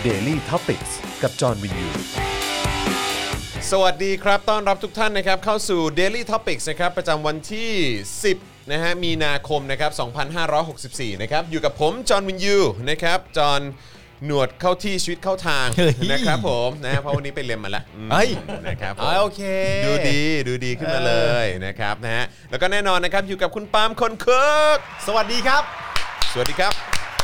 Daily Topics กับจอห์นวินยูสวัสดีครับต้อนรับทุกท่านนะครับเข้าสู่ Daily Topics นะครับประจำวันที่10นะฮะมีนาคมนะครับ2564นะครับอยู่กับผมจอห์นวินยูนะครับจอห์นหนวดเข้าที่ชีวิตเข้าทางนะครับผมนะฮะเพราะวันนี้ไปเรียนมาแล้วนะครับโอเคดูดีขึ้นมาเลยนะครับนะฮะแล้วก็แน่นอนนะครับอยู่กับคุณปาล์มคนเคิร์กสวัสดีครับสวัสดีครับ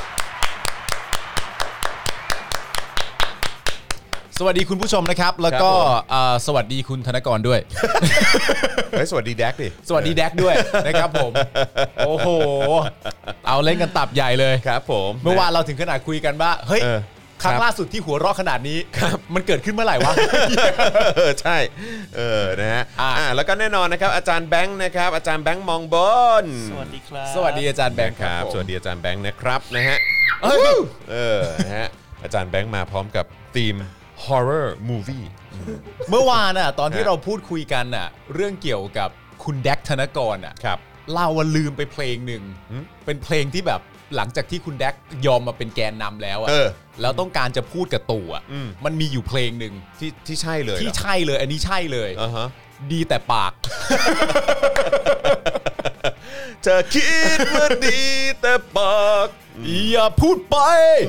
สวัสดีคุณผู้ชมนะครับแล้วก็สวัสดีคุณธนกรด้วยสวัสดีแดกดิสวัสดีแดกด้วยนะครับผมโอ้โหเอาเล่นกันตับใหญ่เลยครับผมเมื่อวานเราถึงขนาดคุยกันว่าเฮ้ยครั้งล่าสุดที่หัวเราะขนาดนี้มันเกิดขึ้นเมื่อไหร่วะใช่นะฮะแล้วก็แน่นอนนะครับอาจารย์แบงค์นะครับอาจารย์แบงค์มองบนสวัสดีครับสวัสดีอาจารย์แบงค์ครับสวัสดีอาจารย์แบงค์นะครับนะฮะนะฮะอาจารย์แบงค์มาพร้อมกับธีมhorror movie เมื่อวานน่ะตอนที่เราพูดคุยกันน่ะเรื่องเกี่ยวกับคุณแดกธนกรน่ะครับเราลืมไปเพลงหนึ่งเป็นเพลงที่แบบหลังจากที่คุณแดกยอมมาเป็นแกนนำแล้วอ่ะแล้วต้องการจะพูดกับตู่อ่ะมันมีอยู่เพลงหนึ่งที่ใช่เลยที่ใช่เลยอันนี้ใช่เลยดีแต่ปากเธอคิดว่าดีแต่ปากอย่าพูดไป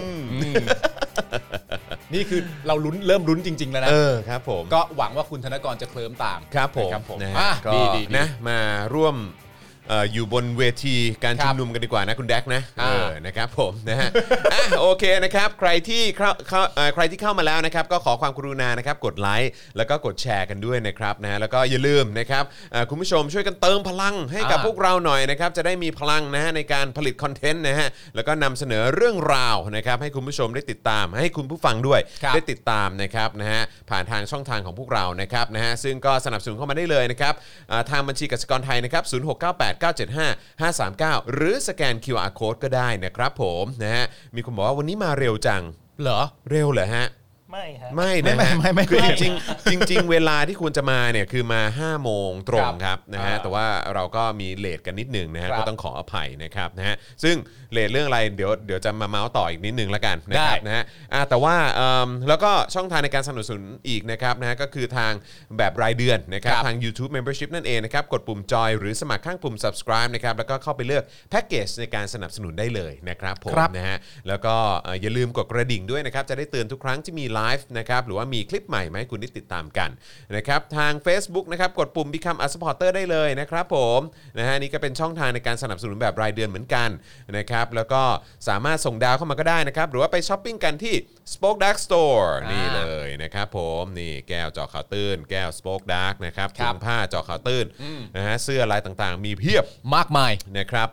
นี่คือเราเริ่มลุ้นจริงๆแล้วนะครับผมก็หวังว่าคุณธนกรจะเคลิ้มตามครับผมนะดีนะมาร่วมอยู่บนเวทีการชุมนุมกันดีกว่านะคุณแดกนะนะครับผมนะฮะโอเคนะครับใครที่เข้ามาแล้วนะครับก็ขอความกรุณานะครับกดไลค์แล้วก็กดแชร์กันด้วยนะครับนะแล้วก็อย่าลืมนะครับคุณผู้ชมช่วยกันเติมพลังให้กับพวกเราหน่อยนะครับจะได้มีพลังนะฮะในการผลิตคอนเทนต์นะฮะแล้วก็นำเสนอเรื่องราวนะครับให้คุณผู้ชมได้ติดตามให้คุณผู้ฟังด้วยได้ติดตามนะครับนะฮะผ่านทางช่องทางของพวกเรานะครับนะฮะซึ่งก็สนับสนุนเข้ามาได้เลยนะครับทางบัญชีกสิกรไทยนะครับ0698975539หรือสแกน QR Code ก็ได้นะครับผมนะฮะมีคนบอกว่าวันนี้มาเร็วจังเหรอเร็วเหรอฮะไม่ฮะไม่นะฮะคือจริงเวลาที่ควรจะมาเนี่ยคือมา5โมงตรงครับนะฮะแต่ว่าเราก็มีเลทกันนิดหนึ่งนะฮะก็ต้องขออภัยนะครับนะฮะซึ่งเลทเรื่องอะไรเดี๋ยวจะมาเมาส์ต่ออีกนิดนึงแล้วกันนะครับนะฮะแต่ว่าแล้วก็ช่องทางในการสนับสนุนอีกนะครับนะฮะก็คือทางแบบรายเดือนนะครับทาง YouTube Membership นั่นเองนะครับกดปุ่มจอยหรือสมัครข้างปุ่ม subscribe นะครับแล้วก็เข้าไปเลือกแพ็กเกจในการสนับสนุนได้เลยนะครับผมนะฮะแล้วก็อย่าลืมกดกระดิ่งด้วยนะครับจะได้เตือนทุกครั้งที่มีไลฟ์นะครับหรือว่ามีคลิปใหม่มาให้คุณได้ติดตามกันนะครับทาง Facebook นะครับกดปุ่ม Become a supporter ได้เลยนะครับผมนะฮะนี่ก็เป็นช่องทางในการสนับสนุนแบบรายเดือนเหมือนกันนะครับแล้วก็สามารถส่งดาวเข้ามาก็ได้นะครับหรือว่าไปช้อปปิ้งกันที่ Spoke Dark Store นี่เลยนะครับผมนี่แก้วเจาะข่าวตื้นแก้ว Spoke Dark นะครับถุงผ้าเจาะข่าวตื้นนะฮะเสื้อลายต่างๆมีเพียบมากมายนะครับ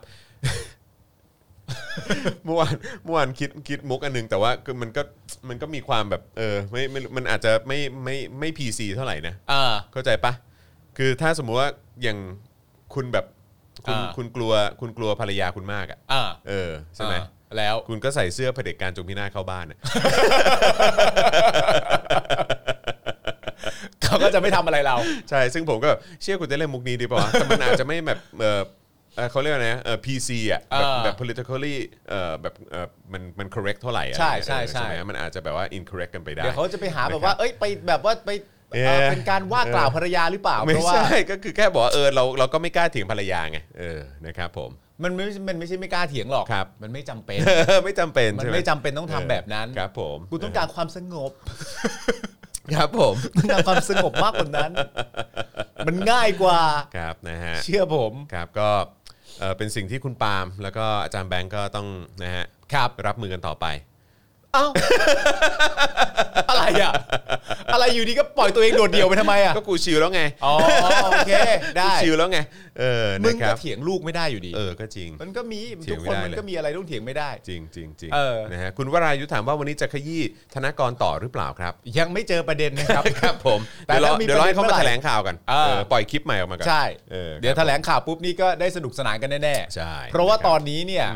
เมื่อวานคิดมุกอันนึงแต่ว่ามันก็มีความแบบไม่มันอาจจะไม่ PC เท่าไหร่นะเข้าใจปะคือถ้าสมมุติว่าอย่างคุณแบบคุณกลัวภรรยาคุณมากอ่ะใช่ไหมแล้วคุณก็ใส่เสื้อเผด็จการจงพินาศเข้าบ้านเขาก็จะไม่ทำอะไรเราใช่ซึ่งผมก็เชื่อคุณจะเล่นมุกนี้ดีป่ะแต่มันอาจจะไม่แบบเขาเรียกว่าไงPC อ่ะแบบ politically แบบมัน correct เท่าไหร่ใช่มันอาจจะแบบว่า incorrect กันไปได้เดี๋ยวเขาจะไปหาแบบว่าไปแบบว่าไปเป็นการว่ากล่าวภรรยาหรือเปล่าไม่ใช่ก็คือแค่บอกเราก็ไม่กล้าเถียงภรรยาไงนะครับผมมันไม่ใช่ไม่กล้าเถียงหรอกมันไม่จำเป็นไม่จำเป็นมันไม่จำเป็นต้องทำแบบนั้นครับผมกูต้องการความสงบครับผมต้องการความสงบมากกว่านั้นมันง่ายกว่าครับนะฮะเชื่อผมครับก็เป็นสิ่งที่คุณปาล์มแล้วก็อาจารย์แบงก์ก็ต้องนะฮะรับมือกันต่อไปอ้าวอะไรอ่ะอะไรอยู่ดีก็ปล่อยตัวเองโดดเดี่ยวไปทำไมอ่ะก็กูชิลแล้วไงอ๋อโอเคได้ชิลแล้วไงมึงก็เถียงลูกไม่ได้อยู่ดีก็จริงมันก็มีทุกคนมันก็มีอะไรต้องเถียงไม่ได้จริงนะฮะคุณวรายุถามว่าวันนี้จะขยี้ธนกรต่อหรือเปล่าครับยังไม่เจอประเด็นนะครับครับผมเดี๋ยวรอให้เขามาแถลงข่าวกันปล่อยคลิปใหม่ออกมาก่อนใช่เดี๋ยวแถลงข่าวปุ๊บนี่ก็ได้สนุกสนานกันแน่ๆใช่เพราะว่าตอนนี้เนี่ย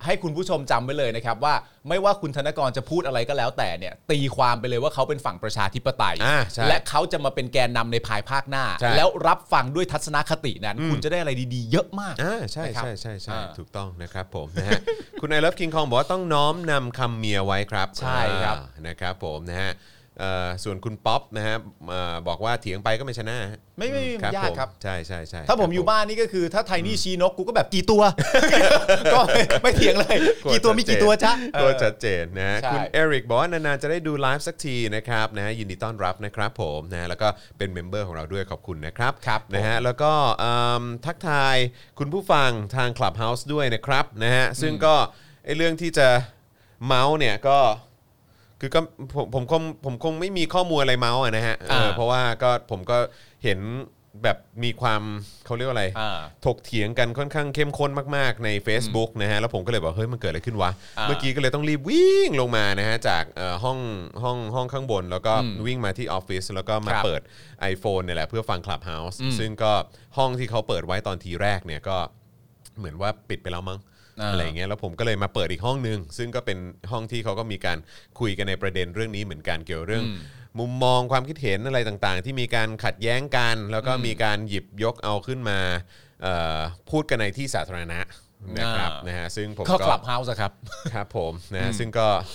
ให้คุณผู้ชมจำไว้เลยนะครับว่าไม่ว่าคุณธนกรจะพูดอะไรก็แล้วแต่เนี่ยตีความไปเลยว่าเขาเป็นฝั่งประชาธิปไตยและเขาจะมาเป็นแกนนำในภายภาคหน้าแล้วรับฟังด้วยทัศนคตินั้นคุณจะได้อะไรดีๆเยอะมากใช่ใช่ใช่ใช่ถูกต้องนะครับผมนะฮะคุณไอเลิฟคิงคองบอกว่าต้องน้อมนำคำเมียไว้ครับใช่ครับนะครับผมนะฮะส่วนคุณป๊อปนะฮะบอกว่าเถียงไปก็ไม่ชนะไม่ยากครับใช่ใช่ใช่ถ้าผมอยู่บ้านนี่ก็คือถ้าไทนี่ชี้นกกูก็แบบกี่ตัว ก็ไม่เถียงเลยกี่ตัวมีกี่ตัวจ๊ะตัวชัดเจนนะคุณเอริกบอกว่านานๆจะได้ดูไลฟ์สักทีนะครับนะยินดีต้อนรับนะครับผมนะแล้วก็เป็นเมมเบอร์ของเราด้วยขอบคุณนะครับนะฮะแล้วก็ทักทายคุณผู้ฟังทาง Clubhouse ด้วยนะครับนะฮะซึ่งก็ไอ้เรื่องที่จะเมาส์เนี่ยก็คือก็ผมคงไม่มีข้อมูลอะไรเมาส์นะฮะเพราะว่าก็ผมก็เห็นแบบมีความเขาเรียกว่าอะไรถกเถียงกันค่อนข้างเข้มข้นมากๆใน Facebook นะฮะแล้วผมก็เลยบอกเฮ้ยมันเกิดอะไรขึ้นวะเมื่อกี้ก็เลยต้องรีบวิ่งลงมานะฮะจากห้องข้างบนแล้วก็วิ่งมาที่ออฟฟิศแล้วก็มาเปิด iPhone เนี่ยแหละเพื่อฟัง Clubhouse ซึ่งก็ห้องที่เขาเปิดไว้ตอนทีแรกเนี่ยก็เหมือนว่าปิดไปแล้วมั้งอะไรเงี้ยแล้วผมก็เลยมาเปิดอีกห้องนึงซึ่งก็เป็นห้องที่เขาก็มีการคุยกันในประเด็นเรื่องนี้เหมือนกันเกี่ยวเรื่องมุมมองความคิดเห็นอะไรต่างๆที่มีการขัดแย้งกันแล้วก็มีการหยิบยกเอาขึ้นมาพูดกันในที่สาธารณะนะครับนะฮะซึ่งผมก็ Clubhouse ครับครับผมนะซึ่งก็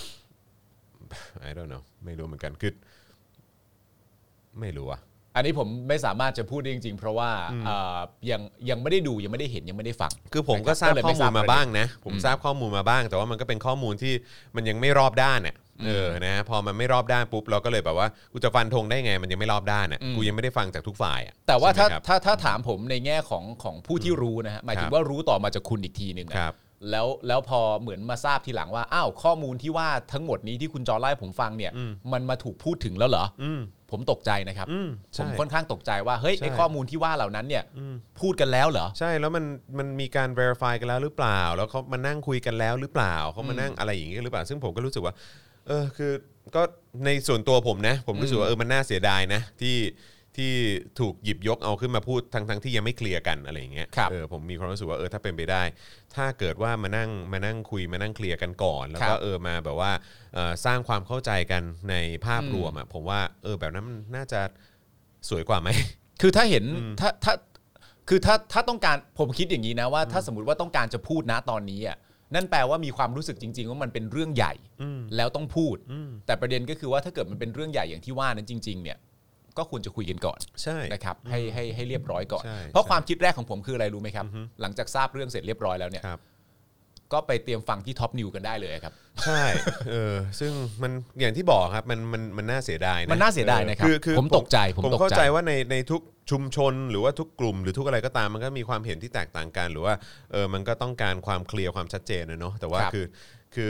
I don't know ไม่รู้เหมือนกันคือไม่รู้อะอันนี้ผมไม่สามารถจะพูดได้จริงๆเพราะว่ายังไม่ได้ดูยังไม่ได้เห็นยังไม่ได้ฟังคือผมก็ทราบข้อมูลมาบ้างนะผมทราบข้อมูลมาบ้างแต่ว่ามันก็เป็นข้อมูลที่มันยังไม่รอบด้านเนี่ยนะพอมันไม่รอบด้านปุ๊บเราก็เลยแบบว่ากูจะฟันธงได้ไงมันยังไม่รอบด้านอ่ะกูยังไม่ได้ฟังจากทุกฝ่ายอ่ะแต่ว่าถ้าถามผมในแง่ของผู้ที่รู้นะฮะหมายถึงว่ารู้ต่อมาจากคุณอีกทีนึงแล้วพอเหมือนมาทราบทีหลังว่าอ้าวข้อมูลที่ว่าทั้งหมดนี้ที่คุณจอไล่ผมฟังเนี่ยมันมาถูกพูดถึงแล้วเหรอผมตกใจนะครับผมค่อนข้างตกใจว่าเฮ้ยไอ้ข้อมูลที่ว่าเหล่านั้นเนี่ยพูดกันแล้วเหรอใช่แล้วมันมีการ verify กันแล้วหรือเปล่าแล้วเขามานั่งคุยกันแล้วหรือเปล่าเขามานั่งอะไรอย่างนี้หรือเปล่าซึ่งผมก็รู้สึกว่าคือก็ในส่วนตัวผมนะผมรู้สึกว่ามันน่าเสียดายนะที่ถูกหยิบยกเอาขึ้นมาพูดทั้งที่ยังไม่เคลียร์กันอะไรอย่างเงี้ยผมมีความรู้สึกว่าถ้าเป็นไปได้ถ้าเกิดว่ามานั่งคุยมานั่งเคลียร์กันก่อนแล้วก็มาแบบว่าสร้างความเข้าใจกันในภาพรวมอ่ะผมว่าแบบนั้นมันน่าจะสวยกว่าไหมคือถ้าเห็นถ้าต้องการผมคิดอย่างนี้นะว่าถ้าสมมติว่าต้องการจะพูดนะตอนนี้อ่ะนั่นแปลว่ามีความรู้สึกจริงๆว่ามันเป็นเรื่องใหญ่แล้วต้องพูดแต่ประเด็นก็คือว่าถ้าเกิดมันเป็นเรื่องใหญ่อย่างที่ว่านั้นจริงๆเนี่ยก็ควรจะคุยกันก่อนนะครับให้เรียบร้อยก่อนเพราะความคิดแรกของผมคืออะไรรู้ไหมครับหลังจากทราบเรื่องเสร็จเรียบร้อยแล้วเนี่ยก็ไปเตรียมฟังที่ท็อปนิวกันได้เลยครับใช่ซึ่งมันอย่างที่บอกครับมันน่าเสียดายนะมันน่าเสียดายนะครับผมตกใจผมเข้าใจว่าในทุกชุมชนหรือว่าทุกกลุ่มหรือทุกอะไรก็ตามมันก็มีความเห็นที่แตกต่างกันหรือว่ามันก็ต้องการความเคลียร์ความชัดเจนนะเนาะแต่ว่าคือ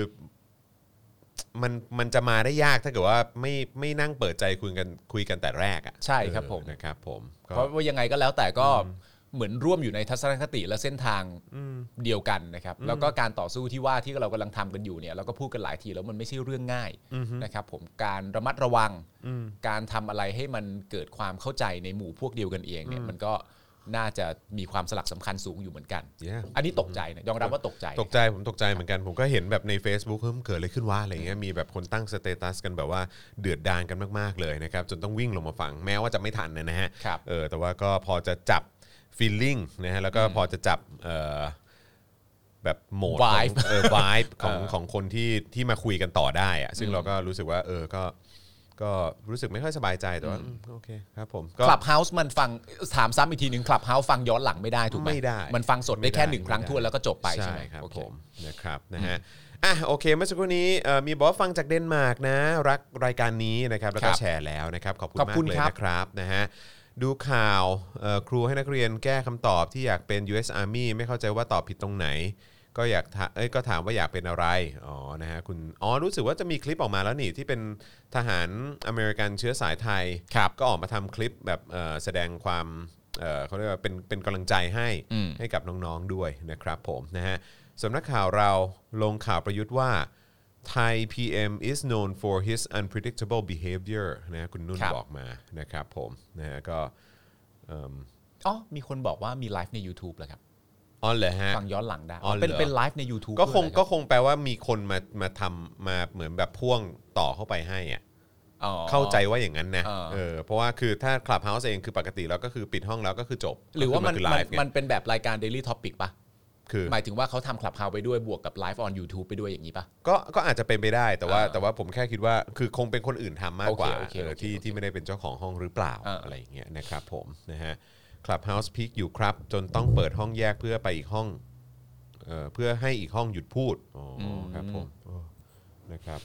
มันจะมาได้ยากถ้าเกิดว่าไม่นั่งเปิดใจคุยกันแต่แรกอ่ะใช่ครับผมนะครับผมเพราะว่ายังไงก็แล้วแต่ก็เหมือนร่วมอยู่ในทัศนคติและเส้นทางเดียวกันนะครับแล้วก็การต่อสู้ที่ว่าที่เรากำลังทำกันอยู่เนี่ยเราก็พูดกันหลายทีแล้วมันไม่ใช่เรื่องง่ายนะครับผมการระมัดระวังการทำอะไรให้มันเกิดความเข้าใจในหมู่พวกเดียวกันเองเนี่ยมันก็น่าจะมีความสลักสำคัญสูงอยู่เหมือนกัน อันนี้ตกใจนะยอมรับว่าตกใจผมตกใจเหมือนกันผมก็เห็นแบบใน Facebook เกิดอะไรขึ้นวะอะไรเงี้ยมีแบบคนตั้งสเตตัสกันแบบว่าเดือดดาลกันมากๆเลยนะครับจนต้องวิ่งลงมาฟังแม้ว่าจะไม่ทันนะฮะแต่ว่าก็พอจะจับfeeling นะฮะแล้วก็พอจะจับแบบโหมดvibe ของคนที่มาคุยกันต่อได้อะซึ่งเราก็รู้สึกว่าก็รู้สึกไม่ค่อยสบายใจแต่ว่าโอเคครับผมก็ Clubhouse มันฟังถามซ้ำอีกทีนึง Clubhouse ฟังย้อนหลังไม่ได้ถูกไหมไม่ได้มันฟังสดได้แค่1ครั้งทั่วแล้วก็จบไปใช่ไหมครับผมนะครับนะฮะโอเคเมื่อสักครู่นี้มีบอกว่าฟังจากเดนมาร์กนะรักรายการนี้นะครับแล้วก็แชร์แล้วนะครับขอบคุณมากเลยนะครับนะฮะดูข่าวครูให้นักเรียนแก้คำตอบที่อยากเป็น US Army ไม่เข้าใจว่าตอบผิดตรงไหนก็ถามว่าอยากเป็นอะไรนะฮะคุณรู้สึกว่าจะมีคลิปออกมาแล้วนี่ที่เป็นทหารอเมริกันเชื้อสายไทยก็ออกมาทำคลิปแบบแสดงความเขาเรียกว่าเป็นกำลังใจให้กับน้องๆด้วยนะครับผมนะฮะสำนักข่าวเราลงข่าวประยุทธ์ว่า Thai PM is known for his unpredictable behavior นะคุณนุ่นบอกมานะครับผมนะฮะก็มีคนบอกว่ามีไลฟ์ใน YouTube แล้วครับอ๋อเหรอฮะฟังย้อนหลังได้อ๋อเหรอเป็นไลฟ์ใน YouTube ก็คงแปลว่ามีคนมาทำมาเหมือนแบบพ่วงต่อเข้าไปให้อ่ะอ๋อเข้าใจว่าอย่างนั้นนะอ่าเพราะว่าคือถ้า Clubhouse เองคือปกติแล้วก็คือปิดห้องแล้วก็คือจบหรือว่ามันก็คือไลฟ์ไงมันเป็นแบบรายการ Daily Topic ป่ะคือหมายถึงว่าเขาทำ Clubhouse ไปด้วยบวกกับไลฟ์ on YouTube ไปด้วยอย่างนี้ป่ะก็อาจจะเป็นไปได้แต่ว่าอ่าแต่ว่าผมแค่คิดว่าคือคงเป็นคนอื่นทำมากกว่าโอเคโอเคที่ไม่ได้เป็นเจ้าของห้องหรือเปล่าอ่าอะไรอย่างเงี้ยนะครับผมนะฮะ Clubhouse Peak อยู่ครับจนต้องเปิดห้องแยกเพื่อไปอีกห้องเพื่อให้อีกห้องหยุดพูดอ๋อครับผมนะครับ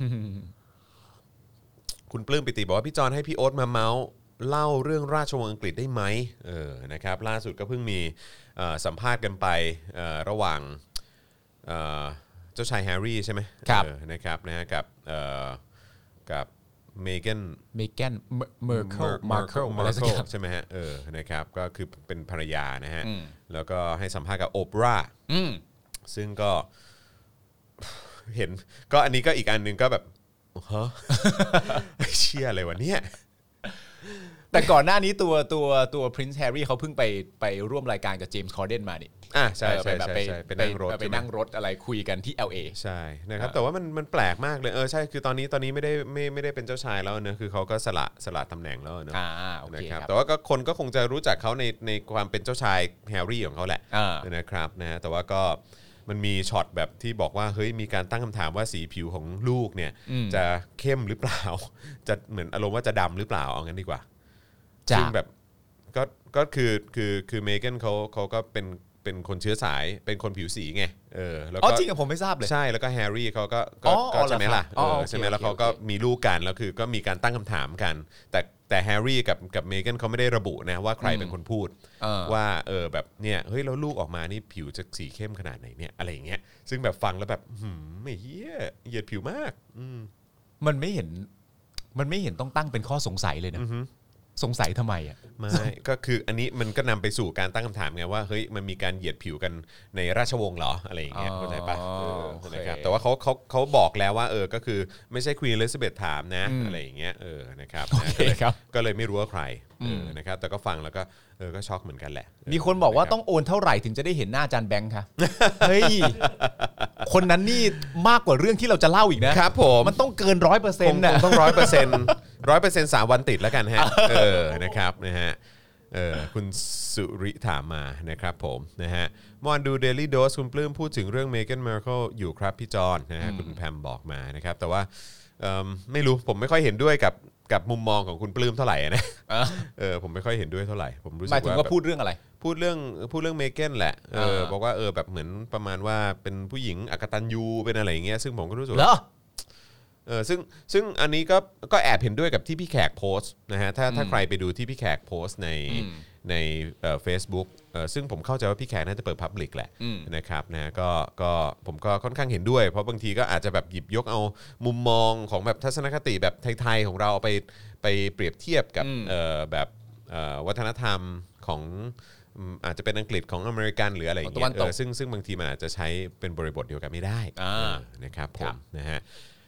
คุณปลื้มปิติบอกว่าพี่จอนให้พี่โอ๊ตมาเมาส์เล่าเรื่องราชวงศ์อังกฤษได้ไหมนะครับล่าสุดก็เพิ่งมีสัมภาษณ์กันไประหว่างเจ้าชายแฮร์รี่ใช่ไหมครับนะครับนะฮะกับเมแกนเมแกนเมอร์เคิลมาร์เคิลอะไรสักอย่างใช่ไหมฮะนะครับก็คือเป็นภรรยานะฮะอืมแล้วก็ให้สัมภาษณ์กับโอปรา ซึ่งก็ เห็นก็อันนี้ก็อีกอันหนึงก็แบบฮะ เชี่ยอะไรวะเนี่ยแต่ก่อนหน้านี้ตัว Prince Harry เขาเพิ่งไปร่วมรายการกับเจมส์คอร์เดนมานี่ใช่ไปแบบใช่ไปนั่งรถไปนั่งรถอะไรคุยกันที่ LA ใช่นะครับแต่ว่ามันแปลกมากเลยใช่คือตอนนี้ไม่ได้เป็นเจ้าชายแล้วเนอะคือเขาก็สละตำแหน่งแล้วเนอะโอเคนะครับครับแต่ว่าก็คนก็คงจะรู้จักเขาในความเป็นเจ้าชายแฮร์รี่ของเขาแหละอ่านะครับนะแต่ว่าก็มันมีช็อตแบบที่บอกว่าเฮ้ยมีการตั้งคำถามว่าสีผิวของลูกเนี่ยจะเข้มหรือเปล่า จะเหมือนอารมณ์ว่าจะดำหรือเปล่าเอางั้นดีกว่าจ้ะซึ่งแบบก็คือเมแกนเขาก็เป็นคนเชื้อสายเป็นคนผิวสีไงแล้วอ๋อก็จริงกับผมไม่ทราบเลยใช่แล้วก็แฮร์รี่เขาก็อ๋อใช่ไหมล่ะเหรอครับอ๋อโอเคใช่ไหมแล้วโอเคเขาก็โอเคมีลูกกันแล้วคือก็มีการตั้งคำถามกัน แต่แฮร์รี่กับเมแกนเขาไม่ได้ระบุนะว่าใครเป็นคนพูด ว่าแบบเนี่ยเฮ้ยแล้วลูกออกมานี่ผิวจะสีเข้มขนาดไหนเนี่ยอะไรอย่างเงี้ยซึ่งแบบฟังแล้วแบบไม่เหี้ยเหยียดผิวมากมันไม่เห็นต้องตั้งเป็นข้อสงสัยเลยนะสงสัยทำไมอ่ะไม่ก็คืออันนี้มันก็นำไปสู่การตั้งคำถามไงว่าเฮ้ยมันมีการเหยียดผิวกันในราชวงศ์เหรออะไรอย่างเงี้ยเข้าใจปะโอเคนะครับแต่ว่าเขาบอกแล้วว่าก็คือไม่ใช่ควีนอลิซาเบธถามนะอะไรอย่างเงี้ยนะครับโอเคครับก็เลยไม่รู้ว่าใครนะครับแต่ก็ฟังแล้วก็ก็ช็อกเหมือนกันแหละมีคนบอกว่าต้องโอนเท่าไหร่ถึงจะได้เห็นหน้าอาจารย์แบงค์คะเฮ้ยคนนั้นนี่มากกว่าเรื่องที่เราจะเล่าอีกนะครับผมมันต้องเกิน 100% คงนะต้อง100% 3 วันติดแล้วกันฮะนะครับนะฮะคุณสุริถามมานะครับผมนะฮะมอนดู Daily Dose คุณปลื้มพูดถึงเรื่อง Meghan Markle อยู่ครับพี่จอนนะฮะคุณแพมบอกมานะครับแต่ว่าไม่รู้ผมไม่ค่อยเห็นด้วยกับมุมมองของคุณปลื้มเท่าไหร่นะผมไม่ค่อยเห็นด้วยเท่าไหร่ผมรู้สึกหมายถึงว่าว่าพูดเรื่องอะไรพูดเรื่องเมแกนแหละบอกว่าแบบเหมือนประมาณว่าเป็นผู้หญิงอกตัญญูเป็นอะไรอย่างเงี้ยซึ่งผมก็รู้สึกเหรอซึ่งอันนี้ก็แอบเห็นด้วยกับที่พี่แขกโพสต์นะฮะถ้าใครไปดูที่พี่แขกโพสต์ในFacebook ซึ่งผมเข้าใจว่าพี่แขกน่าจะเปิด Public แหละนะครับนะก็ผมก็ค่อนข้างเห็นด้วยเพราะบางทีก็อาจจะแบบหยิบยกเอามุมมองของแบบทัศนคติแบบไทยๆของเราไปเปรียบเทียบกับแบบวัฒนธรรมของอาจจะเป็นอังกฤษของอเมริกันหรืออะไรอย่างเงี้ยซึ่งบางทีมันอาจจะใช้เป็นบริบทเดียวกันไม่ได้นะครับผมนะฮะ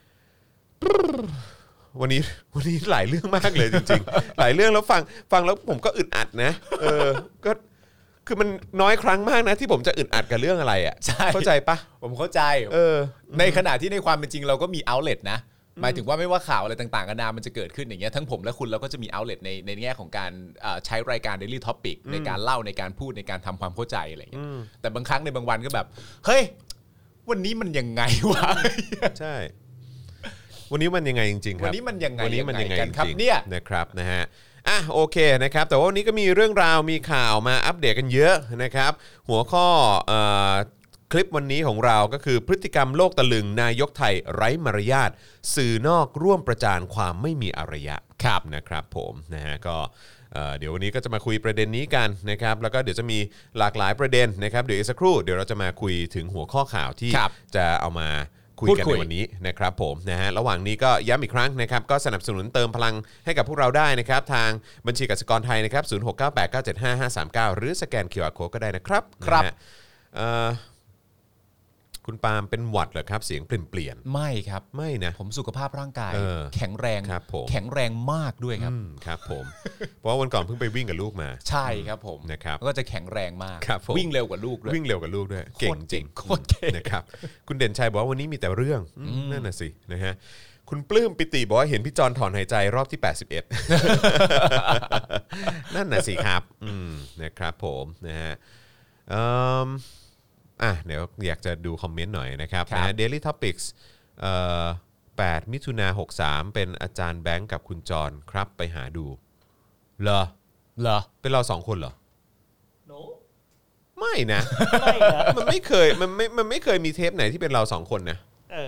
วันนี้หลายเรื่องมากเลยจริงๆ หลายเรื่องแล้วฟังแล้วผมก็อึดอัดนะก็คือมันน้อยครั้งมากนะที่ผมจะอึดอัดกับเรื่องอะไรอ่ะเข้าใจปะผมเข้าใจในขณะที่ในความเป็นจริงเราก็มี outlet นะหมายถึงว่าไม่ว่าข่าวอะไรต่างๆกันานามันจะเกิดขึ้นอย่างเงี้ยทั้งผมและคุณเราก็จะมี outlet ในแง่ของการใช้รายการ Daily Topic ในการเล่าในการพูดในการทำความเข้าใจอะไรอย่างเงี้ยแต่บางครั้งในบางวันก็แบบเฮ้ยวันนี้มันยังไงวะใช่วันนี้มันยังไงจริงๆครับวันนี้มันยังไงวันนี้มันยังไงกันครับจริงๆเนี่ยนะครับนะฮะโอเคนะครับแต่ว่าวันนี้ก็มีเรื่องราวมีข่าวมาอัปเดตกันเยอะนะครับหัวข้อคลิปวันนี้ของเราก็คือพฤติกรรมโลกตะลึงนายกไทยไร้มารยาทสื่อนอกร่วมประจานความไม่มีอารยะนะครับผมนะฮะก็เดี๋ยววันนี้ก็จะมาคุยประเด็นนี้กันนะครับแล้วก็เดี๋ยวจะมีหลากหลายประเด็นนะครับเดี๋ยวอีกสักครู่เดี๋ยวเราจะมาคุยถึงหัวข้อข่าวที่จะเอามาคุยกันในวันนี้นะครับผมนะฮะระหว่างนี้ก็ย้ำอีกครั้งนะครับก็สนับสนุนเติมพลังให้กับพวกเราได้นะครับทางบัญชีกสิกรไทยนะครับ0698975539หรือสแกน QR Code ก็ได้นะครับนะฮะคุณปาล์มเป็นหวัดเหรอครับเสียงเปลี่ยนไม่ครับไม่นะผมสุขภาพร่างกาย แข็งแรงครับผมแข็งแรงมากด้วยครับครับผม เพราะว่าวันก่อนเพิ่งไปวิ่งกับลูกมาใช่ครับผมนะครับก็จะแข็งแรงมากครับผมวิ่งเร็วกว่าลูกด้วยวิ่งเร็วกับลูกด้วยเก่งจริงโคตรเก่งนะครับคุณเด่นชัยบอกว่าวันนี้มีแต่เรื่องนั่นน่ะสินะฮะคุณปลื้มปิติบอกว่าเห็นพี่จอนถอนหายใจรอบที่ 81 นั่นน่ะสิครับนะครับผมนะฮะเดี๋ยวอยากจะดูคอมเมนต์หน่อยนะครับนะฮะ Daily Topics 8 มิถุนา63 เป็นอาจารย์แบงค์กับคุณจอนครับไปหาดูเหรอ เป็นเรา2คนเหรอ No ไม่นะไม่นะมันไม่เคยมีเทปไหนที่เป็นเรา2คนนะ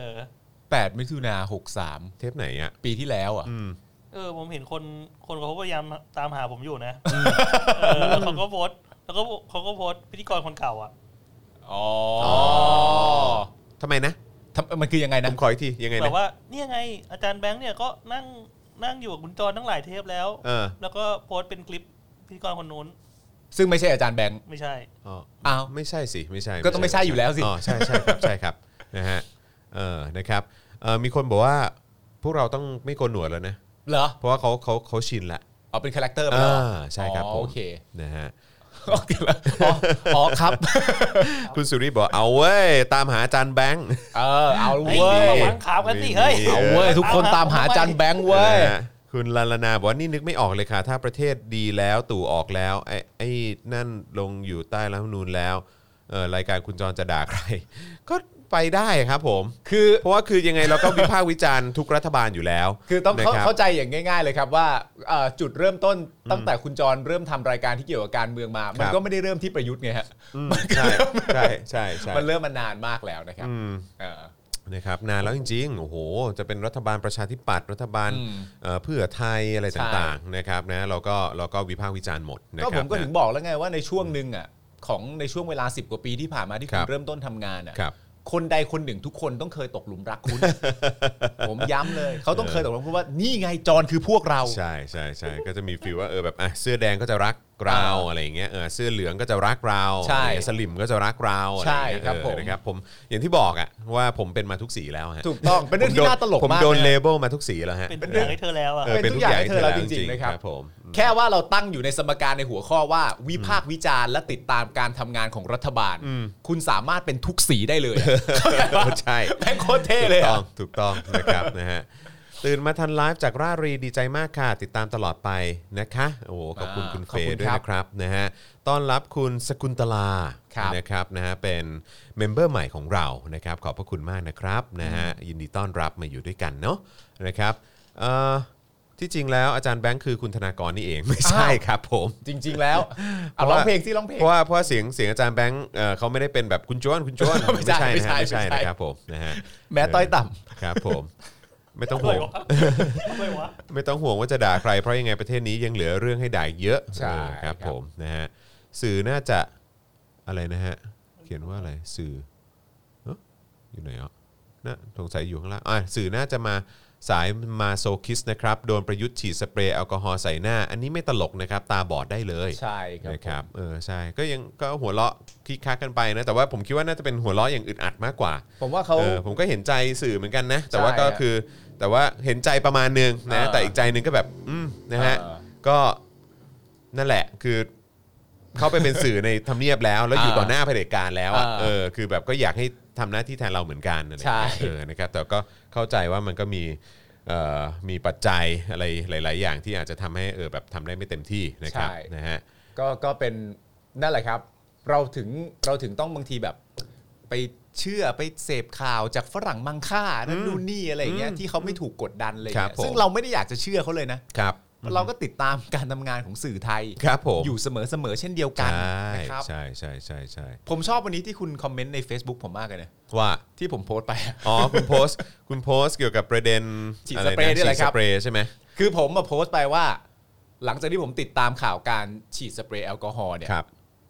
8 มิถุนา63 เทปไหนอ่ะปีที่แล้วผมเห็นคนเขาพยายามตามหาผมอยู่นะแล้วเขาก็โพสต์พิธีกรคนเก่าอ่ะอ๋อทำไมนะมันคือยังไงผนะมขออีกทียังไงแบนะบว่าเนี่ยไงอาจารย์แบงค์เนี่ยก็นั่งอยู่กับคุณจรตั้งหลายเทปแล้วแล้วก็โพสต์เป็นคลิปพิธีกรคนนู้นซึ่งไม่ใช่อาจารย์แบงค์ไม่ใช่อ้าวไม่ใช่สิไม่ใช่ก็ต้องไม่ใช่อยู่แล้วสิอ๋อใช่ครับใช่ครับนะฮะนะครับมีคนบอกว่าพวกเราต้องไม่โกนหนวดแล้วนะเหรอเพราะว่าเขาชินละเอาเป็นคาแรคเตอร์ไปแล้วใช่ครับผมโอเคนะฮะโอเคอ๋อครับคุณสุริบอกเอาเว้ยตามหาอาจารย์แบงค์เอาเฮ้ยเว้ยระวังขาวกันสิเฮ้ยเอาเว้ยทุกคนตามหาอาจารย์แบงค์เว้ยนะฮะคุณลาลานาบอกว่านี่นึกไม่ออกเลยค่ะถ้าประเทศดีแล้วตู่ออกแล้วไอ้นั่นลงอยู่ใต้รัฐธรรมนูญแล้วรายการคุณจรจะด่าใคร ก็ไปได้ครับผมคือเพราะว่าคือยังไงเราก็วิพากษ์วิจารณ์ทุกรัฐบาลอยู่แล้วคือต้องนะครับเข้าใจอย่างง่ายๆเลยครับว่าจุดเริ่มต้นตั้งแต่คุณจรเริ่มทำรายการที่เกี่ยวกับการเมืองมา มันก็ไม่ได้เริ่มที่ประยุทธ์ไงฮะใช่ใช่ใช่ใช่มันเริ่มมานานมากแล้วนะครับนะครับนานแล้วจริงๆโอ้โหจะเป็นรัฐบาลประชาธิปัตย์รัฐบาลเพื่อไทยอะไรต่างๆนะครับนะเราก็วิพากษ์วิจารณ์หมดนะก็ครัผบมก็ถึงบอกแล้วไงว่าในช่วงหนึ่งของในช่วงเวลา10 กว่าปีที่ผ่านมาที่คุณเริ่มต้นทำงานคนใดคนหนึ่งทุกคนต้องเคยตกหลุมรักคุณ ผมย้ำเลยเขาต้องเคยตกหลุมรักคุณว่านี่ไงจรคือพวกเราใช่ใช่ใช่ก็จะมีฟีลว่าแบบเสื้อแดงก็จะรักเราอะไรอย่างเงี้ยเสื้อเหลืองก็จะรักเราสลิมก็จะรักเราอะไรอย่างเงี้ยนะครับผมอย่างที่บอกว่าผมเป็นมาทุกสีแล้วฮะถูกต้องเป็นเรื่องที่น่าตลกมากผมโดนเลเบลมาทุกสีแล้วฮะเป็นทุกอย่างให้เธอแล้วอ่ะเป็นทุกอย่างให้เธอแล้วจริงๆนะครับผมแค่ว่าเราตั้งอยู่ในสมการในหัวข้อว่าวิพากษ์วิจารณ์และติดตามการทำงานของรัฐบาลคุณสามารถเป็นทุกสีได้เลยใช่แม่งโคตรเท่เลยถูกต้องนะครับนะฮะตื่นมาทันไลฟ์จากรารีดีใจมากค่ะติดตามตลอดไปนะคะโอ้ขอบคุณคุณเฟย์ด้วยนะครับนะฮะต้อนรับคุณสกุลตลานะครับนะฮะเป็นเมมเบอร์ใหม่ของเรานะครับขอบพระคุณมากนะครับนะฮะยินดีต้อนรับมาอยู่ด้วยกันเนาะนะครับที่จริงแล้วอาจารย์แบงค์คือคุณธนากรนี่เองไม่ใช่ครับผมจริงๆแล้วร้องเพลงสิร้องเพลงเพราะว่าเสียงอาจารย์แบงค์เขาไม่ได้เป็นแบบคุณจ้วนไม่ใช่นะครับผมนะฮะแม้ต้อยต่ำครับผมไม่ต้องห่วงไม่ต้องห่วงว่าจะด่าใครเพราะยังไงประเทศนี้ยังเหลือเรื่องให้ด่าเยอะครับผมนะฮะสื่อน่าจะอะไรนะฮะเขียนว่าอะไรสื่ออยู่ไหนอ่ะนะสงสัยอยู่ข้างล่างสื่อน่าจะมาสายมาโซคิสนะครับโดนประยุทธ์ฉีดสเปรย์แอลกอฮอล์ใส่หน้าอันนี้ไม่ตลกนะครับตาบอดได้เลยใช่ครับใช่ก็หัวเราะคิกคักกันไปนะแต่ว่าผมคิดว่าน่าจะเป็นหัวเราะอย่างอึดอัดมากกว่าผมว่าเขาผมก็เห็นใจสื่อเหมือนกันนะแต่ว่าก็คือแต่ว่าเห็นใจประมาณนึงนะแต่อีกใจนึงก็แบบนะฮะก็นั่นแหละคือเข้าไปเป็นสื่อในทำเนียบแล้วอยู่ต่อหน้าเผด็จการแล้วคือแบบก็อยากให้ทำหน้าที่แทนเราเหมือนกันนะครับแต่ก็เข้าใจว่ามันก็มีปัจจัยอะไรหลายๆอย่างที่อาจจะทำให้แบบทำได้ไม่เต็มที่นะครับนะฮะก็เป็นนั่นแหละครับเราถึงต้องบางทีแบบไปเชื่อไปเสพข่าวจากฝรั่งมังค่านั่นนู่นนี่อะไรเงี้ยที่เขาไม่ถูกกดดันเลยซึ่งเราไม่ได้อยากจะเชื่อเขาเลยนะครับเราก็ติดตามการทำงานของสื่อไทยอยู่เสมอเช่นเดียวกันนะครับใช่ผมชอบวันนี้ที่คุณคอมเมนต์ใน Facebook ผมมากเลยนะว่าที่ผมโพสต์ไปคุณโพสต์เกี่ยวกับประเด็นฉีดสเปรย์นี่แหละครับฉีดสเปรย์ใช่ไหมคือผมมาโพสต์ไปว่าหลังจากที่ผมติดตามข่าวการฉีดสเปรย์แอลกอฮอล์เนี่ย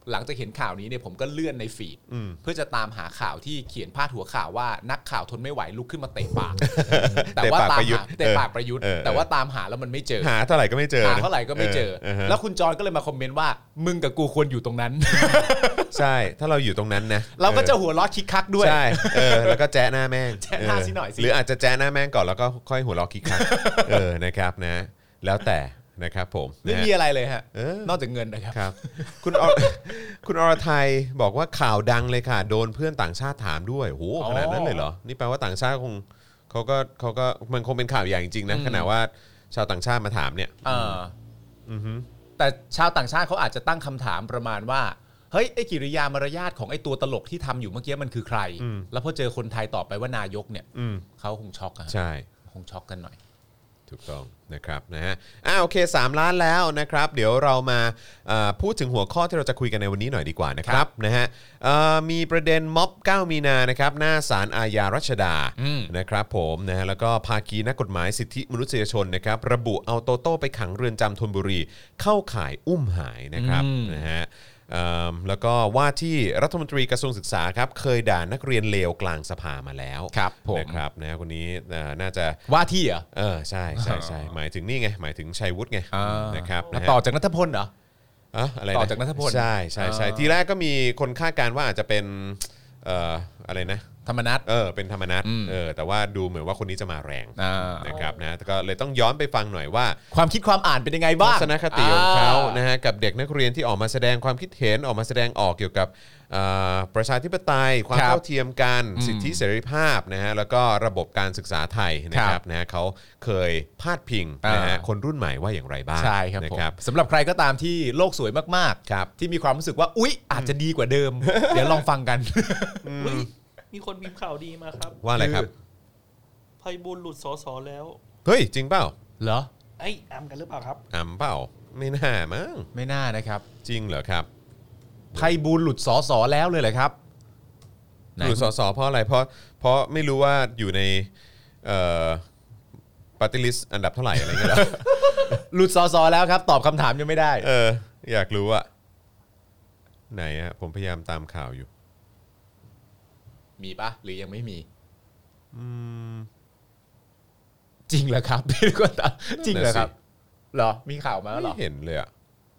หลังจากเห็นข่าวนี้เนี่ยผมก็เลื่อนในฟีดเพื่อจะตามหาข่าวที่เขียนพาดหัวข่าวว่านักข่าวทนไม่ไหวลุกขึ้นมาเตะปากแต่ว่าตามหาเตะปากประยุทธ์แต่ว่าตามหาแล้วมันไม่เจอหาเท่าไหร่ก็ไม่เจอหาเท่าไหร่ก็ไม่เจอแล้วคุณจอนก็เลยมาคอมเมนต์ว่ามึงกับกูควรอยู่ตรงนั้นใช่ถ้าเราอยู่ตรงนั้นนะเราก็จะหัวเราะคิกคักด้วยใช่แล้วก็แจ๊ะหน้าแม่งแจ๊ะหน้าสิหน่อยสิหรืออาจจะแจ๊ะหน้าแม่งก่อนแล้วก็ค่อยหัวเราะคิกคักนะครับนะแล้วแต่นะครับผมไม่มีอะไรเลยฮะนอกจากเงินนะครับครับคุณอรทัยบอกว่าข่าวดังเลยค่ะโดนเพื่อนต่างชาติถามด้วยโหขนาดนั้นเลยเหรอนี่แปลว่าต่างชาติคงเขาก็มันคงเป็นข่าวใหญ่จริงๆนะขนาดว่าชาวต่างชาติมาถามเนี่ยแต่ชาวต่างชาติเขาอาจจะตั้งคำถามประมาณว่าเฮ้ยไอ้กิริยามารยาทของไอ้ตัวตลกที่ทำอยู่เมื่อกี้มันคือใครแล้วพอเจอคนไทยตอบไปว่านายกเนี่ยเขาคงช็อกอะใช่คงช็อกกันหน่อยถูกต้องนะครับนะฮะโอเค3ล้านแล้วนะครับเดี๋ยวเรามาพูดถึงหัวข้อที่เราจะคุยกันในวันนี้หน่อยดีกว่านะครับนะฮะมีประเด็นม็อบ9มีนานะครับหน้าศาลอาญารัชดานะครับผมนะฮะแล้วก็ภาคีนักกฎหมายสิทธิมนุษยชนนะครับระบุเอาโตโต้ไปขังเรือนจำธนบุรีเข้าข่ายอุ้มหายนะครับนะฮะแล้วก็ว่าที่รัฐมนตรีกระทรวงศึกษาครับเคยด่านักเรียนเลวกลางสภามาแล้วครับผมนะครับนะคนนี้น่าจะว่าที่เหรอใช่หมายถึงนี่ไงหมายถึงชัยวุฒิไงนะครับต่อจากณัฐพลเหรออะไรต่อจากณัฐพลใช่ทีแรกก็มีคนคาดการณ์ว่าอาจจะเป็นอะไรนะธรรมนัสเป็นธรรมนัสแต่ว่าดูเหมือนว่าคนนี้จะมาแรงนะครับนะก็เลยต้องย้อนไปฟังหน่อยว่าความคิดความอ่านเป็นยังไงบ้างทัศนคติของเขานะฮะกับเด็กนักเรียนที่ออกมาแสดงความคิดเห็นออกมาแสดงออกเกี่ยวกับประชาธิปไตยความเท่าเทียมกันสิทธิเสรีภาพนะฮะแล้วก็ระบบการศึกษาไทยนะครับนะเขาเคยพาดพิงนะฮะคนรุ่นใหม่ว่าอย่างไรบ้างใช่ครับนะครับสำหรับใครก็ตามที่โลกสวยมากๆที่มีความรู้สึกว่าอุ๊ยอาจจะดีกว่าเดิมเดี๋ยวลองฟังกันมีคนพิมพ์ข่าวดีมาครับว่าอะไรครับไพบูลย์หลุดสสแล้วเฮ้ยจริงเปล่าเหรออ้ำกันหรือเปล่าครับเปล่าไม่น่ามั้งไม่น่านะครับจริงเหรอครับไพบูลย์หลุดสสแล้วเลยเหรอครับหลุดสสเพราะอะไรเพราะไม่รู้ว่าอยู่ในปาร์ตี้ลิสต์อันดับเท่าไหร่อะไรเงี้ยหลุดสสแล้วครับตอบคำถามยังไม่ได้อยากรู้อะไหนอะผมพยายามตามข่าวอยู่มีปะหรือยังไม่มีจริงเหรอครับพี่ก็ตามจริงเหรอครับเหรอมีข่าวมาแล้วเหรอไม่เห็นเลยอ่ะ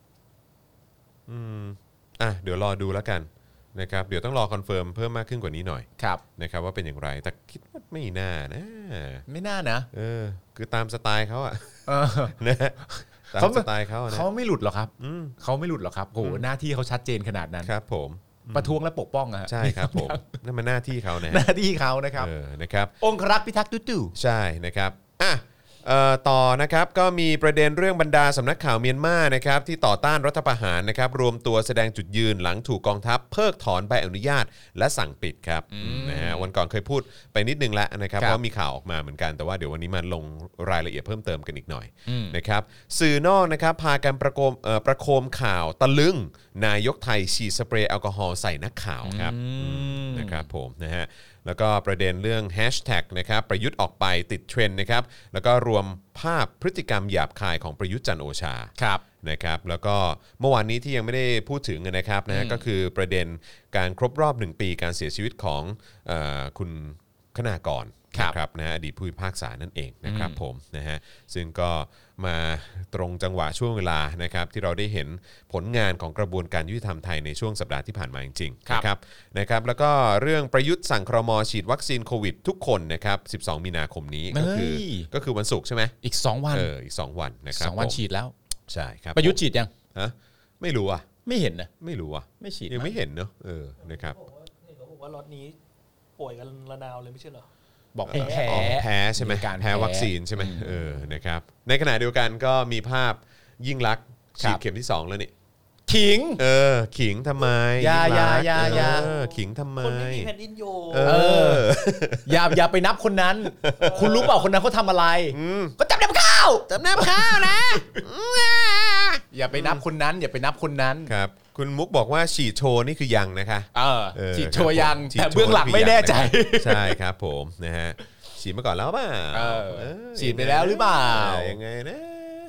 เดี๋ยวรอดูแล้วกันนะครับเดี๋ยวต้องรอคอนเฟิร์มเพิ่มมากขึ้นกว่านี้หน่อยครับนะครับว่าเป็นอย่างไรแต่คิดว่าไม่น่านะไม่น่านะคือตามสไตล์เขาอ่ะนะตามสไตล์เขาเขาไม่หลุดหรอครับเขาไม่หลุดหรอครับโอ้โหหน้าที่เขาชัดเจนขนาดนั้นครับผมประท้วงและปกป้องใช่ครับผมนั่นมันหน้าที่เขานะหน้าที่เขานะครับนะครับองครักษ์พิทักษ์ตู้ใช่นะครับต่อนะครับก็มีประเด็นเรื่องบรรดาสำนักข่าวเมียนมานะครับที่ต่อต้านรัฐประหารนะครับรวมตัวแสดงจุดยืนหลังถูกกองทัพเพิกถอนใบอนุญาตและสั่งปิดครับนะฮะวันก่อนเคยพูดไปนิดนึงแล้วนะครับเพราะมีข่าวออกมาเหมือนกันแต่ว่าเดี๋ยววันนี้มาลงรายละเอียดเพิ่มเติมกันอีกหน่อยนะครับสื่อนอกนะครับพากันประโคมข่าวตะลึงนายกไทยฉีดสเปรย์แอลกอฮอล์ใส่นักข่าวครับนะครับผมนะฮะแล้วก็ประเด็นเรื่องแฮชแท็กนะครับประยุทธ์ออกไปติดเทรนด์นะครับแล้วก็รวมภาพพฤติกรรมหยาบคายของประยุทธ์จันทร์โอชานะครับแล้วก็เมื่อวานนี้ที่ยังไม่ได้พูดถึงนะครับนะก็คือประเด็นการครบรอบ1ปีการเสียชีวิตของคุณคณากรครับนะอดีตผู้พิพากษานั่นเองนะครับผมนะฮะซึ่งก็มาตรงจังหวะช่วงเวลานะครับที่เราได้เห็นผลงานของกระบวนการยุติธรรมไทยในช่วงสัปดาห์ที่ผ่านมาจริงๆนะครับแล้วก็เรื่องประยุทธ์สั่งครม.ฉีดวัคซีนโควิดทุกคนนะครับ12มีนาคมนี้ก็คือวันศุกร์ใช่ไหมอีก2วันอีก2วันนะครับ 2วันฉีดแล้วใช่ครับประยุทธ์ฉีดยังไม่รู้อ่ะไม่เห็นนะไม่รู้อ่ะไม่ฉีดยังไม่เห็นเนอะนะครับบอกว่าล็อตนี้ป่วยกันระนาวเลยไม่ใช่เหรอบอกแพ้ใช่ไหมแพ้วัคซีนใช่ไหมนะครับในขณะเดียวกันก็มีภาพยิ่งลักษณ์ฉีดเข็มที่2แล้วนี่ขิงขิงทำไมยาขิงทำไมคนไม่มีแผ่นดินโยอย่าไปนับคนนั้นคุณรู้เปล่าคนนั้นเขาทำอะไรก็จำนำข้าวนะอย่าไปนับคนนั้นอย่าไปนับคนนั้นครับคุณมุกบอกว่าฉีดโชว์นี่คือยังนะคะฉีดโชว์ยังแต่เบื้องหลังไม่แน่ใจใช่ครับผมนะฮะฉีดมาก่อนแล้วป่ะฉีดไปแล้วหรือเปล่ายังไงนะ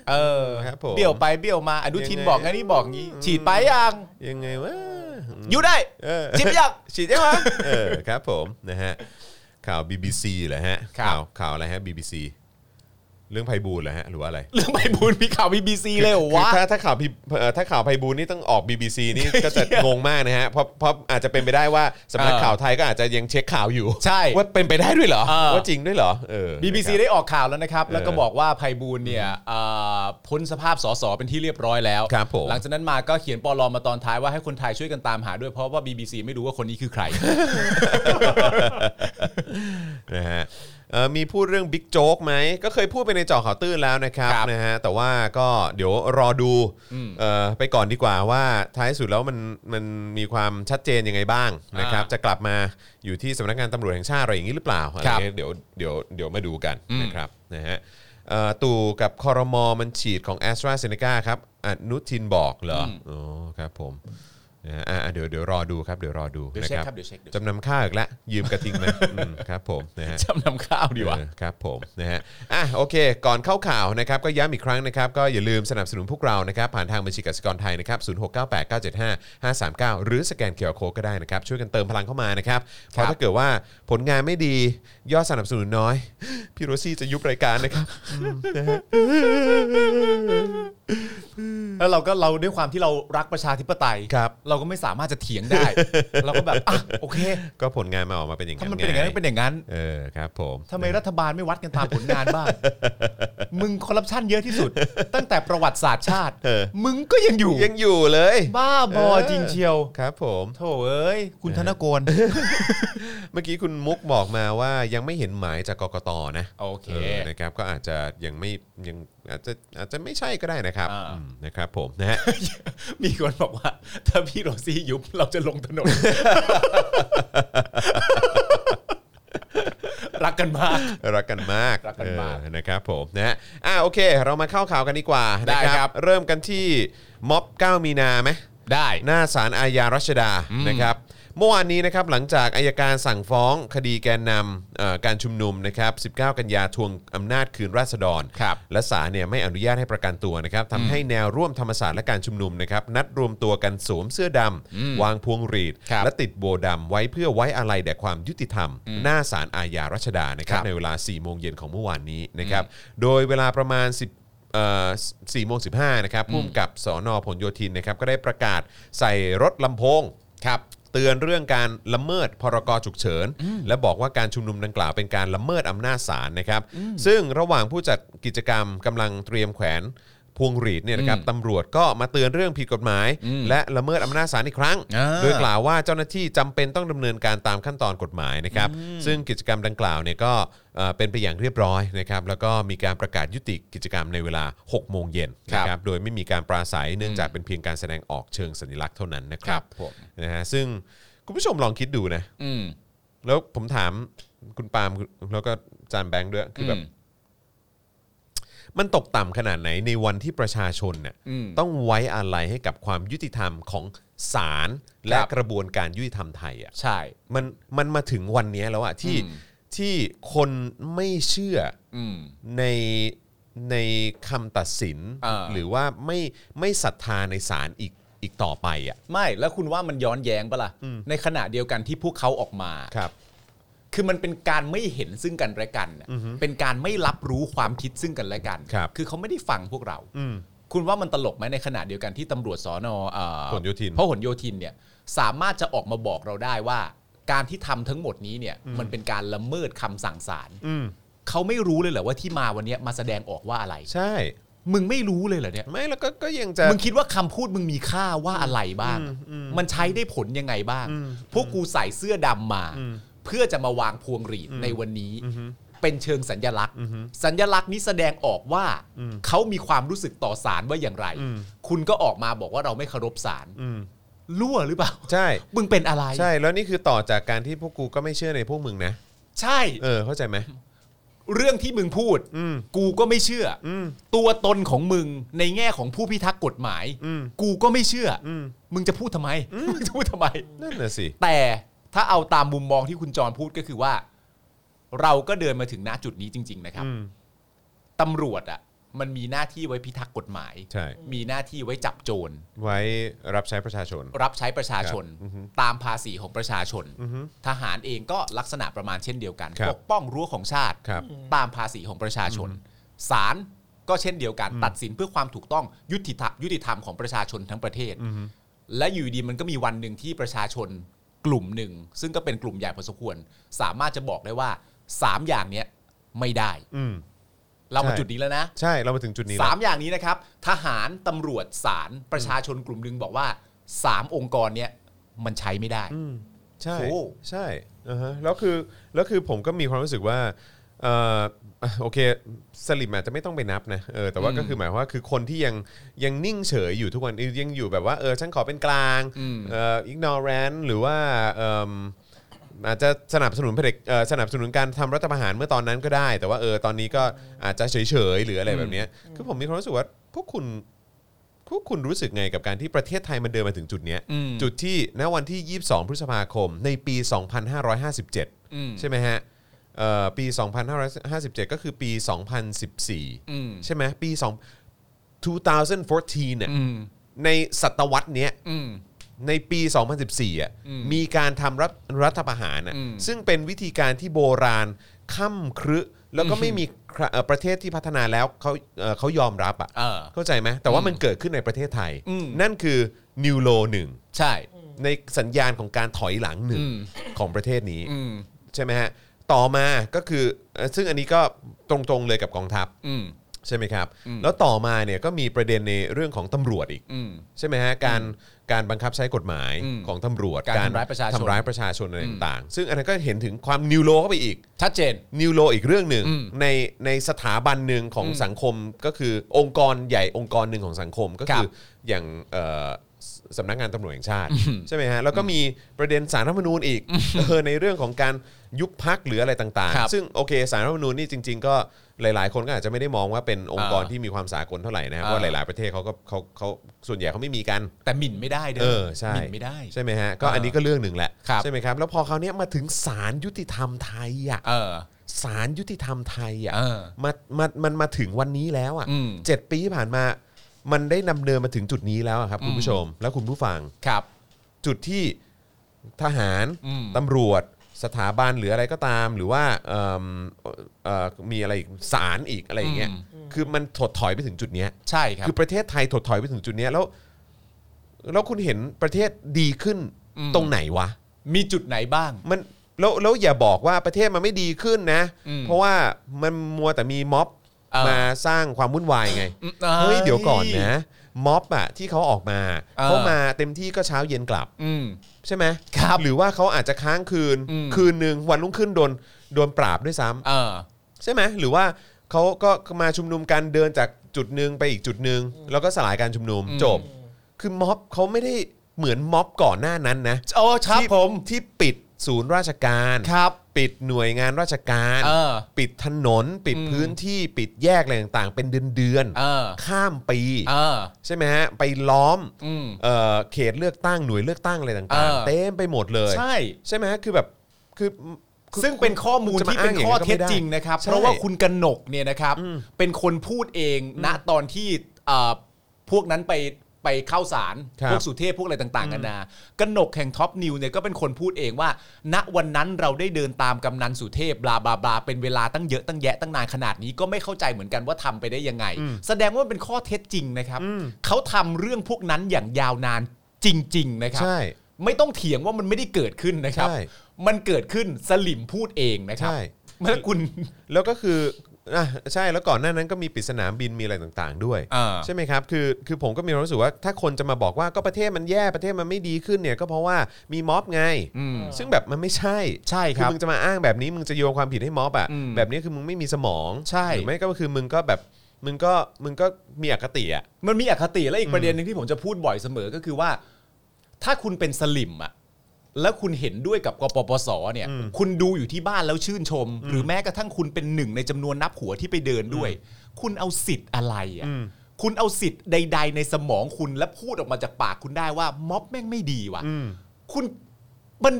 ครับผมเบี้ยวไปเบี้ยวมาอนุทินบอกงั้นนี่บอกงี้ฉีดไปยังไงวะอยู่ได้ฉีดไปยังฉีดยังวะครับผมนะฮะข่าว BBC เหรอฮะข่าวอะไรฮะ BBC เรื่องไพบูลย์เหรอฮะหรือว่าอะไรเรื่องไพบูลย์มีข่าว BBC เลยเหรอวะถ้าข่าวไพบูลย์นี่ต้องออก BBC นี่ก็จะงงมากนะฮะเพราะอาจจะเป็นไปได้ว่าสำนักข่าวไทยก็อาจจะยังเช็คข่าวอยู่ใช่ว่าเป็นไปได้ด้วยเหรอว่าจริงด้วยเหรอ BBC ได้ออกข่าวแล้วนะครับแล้วก็บอกว่าไพบูลย์เนี่ยพ้นสภาพสสเป็นที่เรียบร้อยแล้วหลังจากนั้นมาก็เขียนปล.มาตอนท้ายว่าให้คนไทยช่วยกันตามหาด้วยเพราะว่า BBC ไม่รู้ว่าคนนี้คือใครนะฮะมีพูดเรื่องบิ๊กโจ๊กไหมก็เคยพูดไปในเจาะข่าวตื้นแล้วนะครับนะฮะแต่ว่าก็เดี๋ยวรอดูไปก่อนดีกว่าว่าท้ายสุดแล้วมันมีความชัดเจนยังไงบ้างนะครับจะกลับมาอยู่ที่สำนักงานตำรวจแห่งชาติอะไรอย่างนี้หรือเปล่าอะไรเงี้ยเดี๋ยวมาดูกันนะครับนะฮะตู่กับครม.มันฉีดของ AstraZeneca ครับอนุทินบอกเหรออ๋อครับผมเดี๋ยวรอดูครับเดี๋ยวรอดูนะครับจำนำข้าวอีกแล้วยืมกระทิงไหมครับผมนะฮะจำนำข้าวดีวะครับผมนะฮะโอเคก่อนเข้าข่าวนะครับก็ย้ำอีกครั้งนะครับก็อย่าลืมสนับสนุนพวกเรานะครับผ่านทางบัญชีกสิกรไทยนะครับ0698975539หรือสแกน QR Code ก็ได้นะครับช่วยกันเติมพลังเข้ามานะครับเพราะถ้าเกิดว่าผลงานไม่ดียอดสนับสนุนน้อยพี่โรซี่จะยุบรายการนะครับแล้วเราด้วยความที่เรารักประชาธิปไตยเราก็ไม่สามารถจะเถียงได้เราก็แบบโอเคก็ผลงานมาออกมาเป็นอย่างนั้นถ้ามันเป็นอย่างนั้นเป็นอย่างนั้นครับผมทำไมรัฐบาลไม่วัดกันตามผลงานบ้างมึงคอร์รัปชันเยอะที่สุดตั้งแต่ประวัติศาสตร์ชาติมึงก็ยังอยู่เลยบ้าบอจริงเชียวครับผมโธ่เอ้ยคุณธนกรเมื่อกี้คุณมุกบอกมาว่ายังไม่เห็นหมายจากกกต.นะโอเคนะครับก็อาจจะยังอาจจะไม่ใช่ก็ได้นะครับนะครับผมนะฮะมีคนบอกว่าถ้าพี่โรซี่ยุบเราจะลงถนนรักกันมากนะครับผมนะฮะโอเคเรามาเข้าข่าวกันดีกว่านะครับเริ่มกันที่ม็อบ9มีนาไหมได้หน้าศาลอาญารัชดานะครับเมื่อวานนี้นะครับหลังจากอัยการสั่งฟ้องคดีแกนนำการชุมนุมนะครับ19กันยาทวงอำนาจคืนราษฎรและศาลเนี่ยไม่อนุญาตให้ประกันตัวนะครับทำให้แนวร่วมธรรมศาสตร์และการชุมนุมนะครับนัดรวมตัวกันสวมเสื้อดำวางพวงหรีดและติดโบดำไว้เพื่อไว้อาลัยแด่ความยุติธรรมหน้าศาลอาญารัชดานะครับในเวลา 4 โมงเย็นของเมื่อวานนี้นะครับโดยเวลาประมาณ4 โมง 15นะครับผู้กำกับสน.ผลโยธินนะครับก็ได้ประกาศใส่รถลำโพงเตือนเรื่องการละเมิดพรก.ฉุกเฉินและบอกว่าการชุมนุมดังกล่าวเป็นการละเมิดอำนาจศาลนะครับซึ่งระหว่างผู้จัดกิจกรรมกำลังเตรียมแขวนพวงหรีดเนี่ยนะครับตำรวจก็มาเตือนเรื่องผิดกฎหมายและละเมิดอำนาจศาลอีกครั้งโดยกล่าวว่าเจ้าหน้าที่จำเป็นต้องดำเนินการตามขั้นตอนกฎหมายนะครับซึ่งกิจกรรมดังกล่าวเนี่ยก็เป็นไปอย่างเรียบร้อยนะครับแล้วก็มีการประกาศยุติกิจกรรมในเวลา 6 โมงเย็นนะครับโดยไม่มีการปราศัยเนื่องจากเป็นเพียงการแสดงออกเชิงสัญลักษณ์เท่านั้นนะครับนะฮะซึ่งคุณผู้ชมลองคิดดูนะแล้วผมถามคุณปาล์มแล้วก็จานแบงค์ด้วยคือแบบมันตกต่ำขนาดไหนในวันที่ประชาชนเนี่ยต้องไว้อาลัยให้กับความยุติธรรมของศาลและกระบวนการยุติธรรมไทยอ่ะใช่มันมาถึงวันนี้แล้วอ่ะที่คนไม่เชื่อในคำตัดสินหรือว่าไม่ศรัทธาในศาลอีกต่อไปอ่ะไม่แล้วคุณว่ามันย้อนแย้งปะล่ะในขณะเดียวกันที่พวกเขาออกมาคือมันเป็นการไม่เห็นซึ่งกันและกันเป็นการไม่รับรู้ความคิดซึ่งกันและกันคือเขาไม่ได้ฟังพวกเราคุณว่ามันตลกไหมในขณะเดียวกันที่ตำรวจสน. พหลโยธินเนี่ยสามารถจะออกมาบอกเราได้ว่าการที่ทำทั้งหมดนี้เนี่ยมันเป็นการละเมิดคำสั่งศาลเขาไม่รู้เลยเหรอว่าที่มาวันนี้มาแสดงออกว่าอะไรใช่มึงไม่รู้เลยเหรอเนี่ยไม่แล้วก็ยังจะมึงคิดว่าคำพูดมึงมีค่าว่าอะไรบ้างมันใช้ได้ผลยังไงบ้างพวกกูใส่เสื้อดำมาเพื่อจะมาวางพวงหรีดในวันนี้เป็นเชิงสัญลักษณ์นี้แสดงออกว่าเขามีความรู้สึกต่อศาลว่าอย่างไรคุณก็ออกมาบอกว่าเราไม่เคารพศาลรั่วหรือเปล่าใช่มึงเป็นอะไรใช่แล้วนี่คือต่อจากการที่พวกกูก็ไม่เชื่อในพวกมึงนะใช่เข้าใจไหมเรื่องที่มึงพูดกูก็ไม่เชื่อตัวตนของมึงในแง่ของผู้พิทักษ์กฎหมายกูก็ไม่เชื่อมึงจะพูดทำไมมึงจะพูดทำไมนั่นน่ะสิแต่ถ้าเอาตามมุมมองที่คุณจรพูดก็คือว่าเราก็เดินมาถึงณจุดนี้จริงๆนะครับตำรวจมันมีหน้าที่ไว้พิทักษ์กฎหมายใช่มีหน้าที่ไว้จับโจรไว้รับใช้ประชาชนรับใช้ประชาชนตามภาษีของประชาชนทหารเองก็ลักษณะประมาณเช่นเดียวกันครับปกป้องรั้วของชาติครับตามภาษีของประชาชนศาลก็เช่นเดียวกันตัดสินเพื่อความถูกต้องยุติธรรมของประชาชนทั้งประเทศและอยู่ดีมันก็มีวันหนึ่งที่ประชาชนกลุ่มหนึ่งซึ่งก็เป็นกลุ่มใหญ่พอสมควรสามารถจะบอกได้ว่า3อย่างเนี้ยไม่ได้เรามาจุดนี้แล้วนะใช่เรามาถึงจุดนี้ 3อย่างนี้นะครับทหารตำรวจศาลประชาชนกลุ่มหนึ่งบอกว่า3องค์กรเนี้ยมันใช้ไม่ได้ใช่โอ้ใช่แล้วคือผมก็มีความรู้สึกว่าโอเคสลิมอาจจะไม่ต้องไปนับนะแต่ว่าก็คือหมายว่าคือคนที่ยังนิ่งเฉยอยู่ทุกวันยังอยู่แบบว่าฉันขอเป็นกลางignorant หรือว่าอาจจะสนับสนุนเผด็จสนับสนุนการทำรัฐประหารเมื่อตอนนั้นก็ได้แต่ว่าตอนนี้ก็อาจจะเฉยๆหรืออะไรแบบนี้คือผมมีความรู้สึกว่าพวกคุณรู้สึกไงกับการที่ประเทศไทยมันเดินมาถึงจุดนี้จุดที่ณวันที่22พฤษภาคมในปี2557ใช่ไหมฮะปี2557ก็คือปี2014ใช่ไหมปี2014เนี่ยในศตวรรษเนี้ยในปี 2014อ่ะมีการทำรัฐประหารซึ่งเป็นวิธีการที่โบราณค่ำครึแล้วก็ไม่มีประเทศที่พัฒนาแล้วเขายอมรับอ่ะเข้าใจไหมแต่ว่ามันเกิดขึ้นในประเทศไทยนั่นคือ New Law 1 ใช่ในสัญญาณของการถอยหลังหนึ่งของประเทศนี้ใช่ไหมฮะต่อมาก็คือซึ่งอันนี้ก็ตรงๆเลยกับกองทัพใช่ไหมครับแล้วต่อมาเนี่ยก็มีประเด็นในเรื่องของตำรวจอีกใช่ไหมฮะการบังคับใช้กฎหมายของตำรวจการทำร้ายประชาชนทำร้ายประชาชนอะไรต่างๆซึ่งอันนั้นก็เห็นถึงความนิวโลเข้าไปอีกชัดเจนนิวโลอีกเรื่องหนึ่งในสถาบันหนึ่งของสังคมก็คือองค์กรใหญ่องค์กรหนึ่งของสังคมก็คืออย่างสำนักงานตำรวจแห่งชาติใช่ไหมฮะแล้วก็มีประเด็นศาลรัฐธรรมนูญอีกในเรื่องของการยุบพรรคหรืออะไรต่างๆซึ่งโอเคศาลรัฐธรรมนูญนี่จริงๆก็หลายๆคนก็อาจจะไม่ได้มองว่าเป็นองค์กรที่มีความสากลเท่าไหร่นะครับเพราะหลายๆประเทศเขาส่วนใหญ่เขาไม่มีกันแต่หมิ่นไม่ได้เด้อใช่หมิ่นไม่ได้ใช่ไหมฮะก็อันนี้ก็เรื่องหนึ่งแหละใช่ไหมครับแล้วพอคราวนี้มาถึงศาลยุติธรรมไทยอ่ะศาลยุติธรรมไทยอ่ะมันมาถึงวันนี้แล้วอ่ะ7 ปีที่ผ่านมามันได้นำเนินมาถึงจุดนี้แล้วครับคุณผู้ชมและคุณผู้ฟังครับจุดที่ทหารตำรวจสถาบันหรืออะไรก็ตามหรือว่ามีอะไรศาลอีกอะไรอย่างเงี้ยคือมันถดถอยไปถึงจุดนี้ใช่ครับคือประเทศไทยถดถอยไปถึงจุดนี้แล้วคุณเห็นประเทศดีขึ้นตรงไหนวะมีจุดไหนบ้างมันแล้วอย่าบอกว่าประเทศมันไม่ดีขึ้นนะเพราะว่ามันมัวแต่มีม็อบมาสร้างความวุ่นวายไงเฮ้ยเดี๋ยวก่อนนะม็อบอ่ะที่เขาออกมาเขามาเต็มที่ก็เช้าเย็นกลับใช่ไหมหรือว่าเขาอาจจะค้างคืนนึงวันรุ่งขึ้นโดนปราบด้วยซ้ำใช่ไหมหรือว่าเขาก็มาชุมนุมกันเดินจากจุดนึงไปอีกจุดนึงแล้วก็สลายการชุมนุมจบคือม็อบเขาไม่ได้เหมือนม็อบก่อนหน้านั้นนะที่ปิดศูนย์ราชการปิดหน่วยงานราชการปิดถนนปิดพื้นที่ปิดแยกอะไรต่างๆเป็นเดือนข้ามปีใช่ไหมฮะไปล้อมเขตเลือกตั้งหน่วยเลือกตั้งอะไรต่างๆเต็มไปหมดเลยใช่ไหมฮะคือแบบคือซึ่งเป็นข้อมูลที่เป็นข้อเท็จจริงนะครับเพราะว่าคุณกนกเนี่ยนะครับเป็นคนพูดเองณตอนที่พวกนั้นไปเข้าศาลพวกสุเทพพวกอะไรต่างๆกันนากนกแห่งท็อปนิวเนี่ยก็เป็นคนพูดเองว่าณวันนั้นเราได้เดินตามกำนันสุเทพบลาบลาบลาเป็นเวลาตั้งเยอะตั้งแยะตั้งนานขนาดนี้ก็ไม่เข้าใจเหมือนกันว่าทำไปได้ยังไงแสดงว่าเป็นข้อเท็จจริงนะครับเขาทำเรื่องพวกนั้นอย่างยาวนานจริงๆนะครับไม่ต้องเถียงว่ามันไม่ได้เกิดขึ้นนะครับมันเกิดขึ้นสลิมพูดเองนะครับเมื่อคุณแล้วก็คือใช่แล้วก่อนหน้านั้นก็มีปิดสนามบินมีอะไรต่างๆด้วยใช่ไหมครับคือผมก็มีความรู้สึกว่าถ้าคนจะมาบอกว่าก็ประเทศมันแย่ประเทศมันไม่ดีขึ้นเนี่ยก็เพราะว่ามีม็อบไงซึ่งแบบมันไม่ใช่ครับมึงจะมาอ้างแบบนี้มึงจะโยงความผิดให้ม็อบอ่ะแบบนี้คือมึงไม่มีสมองหรือไม่ก็คือมึงก็แบบมึงก็มีอคติอ่ะมันมีอคติและอีกประเด็นนึงที่ผมจะพูดบ่อยเสมอก็คือว่าถ้าคุณเป็นสลิมอ่ะแล้วคุณเห็นด้วยกับกปปสเนี่ยคุณดูอยู่ที่บ้านแล้วชื่นชมหรือแม้กระทั่งคุณเป็นหนึ่งในจำนวนนับหัวที่ไปเดินด้วยคุณเอาสิทธิ์อะไรอ่ะคุณเอาสิทธิ์ใดๆในสมองคุณและพูดออกมาจากปากคุณได้ว่าม็อบแม่งไม่ดีว่ะคุณ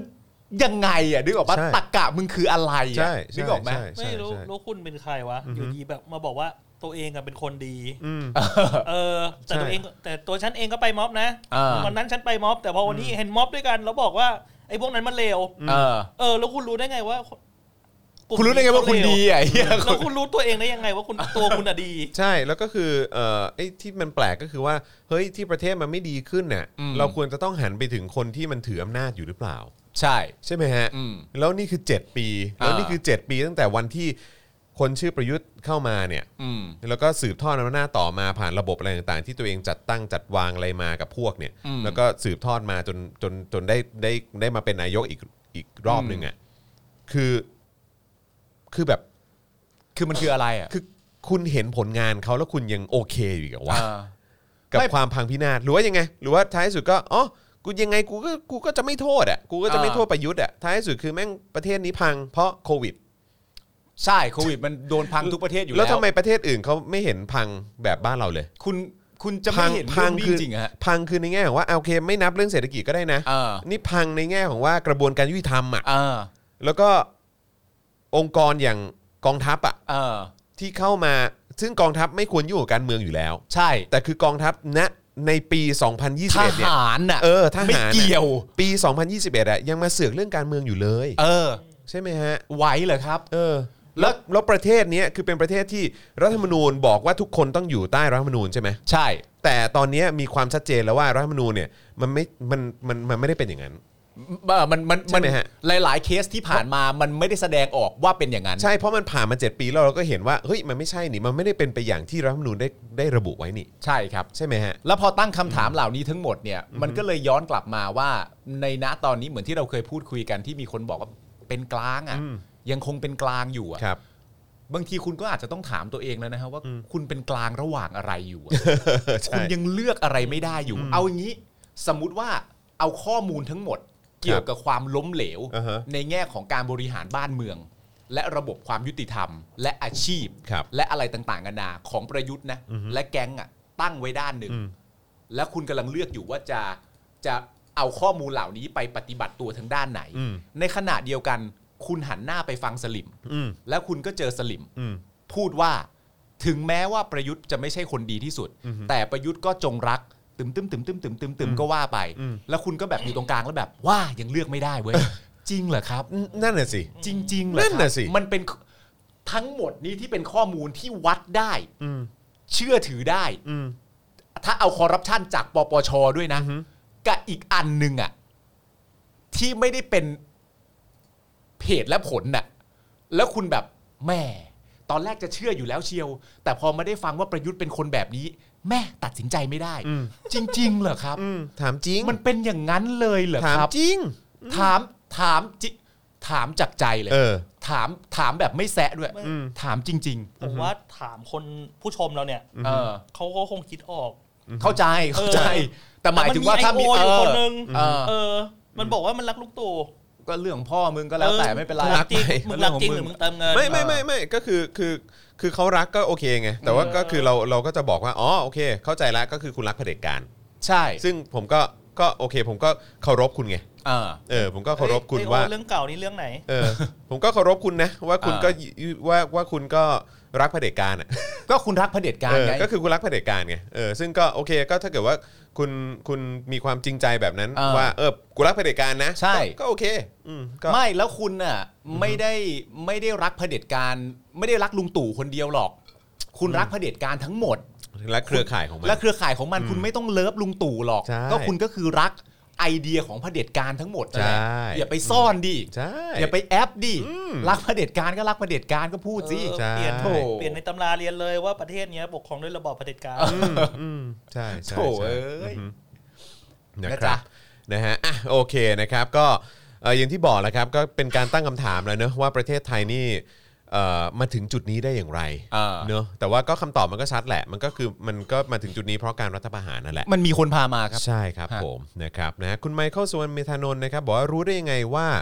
ยังไงอ่ะนึกออกป่ะใช่ตรรกะมึงคืออะไรใช่อ่ะนึกออกไหมใช่ไม่รู้คุณเป็นใครวะอยู่ดีแบบมาบอกว่าตัวเองอะเป็นคนดีแต่ตัวเองแต่ตัวฉันเองก็ไปม็อบนะวันนั้นฉันไปม็อบแต่พอวันนี้เห็นม็อบด้วยกันแล้วบอกว่าไอ้พวกนั้นมันเลวแล้วคุณรู้ได้ไงว่าคุณรู้ได้ไงว่าคุณดีอ่ะแล้วคุณรู้ตัวเองได้ยังไงว่าคุณตัวคุณอะดีใช่แล้วก็คือไอ้ที่มันแปลกก็คือว่าเฮ้ยที่ประเทศมันไม่ดีขึ้นเนี่ยเราควรจะต้องหันไปถึงคนที่มันถืออำนาจอยู่หรือเปล่าใช่ไหมฮะแล้วนี่คือ7ปีแล้วนี่คือ7ปีตั้งแต่วันที่คนชื่อประยุทธ์เข้ามาเนี่ยแล้วก็สืบทอดอำนาจต่อมาผ่านระบบอะไรต่างๆที่ตัวเองจัดตั้งจัดวางอะไรมากับพวกเนี่ยแล้วก็สืบทอดมาจนได้มาเป็นนายกอีกรอบนึงอ่ะคือแบบคือมันคืออะไรอ่ะคือคุณเห็นผลงานเขาแล้วคุณยังโอเคอยู่กับว่ากับความพังพินาศหรือว่ายังไงหรือว่าท้ายสุดก็กูยังไงกูก็จะไม่โทษอ่ะกูก็จะไม่โทษประยุทธ์อ่ะท้ายสุดคือแม่งประเทศนี้พังเพราะโควิดใช่โควิดมันโดนพังทุกประเทศอยู่แล้วแล้วทำไมประเทศอื่นเขาไม่เห็นพังแบบบ้านเราเลยคุณจะไม่เห็นพังจริงๆฮะพังคือในแง่ของว่าโอเคไม่นับเรื่องเศรษฐกิจก็ได้นะนี่พังในแง่ของว่ากระบวนการยุติธรรมอ่ะแล้วก็องค์กรอย่างกองทัพอ่ะที่เข้ามาซึ่งกองทัพไม่ควรยุ่งกับการเมืองอยู่แล้วใช่แต่คือกองทัพณในปี2021เนี่ยทหารน่ะทหารไม่เกี่ยวปี2021อ่ะยังมาเสือกเรื่องการเมืองอยู่เลยใช่ไหมฮะไหวเหรอครับแล้วประเทศนี้คือเป็นประเทศที่รัฐธรรมนูญบอกว่าทุกคนต้องอยู่ใต้รัฐธรรมนูญใช่ไหมใช่แต่ตอนนี้มีความชัดเจนแล้วว่ารัฐธรรมนูญเนี่ยมันไม่ได้เป็นอย่างนั้นมันหลายๆเคสที่ผ่านมามันไม่ได้แสดงออกว่าเป็นอย่างนั้นใช่เพราะมันผ่านมา7ปีแล้วเราก็เห็นว่าเฮ้ยมันไม่ใช่นี่มันไม่ได้เป็นไปอย่างที่รัฐธรรมนูญได้ระบุไว้นี่ใช่ครับใช่ไหมฮะแล้วพอตั้งคำถามเหล่านี้ทั้งหมดเนี่ยมันก็เลยย้อนกลับมาว่าในณตอนนี้เหมือนที่เราเคยพูดคุยกันที่มีคนบอกว่าเป็นกลางอ่ะยังคงเป็นกลางอยู่อ่ะบางทีคุณก็อาจจะต้องถามตัวเองแล้วนะฮะว่าคุณเป็นกลางระหว่างอะไรอยู่ คุณยังเลือกอะไรไม่ได้อยู่เอาอย่างนี้สมมุติว่าเอาข้อมูลทั้งหมดเกี่ยวกับความล้มเหลวในแง่ของการบริหารบ้านเมืองและระบบความยุติธรรมและอาชีพและอะไรต่างๆกันานาของประยุทธ์นะและแก๊งอ่ะตั้งไว้ด้านหนึ่งแล้วคุณกำลังเลือกอยู่ว่าจะเอาข้อมูลเหล่านี้ไปปฏิบัติตัวทางด้านไหนในขณะเดียวกันคุณหันหน้าไปฟังสลิมแล้วคุณก็เจอสลิมพูดว่าถึงแม้ว่าประยุทธ์จะไม่ใช่คนดีที่สุดแต่ประยุทธ์ก็จงรักตึมก็ว่าไปแล้วคุณก็แบบอยู่ตรงกลางแล้วแบบว่ายังเลือกไม่ได้เว้ยจริงเหรอครับนั่นน่ะสิจริงๆเหรอครับมันเป็นทั้งหมดนี้ที่เป็นข้อมูลที่วัดได้เชื่อถือได้ถ้าเอาคอร์รัปชันจากปปช.ด้วยนะกับอีกอันนึงอ่ะที่ไม่ได้เป็นเหตุและผลน่ะแล้วคุณแบบแม่ตอนแรกจะเชื่ออยู่แล้วเชียวแต่พอมาได้ฟังว่าประยุทธ์เป็นคนแบบนี้แม่ตัดสินใจไม่ได้จริงๆเหรอครับถามจริงมันเป็นอย่างนั้นเลยเหรอครับถามจริงถามจากใจเลยถามแบบไม่แซะด้วยถามจริงๆผมว่าถามคนผู้ชมเราเนี่ยเขาก็คงคิดออกเข้าใจแต่หมายถึงว่าถ้ามีคนนึงมันบอกว่ามันรักลูกตู่ก็เรื่องพ่อมึงก็แล้วแต่ไม่เป็นไรรักจริงมึงรักจริงหรือมึงเติมเงินไม่ก็คือเขารักก็โอเคไงแต่ว่าก็คือเราก็จะบอกว่าอ๋อโอเคเข้าใจแล้วก็คือคุณรักเผด็จการใช่ซึ่งผมก็โอเคผมก็เคารพคุณไงผมก็เคารพคุณว่าเรื่องเก่านี่เรื่องไหนผมก็เคารพคุณนะว่าคุณก็ว่าคุณก็รักเผด็จการอ่ะก็คุณรักเผด็จการไงก็คือคุณรักเผด็จการไงซึ่งก็โอเคก็ถ้าเกิดว่าคุณมีความจริงใจแบบนั้นว่ากูรักเผด็จการนะใช่ก็โอเคไม่แล้วคุณน่ะไม่ได้รักเผด็จการไม่ได้รักลุงตู่คนเดียวหรอกคุณรักเผด็จการทั้งหมดและเครือข่ายของมันคุณไม่ต้องเลิฟลุงตู่หรอกก็คุณก็คือรักไอเดียของเผด็จการทั้งหมดนั่นแหละอย่าไปซ่อนดิอย่าไปแอปดิรักเผด็จการก็รักเผด็จการก็พูดสิเปลี่ยนในตำราเรียนเลยว่าประเทศนี้ปกครองด้วยระบอบเผด็จการใช่โถ่เอ้ยนะครับนะฮะโอเคนะครับก็อย่างที่บอกแล้วครับก็เป็นการตั้งคำถามแล้วเนอะว่าประเทศไทยนี่มาถึงจุดนี้ได้อย่างไรเนอะแต่ว่าก็คำตอบมันก็ชัดแหละมันก็คือมันก็มาถึงจุดนี้เพราะการรัฐประหารนั่นแหละมันมีคนพามาครับใช่ครับผมนะครับนะคุณไมเคิลสุวรรณเมธานนท์นะครับบอกว่ารู้ได้ยังไงว่า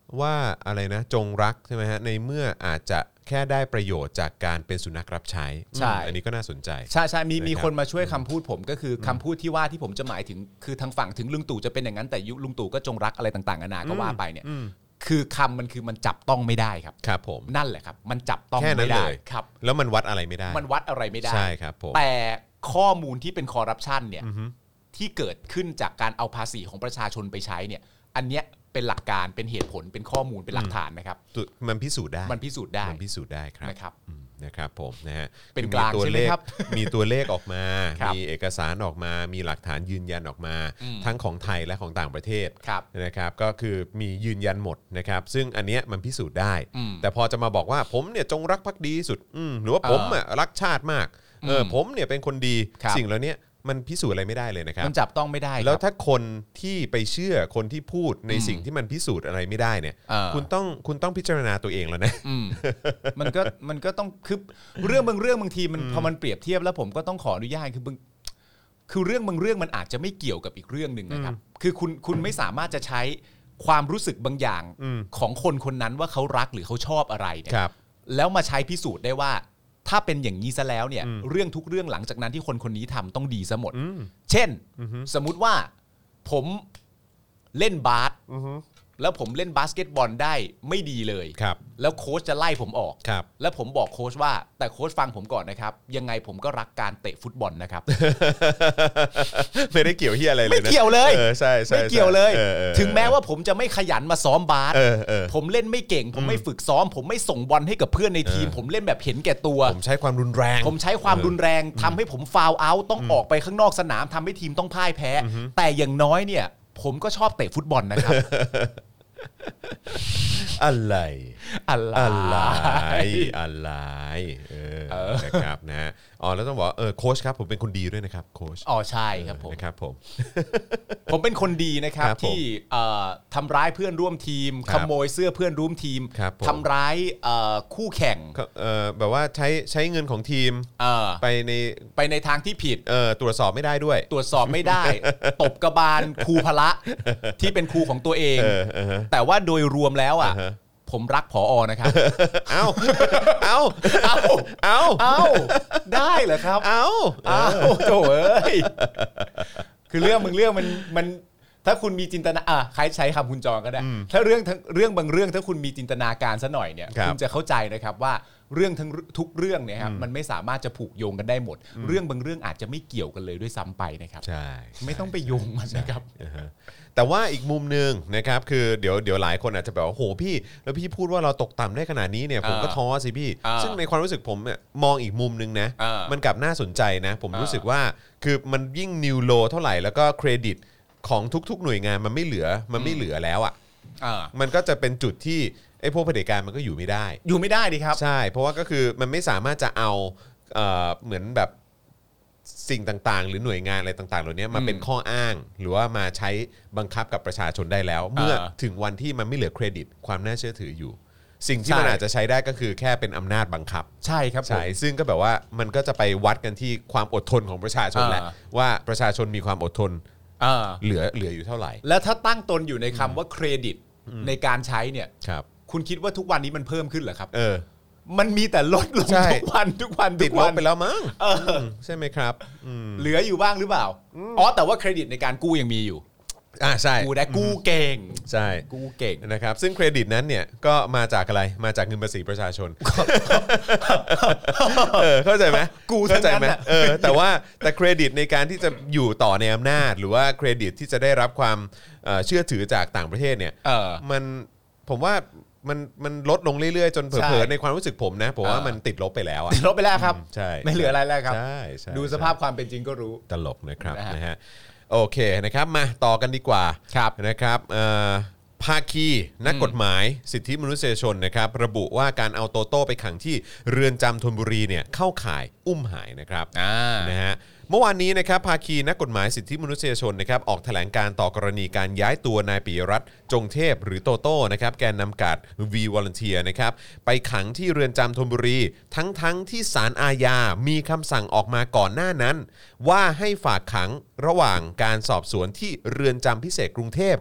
ว่าอะไรนะจงรักใช่ไหมฮะในเมื่ออาจจะแค่ได้ประโยชน์จากการเป็นสุนัขรับใช้ใช่อันนี้ก็น่าสนใจใช่มีนะครับคนมาช่วยคำพูดผมก็คือคำพูดที่ว่าที่ผมจะหมายถึงคือทางฝั่งถึงลุงตู่จะเป็นอย่างนั้นแต่ลุงตู่ก็จงรักอะไรต่างๆนานาก็ว่าไปเนี่ยคือคำมันคือมันจับต้องไม่ได้ครับครับผมนั่นแหละครับมันจับต้องแค่นั้นไม่ได้เลยครับแล้วมันวัดอะไรไม่ได้มันวัดอะไรไม่ได้ใช่ครับผมแต่ข้อมูลที่เป็นคอร์รัปชันเนี่ยที่เกิดขึ้นจากการเอาภาษีของประชาชนไปใช้เนี่ยอันเนี้ยเป็นหลักการเป็นเหตุผลเป็นข้อมูลเป็นหลักฐานนะครับมันพิสูจน์ได้มันพิสูจน์ได้มันพิสูจน์ได้ครับนะครับนะครับผมนะฮะเป็นกลางตัวใช่ไหมเลขครับมีตัวเลขออกมาครับมีเอกสารออกมามีหลักฐานยืนยันออกมา ทั้งของไทยและของต่างประเทศครับนะครับก็คือมียืนยันหมดนะครับซึ่งอันเนี้ยมันพิสูจน์ได้ แต่พอจะมาบอกว่าผมเนี่ยจงรักภักดีที่สุดหรือว่าผมอ่ะรักชาติมากผมเนี่ยเป็นคนดีครับสิ่งเหล่านี้มันพิสูจน์อะไรไม่ได้เลยนะครับมันจับต้องไม่ได้แล้วครับถ้าคนที่ไปเชื่อคนที่พูดในสิ่งที่มันพิสูจน์อะไรไม่ได้เนี่ย คุณต้องพิจารณาตัวเองแล้วนะมันก็ต้องคือเรื่องบางเรื่องบางทีมันพอมันเปรียบเทียบแล้วผมก็ต้องขออนุญาตคือเรื่องบางเรื่องมันอาจจะไม่เกี่ยวกับอีกเรื่องหนึ่งนะครับคือคุณไม่สามารถจะใช้ความรู้สึกบางอย่างของคนคนนั้นว่าเขารักหรือเขาชอบอะไรเนี่ยครับแล้วมาใช้พิสูจน์ได้ว่าถ้าเป็นอย่างนี้ซะแล้วเนี่ยเรื่องทุกเรื่องหลังจากนั้นที่คนคนนี้ทำต้องดีซะหมดเช่นสมมุติว่าผมเล่นบาสแล้วผมเล่นบาสเกตบอลได้ไม่ดีเลยครับแล้วโค้ชจะไล่ผมออกครับแล้วผมบอกโค้ชว่าแต่โค้ชฟังผมก่อนนะครับยังไงผมก็รักการเตะฟุตบอลนะครับไม่ได้เกี่ยวเฮียอะไรเลยนะไม่เกี่ยวเลยใช่ใช่ไม่เกี่ยวเลยออถึงแม้ว่าผมจะไม่ขยันมาซ้อมบาสเออผมเล่นไม่เก่ง ผมไม่ฝึกซ้อม ผมไม่ส่งบอลให้กับเพื่อนในทีม ผมเล่นแบบเห็นแก่ตัวผมใช้ความรุนแรงผมใช้ความรุนแรงทำให้ผมฟาวล์เอาท์ต้องออกไปข้างนอกสนามทำให้ทีมต้องพ่ายแพ้ แต่อย่างน้อยเนี่ย ผมก็ชอบเตะฟุตบอลนะครับอะไรอะไรนะครับนะอ๋อแล้วต้องบอกโค้ชครับผมเป็นคนดีด้วยนะครับโค้ชอ๋อใช่ครับผมนะครับผมผมเป็นคนดีนะครับครับผมที่ทำร้ายเพื่อนร่วมทีมครัขบโมยเสื้อเพื่อนร่วมทีมครับผมทำร้ายคู่แข่งแบบว่าใช้เงินของทีมไปในทางที่ผิดตรวจสอบไม่ได้ด้วยตรวจสอบไม่ได้ ตบกระบาลครูพละที่เป็นครูของตัวเอง แต่ว่าโดยรวมแล้วอ่ะผมรักผอนะครับเอาได้เหรอครับเอาโถ่เอ้ยคือเรื่องมันถ้าคุณมีจินตนาใครใช้คำคุณจองก็ได้ถ้าเรื่องบางเรื่องถ้าคุณมีจินตนาการซะหน่อยเนี่ยคุณจะเข้าใจนะครับว่าเรื่องทุกเรื่องเนี่ยครับมันไม่สามารถจะผูกโยงกันได้หมดเรื่องบางเรื่องอาจจะไม่เกี่ยวกันเลยด้วยซ้ำไปนะครับใช่ไม่ต้องไปโยงมันนะครับแต่ว่าอีกมุมนึงนะครับคือเดี๋ยวหลายคนอาจจะแบบว่าโหพี่แล้วพี่พูดว่าเราตกต่ำได้ขนาดนี้เนี่ยผมก็ท้อสิพี่ซึ่งในความรู้สึกผมเนี่ยมองอีกมุมนึงนะมันกลับน่าสนใจนะผมรู้สึกว่าคือมันยิ่งนิวโลเท่าไหร่แล้วก็เครดิตของทุกๆหน่วยงานมันไม่เหลือแล้วอ่ะมันก็จะเป็นจุดที่ไอ้พวกเผด็จการมันก็อยู่ไม่ได้ดีครับใช่เพราะว่าก็คือมันไม่สามารถจะเอาเหมือนแบบสิ่งต่างๆหรือหน่วยงานอะไรต่างๆเหล่านี้มาเป็นข้ออ้างหรือว่ามาใช้บังคับกับประชาชนได้แล้วเมื่อถึงวันที่มันไม่เหลือเครดิตความน่าเชื่อถืออยู่สิ่งที่มันอาจจะใช้ได้ก็คือแค่เป็นอำนาจบังคับใช่ครับใช่ซึ่งก็แบบว่ามันก็จะไปวัดกันที่ความอดทนของประชาชนแหละว่าประชาชนมีความอดทนเหลืออยู่เท่าไหร่แล้วถ้าตั้งตนอยู่ในคำว่าเครดิตในการใช้เนี่ยครับคุณคิดว่าทุกวันนี้มันเพิ่มขึ้นเหรอครับมันมีแต่ลดลงทุกวันติดลบไปแล้วมั้งใช่ไหมครับเหลืออยู่บ้างหรือเปล่าแต่ว่าเครดิตในการกู้ยังมีอยู่ใช่กู้ได้กู้เก่งใช่กู้เก่งนะครับซึ่งเครดิตนั้นเนี่ยก็มาจากอะไรมาจากเงินภาษีประชาชนเข้าใจไหมกู้เข้าใจไหมแต่เครดิตในการที่จะอยู่ต่อในอำนาจหรือว่าเครดิตที่จะได้รับความเชื่อถือจากต่างประเทศเนี่ยมันผมว่ามันลดลงเรื่อยๆจนเผลอๆในความรู้สึกผมนะผมว่ามันติดลบไปแล้วติดลบไปแล้วครับใช่ไม่เหลืออะไรแล้วครับใช่ดูสภาพความเป็นจริงก็รู้ตลกนะครับนะฮะโอเคนะครับมาต่อกันดีกว่านะครับภาคีนักกฎหมายสิทธิมนุษยชนนะครับระบุว่าการเอาโตโต้ไปขังที่เรือนจำธนบุรีเนี่ยเข้าข่ายอุ้มหายนะครับนะฮะเมื่อวานนี้นะครับภาคีนักกฎหมายสิทธิมนุษยชนนะครับออกแถลงการต่อกรณีการย้ายตัวนายปิยรัตน์จงเทพหรือโตโต้นะครับแกนนำการวีวอลันเทียนะครับไปขังที่เรือนจำธนบุรีทั้งที่ศาลอาญามีคำสั่งออกมาก่อนหน้านั้นว่าให้ฝากขังระหว่างการสอบสวนที่เรือนจำพิเศษกรุงเทพครับ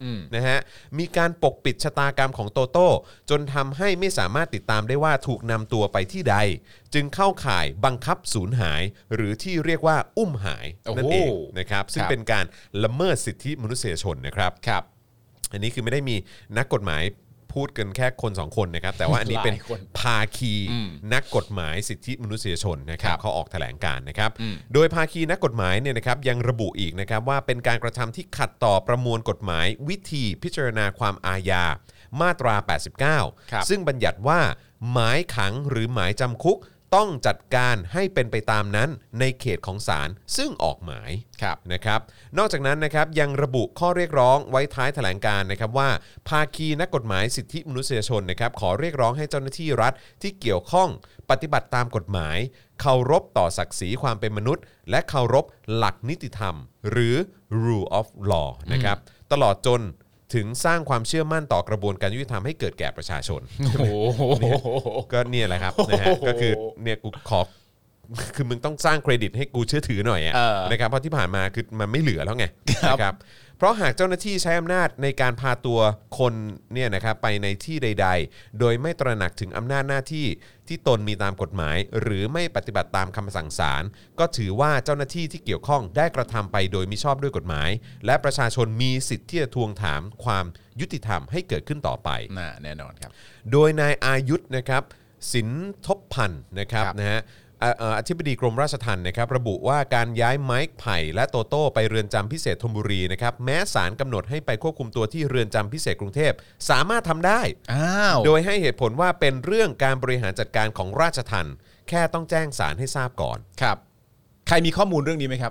นะฮะมีการปกปิดชะตากรรมของโตโต้จนทำให้ไม่สามารถติดตามได้ว่าถูกนำตัวไปที่ใดจึงเข้าข่ายบังคับสูญหายหรือที่เรียกว่าอุ้มหายนั่นเองนะครับซึ่งเป็นการละเมิดสิทธิมนุษยชนนะครับอันนี้คือไม่ได้มีนักกฎหมายพูดกันแค่คน2คนนะครับแต่ว่าอันนี้เป็นภาคีนักกฎหมายสิทธิมนุษยชนนะครับเขาออกแถลงการนะครับโดยภาคีนักกฎหมายเนี่ยนะครับยังระบุอีกนะครับว่าเป็นการกระทำที่ขัดต่อประมวลกฎหมายวิธีพิจารณาความอาญามาตรา89ซึ่งบัญญัติว่าหมายขังหรือหมายจำคุกต้องจัดการให้เป็นไปตามนั้นในเขตของศาลซึ่งออกหมายนะครับนอกจากนั้นนะครับยังระบุข้อเรียกร้องไว้ท้ายแถลงการนะครับว่าภาคีนักกฎหมายสิทธิมนุษยชนนะครับขอเรียกร้องให้เจ้าหน้าที่รัฐที่เกี่ยวข้องปฏิบัติตามกฎหมายเคารพต่อศักดิ์ศรีความเป็นมนุษย์และเคารพหลักนิติธรรมหรือ rule of law นะครับตลอดจนถึงสร้างความเชื่อมั่นต่อกระบวนการยุติธรรมให้เกิดแก่ประชาชนก็เนี่ยแหละครับนะฮะก็คือเนี่ยกูขอคือมึงต้องสร้างเครดิตให้กูเชื่อถือหน่อยนะครับเพราะที่ผ่านมาคือมันไม่เหลือแล้วไงนะครับเพราะหากเจ้าหน้าที่ใช้อำนาจในการพาตัวคนเนี่ยนะครับไปในที่ใดๆโดยไม่ตระหนักถึงอำนาจหน้าที่ที่ตนมีตามกฎหมายหรือไม่ปฏิบัติตามคำสั่งศาลก็ถือว่าเจ้าหน้าที่ที่เกี่ยวข้องได้กระทำไปโดยมิชอบด้วยกฎหมายและประชาชนมีสิทธิ์ที่จะทวงถามความยุติธรรมให้เกิดขึ้นต่อไปแน่นอนครับโดยนายอายุธนะครับสินทบพันธ์นะครับนะฮะอธิบดีกรมราชทัณฑ์นะครับระบุว่าการย้ายไมค์ไผ่และโตโต้ไปเรือนจำพิเศษธนบุรีนะครับแม้ศาลกำหนดให้ไปควบคุมตัวที่เรือนจำพิเศษกรุงเทพสามารถทำได้โดยให้เหตุผลว่าเป็นเรื่องการบริหารจัดการของราชทัณฑ์แค่ต้องแจ้งศาลให้ทราบก่อนครับใครมีข้อมูลเรื่องนี้ไหมครับ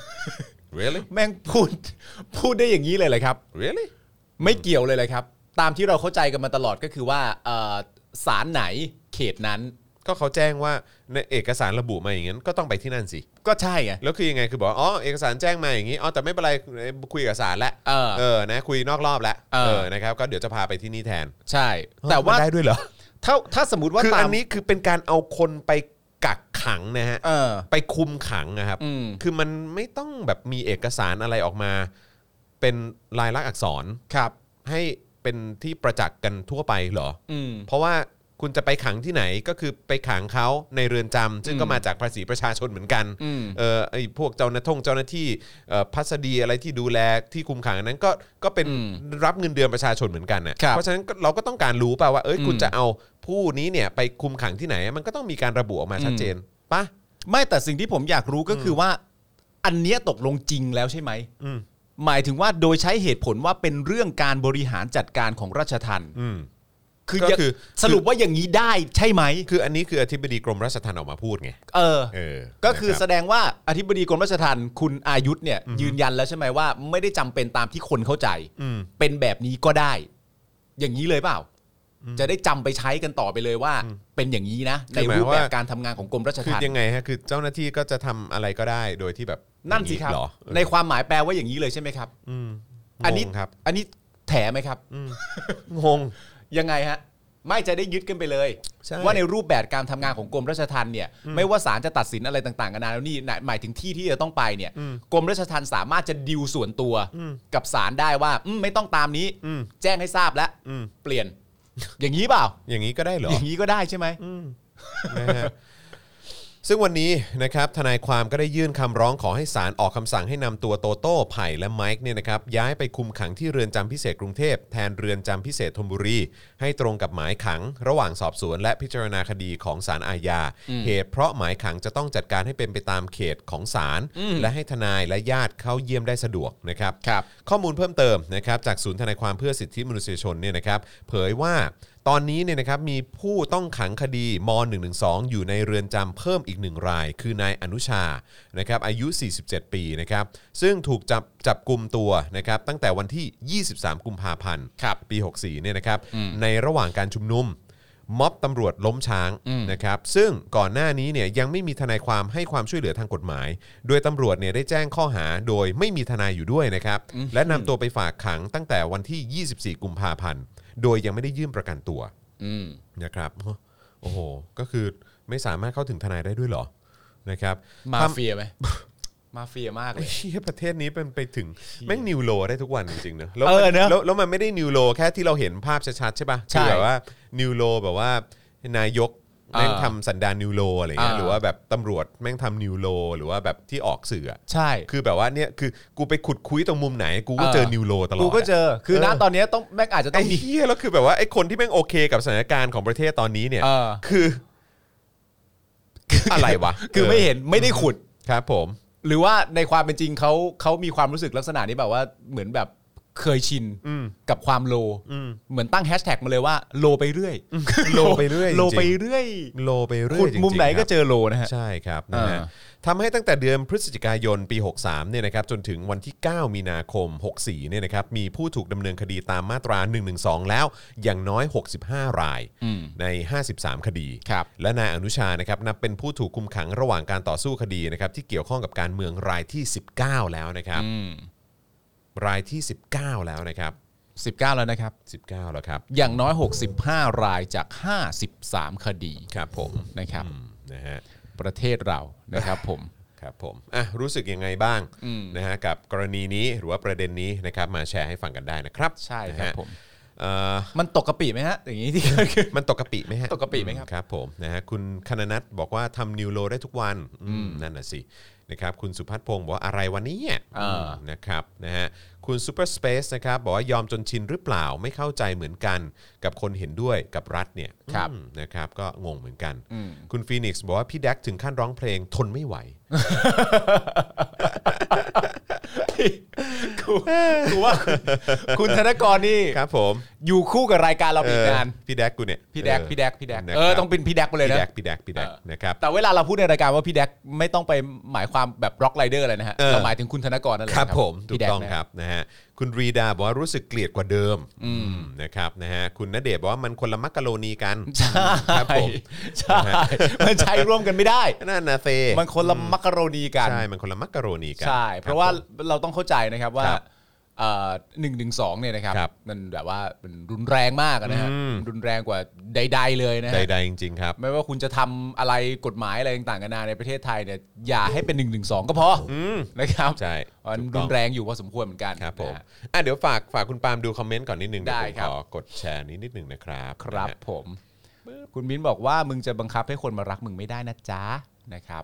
really แม่งพูดได้อย่างนี้เลยเลยครับ really ไม่เกี่ยวเลยเลยครับตามที่เราเข้าใจกันมาตลอดก็คือว่าศาลไหนเขตนั้นก็เขาแจ้งว่าในเอกสารระบุมาอย่างนั้นก็ต้องไปที่นั่นสิก็ใช่ไงแล้วคือยังไงคือบอกอ๋อเอกสารแจ้งมาอย่างนี้อ๋อแต่ไม่เป็นไรคุยกับศาลแล้วนะคุยนอกรอบแล้วนะครับก็เดี๋ยวจะพาไปที่นี่แทนใช่แต่ว่าได้ด้วยเหรอถ้าสมมติว่าคืออันนี้คือเป็นการเอาคนไปกักขังนะฮะไปคุมขังนะครับคือมันไม่ต้องแบบมีเอกสารอะไรออกมาเป็นลายลักษณ์อักษรครับให้เป็นที่ประจักษ์กันทั่วไปเหรอเพราะว่าคุณจะไปขังที่ไหนก็คือไปขังเขาในเรือนจำซึ่งก็มาจากภาษีประชาชนเหมือนกันไอ้พวกเจ้าหน้าที่พัสดีอะไรที่ดูแลที่คุมขังนั้นก็เป็นรับเงินเดือนประชาชนเหมือนกันนะเพราะฉะนั้นเราก็ต้องการรู้ป่ะว่าคุณจะเอาผู้นี้เนี่ยไปคุมขังที่ไหนมันก็ต้องมีการระบุออกมาชัดเจนป่ะไม่แต่สิ่งที่ผมอยากรู้ก็คือว่าอันเนี้ยตกลงจริงแล้วใช่ไหมหมายถึงว่าโดยใช้เหตุผลว่าเป็นเรื่องการบริหารจัดการของราชทัณฑ์คือสรุปว่าอย่างนี้ได้ใช่ไหมคืออันนี้คืออธิบดีกรมราชทัณฑ์ออกมาพูดไงก็คือแสดงว่าอธิบดีกรมราชทัณฑ์คุณอายุธเนี่ยยืนยันแล้วใช่ไหมว่าไม่ได้จำเป็นตามที่คนเข้าใจเป็นแบบนี้ก็ได้อย่างนี้เลยเปล่าจะได้จำไปใช้กันต่อไปเลยว่าเป็นอย่างนี้นะในรูปแบบการทำงานของกรมราชทัณฑ์คือยังไงฮะคือเจ้าหน้าที่ก็จะทำอะไรก็ได้โดยที่แบบนั่นสิครับในความหมายแปลว่าอย่างนี้เลยใช่ไหมครับอันนี้แถไหมครับงงยังไงฮะไม่จะได้ยึดกันไปเลยว่าในรูปแบบการทำงานของกรมราชทัณฑ์เนี่ยไม่ว่าศาลจะตัดสินอะไรต่างๆกันานาแล้วนี่หมายถึงที่จะต้องไปเนี่ยกรมราชทัณฑ์สามารถจะดิวส่วนตัวกับศาลได้ว่าไม่ต้องตามนี้แจ้งให้ทราบแล้วเปลี่ยนอย่างนี้เปล่าอย่างนี้ก็ได้เหรออย่างนี้ก็ได้ใช่ไหมซึ่งวันนี้นะครับทนายความก็ได้ยื่นคำร้องขอให้ศาลออกคำสั่งให้นำตัวโตโต้ไผ่และไมค์เนี่ยนะครับย้ายไปคุมขังที่เรือนจำพิเศษกรุงเทพแทนเรือนจำพิเศษธนบุรีให้ตรงกับหมายขังระหว่างสอบสวนและพิจารณาคดีของศาลอาญาเหตุเพราะหมายขังจะต้องจัดการให้เป็นไปตามเขตของศาลและให้ทนายและญาติเข้าเยี่ยมได้สะดวกนะครับข้อมูลเพิ่มเติมนะครับจากศูนย์ทนายความเพื่อสิทธิมนุษยชนเนี่ยนะครับเผยว่าตอนนี้เนี่ยนะครับมีผู้ต้องขังคดีม.112 อยู่ในเรือนจำเพิ่มอีก1รายคือนายอนุชานะครับอายุ47ปีนะครับซึ่งถูกจับกุมตัวนะครับตั้งแต่วันที่23กุมภาพันธ์ปี64เนี่ยนะครับในระหว่างการชุมนุมม็อบตำรวจล้มช้างนะครับซึ่งก่อนหน้านี้เนี่ยยังไม่มีทนายความให้ความช่วยเหลือทางกฎหมายโดยตำรวจเนี่ยได้แจ้งข้อหาโดยไม่มีทนายอยู่ด้วยนะครับและนำตัวไปฝากขังตั้งแต่วันที่24กุมภาพันธ์โดยยังไม่ได้ยื่นประกันตัวนะครับโอ้โหก็คือไม่สามารถเข้าถึงทนายได้ด้วยเหรอนะครับมาเฟียไหมมาเฟียมากเลยเชี่ยประเทศนี้เป็นไปถึงแม่งนิวโลได้ทุกวันจริงๆเนอะแล้วเนอะแล้วมันไม่ได้นิวโลแค่ที่เราเห็นภาพชัดๆใช่ป่ะใช่คือแบบว่านิวโลแบบว่านายกแม่งทำสันดานนิวโลอะไรเงี้ยหรือว่าแบบตำรวจแม่งทำนิวโลหรือว่าแบบที่ออกสื่อใช่คือแบบว่าเนี่ยคือกูไปขุดคุยตรงมุมไหนกูก็เจอนิวโลตลอดกูก็เจอคือณตอนนี้ต้องแม่งอาจจะต้ไอ้องมีเหี้ยแล้วคือแบบว่าไอ้คนที่แม่งโอเคกับสถานการณ์ของประเทศตอนนี้เนี่ยคืออะไรวะคือไม่เห็นไม่ได้ขุดครับผมหรือว่าในความเป็นจริงเขามีความรู้สึกลักษณะนี้แบบว่าเหมือนแบบเคยชินกับความโลเหมือนตั้งแฮชแท็กมาเลยว่าโลไปเรื่อยโลไปเรื่อยโลไปเรื่อยโลไปเรื่อยขุดจริงๆมุมไหนก็ครับเจอโลนะฮะใช่ครับนะฮะทำให้ตั้งแต่เดือนพฤศจิกายนปี 63เนี่ยนะครับจนถึงวันที่ 9 มีนาคม 64เนี่ยนะครับมีผู้ถูกดำเนินคดีตามมาตรา 112 แล้วอย่างน้อย 65 รายใน 53 คดีครับและนายอนุชานะครับนับเป็นผู้ถูกคุมขังระหว่างการต่อสู้คดีนะครับที่เกี่ยวข้องกับการเมืองรายที่ 19 แล้วนะครับรายที่ 19 แล้วนะครับ 19 แล้วนะครับ 19 แล้วครับอย่างน้อย 65 รายจาก 53 คดีครับผมนะครับนะฮะประเทศเรานะครับผมครับผมรู้สึกยังไงบ้างนะฮะกับกรณีนี้หรือว่าประเด็นนี้นะครับมาแชร์ให้ฟังกันได้นะครับใช่ครับนะฮะผมมันตกกะปิไหมฮะอย่างนี้ที่มันตกกะปิไหมฮะตกกะปิไหมครับครับผมนะฮะคุณคณนัทบอกว่าทำนิวโลได้ทุกวันนั่นน่ะสินะครับคุณสุพัฒน์พงศ์บอกว่าอะไรวันนี้นะครับนะฮะคุณซูเปอร์สเปซนะครับบอกว่ายอมจนชินหรือเปล่าไม่เข้าใจเหมือนกันกับคนเห็นด้วยกับรัฐเนี่ยนะครับก็งงเหมือนกันคุณฟีนิกซ์บอกว่าพี่แดกถึงขั้นร้องเพลงทนไม่ไหวกูว่าคุณธนกรนี่ครับผมอยู่คู่กับรายการเราอีกนานพี่แดกกูเนี่ยพี่แดกนะครับต้องเป็นพี่แดกไปเลยนะพี่แดกนะครับแต่เวลาเราพูดในรายการว่าพี่แดกไม่ต้องไปหมายความแบบร็อกไรเดอร์อะไรนะฮะเราหมายถึงคุณธนกรนั่นแหละครับผมถูพี่กแดกต้องครับนะฮะคุณรีดาบอกว่ารู้สึกเกลียดกว่าเดิมนะครับนะฮะคุณณเดชน์บอกว่ามันคนละมักกะโรนีกันใช่ครับผมใช่มันใช้ร่วมกันไม่ได้นั่นนะเซมันคนละมักกะโรนีกันใช่มันคนละมักกะโรนีกันใช่เพราะว่าเราต้องเข้าใจนะครับว่า112เนี่ยนะครับครับมันแบบว่ามันรุนแรงมากนะฮะรุนแรงกว่าใดๆเลยนะฮะใดๆจริงๆครับไม่ว่าคุณจะทำอะไรกฎหมายอะไรต่างๆกันานาในประเทศไทยเนี่ยอย่าให้เป็น112ก็พอนะครับใช่มันถูกต้รุองนแรงอยู่พอสมควรเหมือนกันครับผมนะฮะเดี๋ยวฝากคุณปาล์มดูคอมเมนต์ก่อนนิดนึงได้เยวผมครับขอกดแชร์นิดนึงนะครับครับนะฮะผม คุณมิ้นบอกว่ามึงจะบังคับให้คนมารักมึงไม่ได้นะจ๊ะนะครับ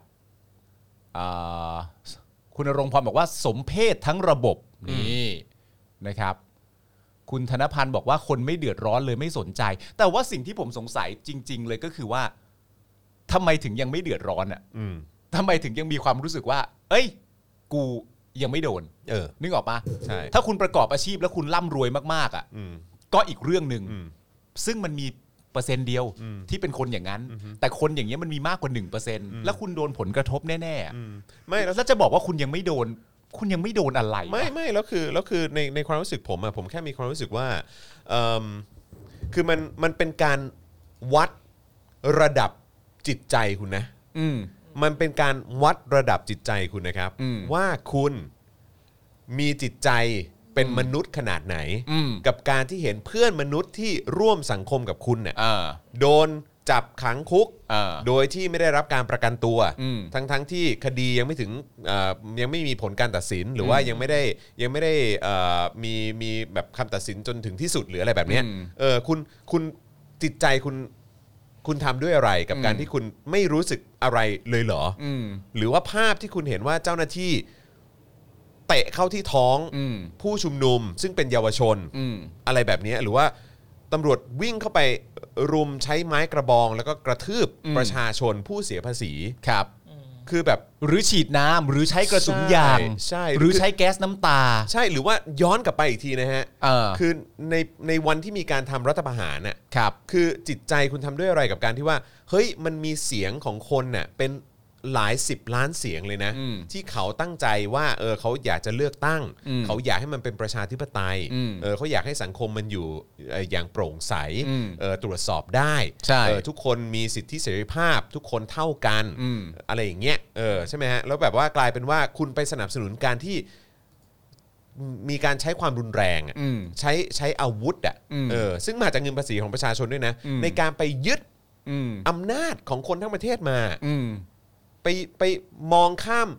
คุณณรงค์พรบอกว่าสมเพศทั้งระบบนี่นะครับคุณธนพันธ์บอกว่าคนไม่เดือดร้อนเลยไม่สนใจ แต่ว่าสิ่งที่ผมสงสัยจริงๆเลยก็คือว่าทำไมถึงยังไม่เดือดร้อนอ่ะทำไมถึงยังมีความรู้สึกว่าเอ้ยกูยังไม่โดนนึกออกปะใช่ถ้าคุณประกอบอาชีพแล้วคุณร่ำรวยมากๆอ่ะก็อีกเรื่องหนึ่งซึ่งมันมีเปอร์เซ็นต์เดียวที่เป็นคนอย่างนั้นแต่คนอย่างเงี้ยมันมีมากกว่า 1% แล้วคุณโดนผลกระทบแน่ๆไม่แล้วจะบอกว่าคุณยังไม่โดนคุณยังไม่โดนอะไรไม่แล้วคือในความรู้สึกผมแค่มีความรู้สึกว่าคือมันเป็นการวัดระดับจิตใจคุณนะมันเป็นการวัดระดับจิตใจคุณนะครับว่าคุณมีจิตใจเป็นมนุษย์ขนาดไหนกับการที่เห็นเพื่อนมนุษย์ที่ร่วมสังคมกับคุณเนี่ยโดนจับขังคุกโดยที่ไม่ได้รับการประกันตัวทั้งที่คดียังไม่ถึงยังไม่มีผลการตัดสินหรือว่ายังไม่ได้มีแบบคำตัดสินจนถึงที่สุดหรืออะไรแบบเนี้ยคุณจิตใจคุณทำด้วยอะไรกับการที่คุณไม่รู้สึกอะไรเลยเหรอหรือว่าภาพที่คุณเห็นว่าเจ้าหน้าที่เตะเข้าที่ท้องผู้ชุมนุมซึ่งเป็นเยาวชนอะไรแบบนี้หรือว่าตำรวจวิ่งเข้าไปรุมใช้ไม้กระบองแล้วก็กระทืบประชาชนผู้เสียภาษีครับคือแบบหรือฉีดน้ำหรือใช้กระสุนยางใช่หรือใช้แก๊สน้ำตาใช่หรือว่าย้อนกลับไปอีกทีนะฮะคือในวันที่มีการทำรัฐประหารน่ะคือจิตใจคุณทำด้วยอะไรกับการที่ว่าเฮ้ยมันมีเสียงของคนน่ะเป็นหลาย10ล้านเสียงเลยนะที่เขาตั้งใจว่าเขาอยากจะเลือกตั้งเขาอยากให้มันเป็นประชาธิปไตยเขาอยากให้สังคมมันอยู่อย่างโปร่งใสตรวจสอบได้ทุกคนมีสิทธิเสรีภาพทุกคนเท่ากันอะไรอย่างเงี้ยใช่ไหมฮะแล้วแบบว่ากลายเป็นว่าคุณไปสนับสนุนการที่มีการใช้ความรุนแรงใช้อาวุธซึ่งมาจากเงินภาษีของประชาชนด้วยนะในการไปยึดอำนาจของคนทั้งประเทศมาไปมองข้าม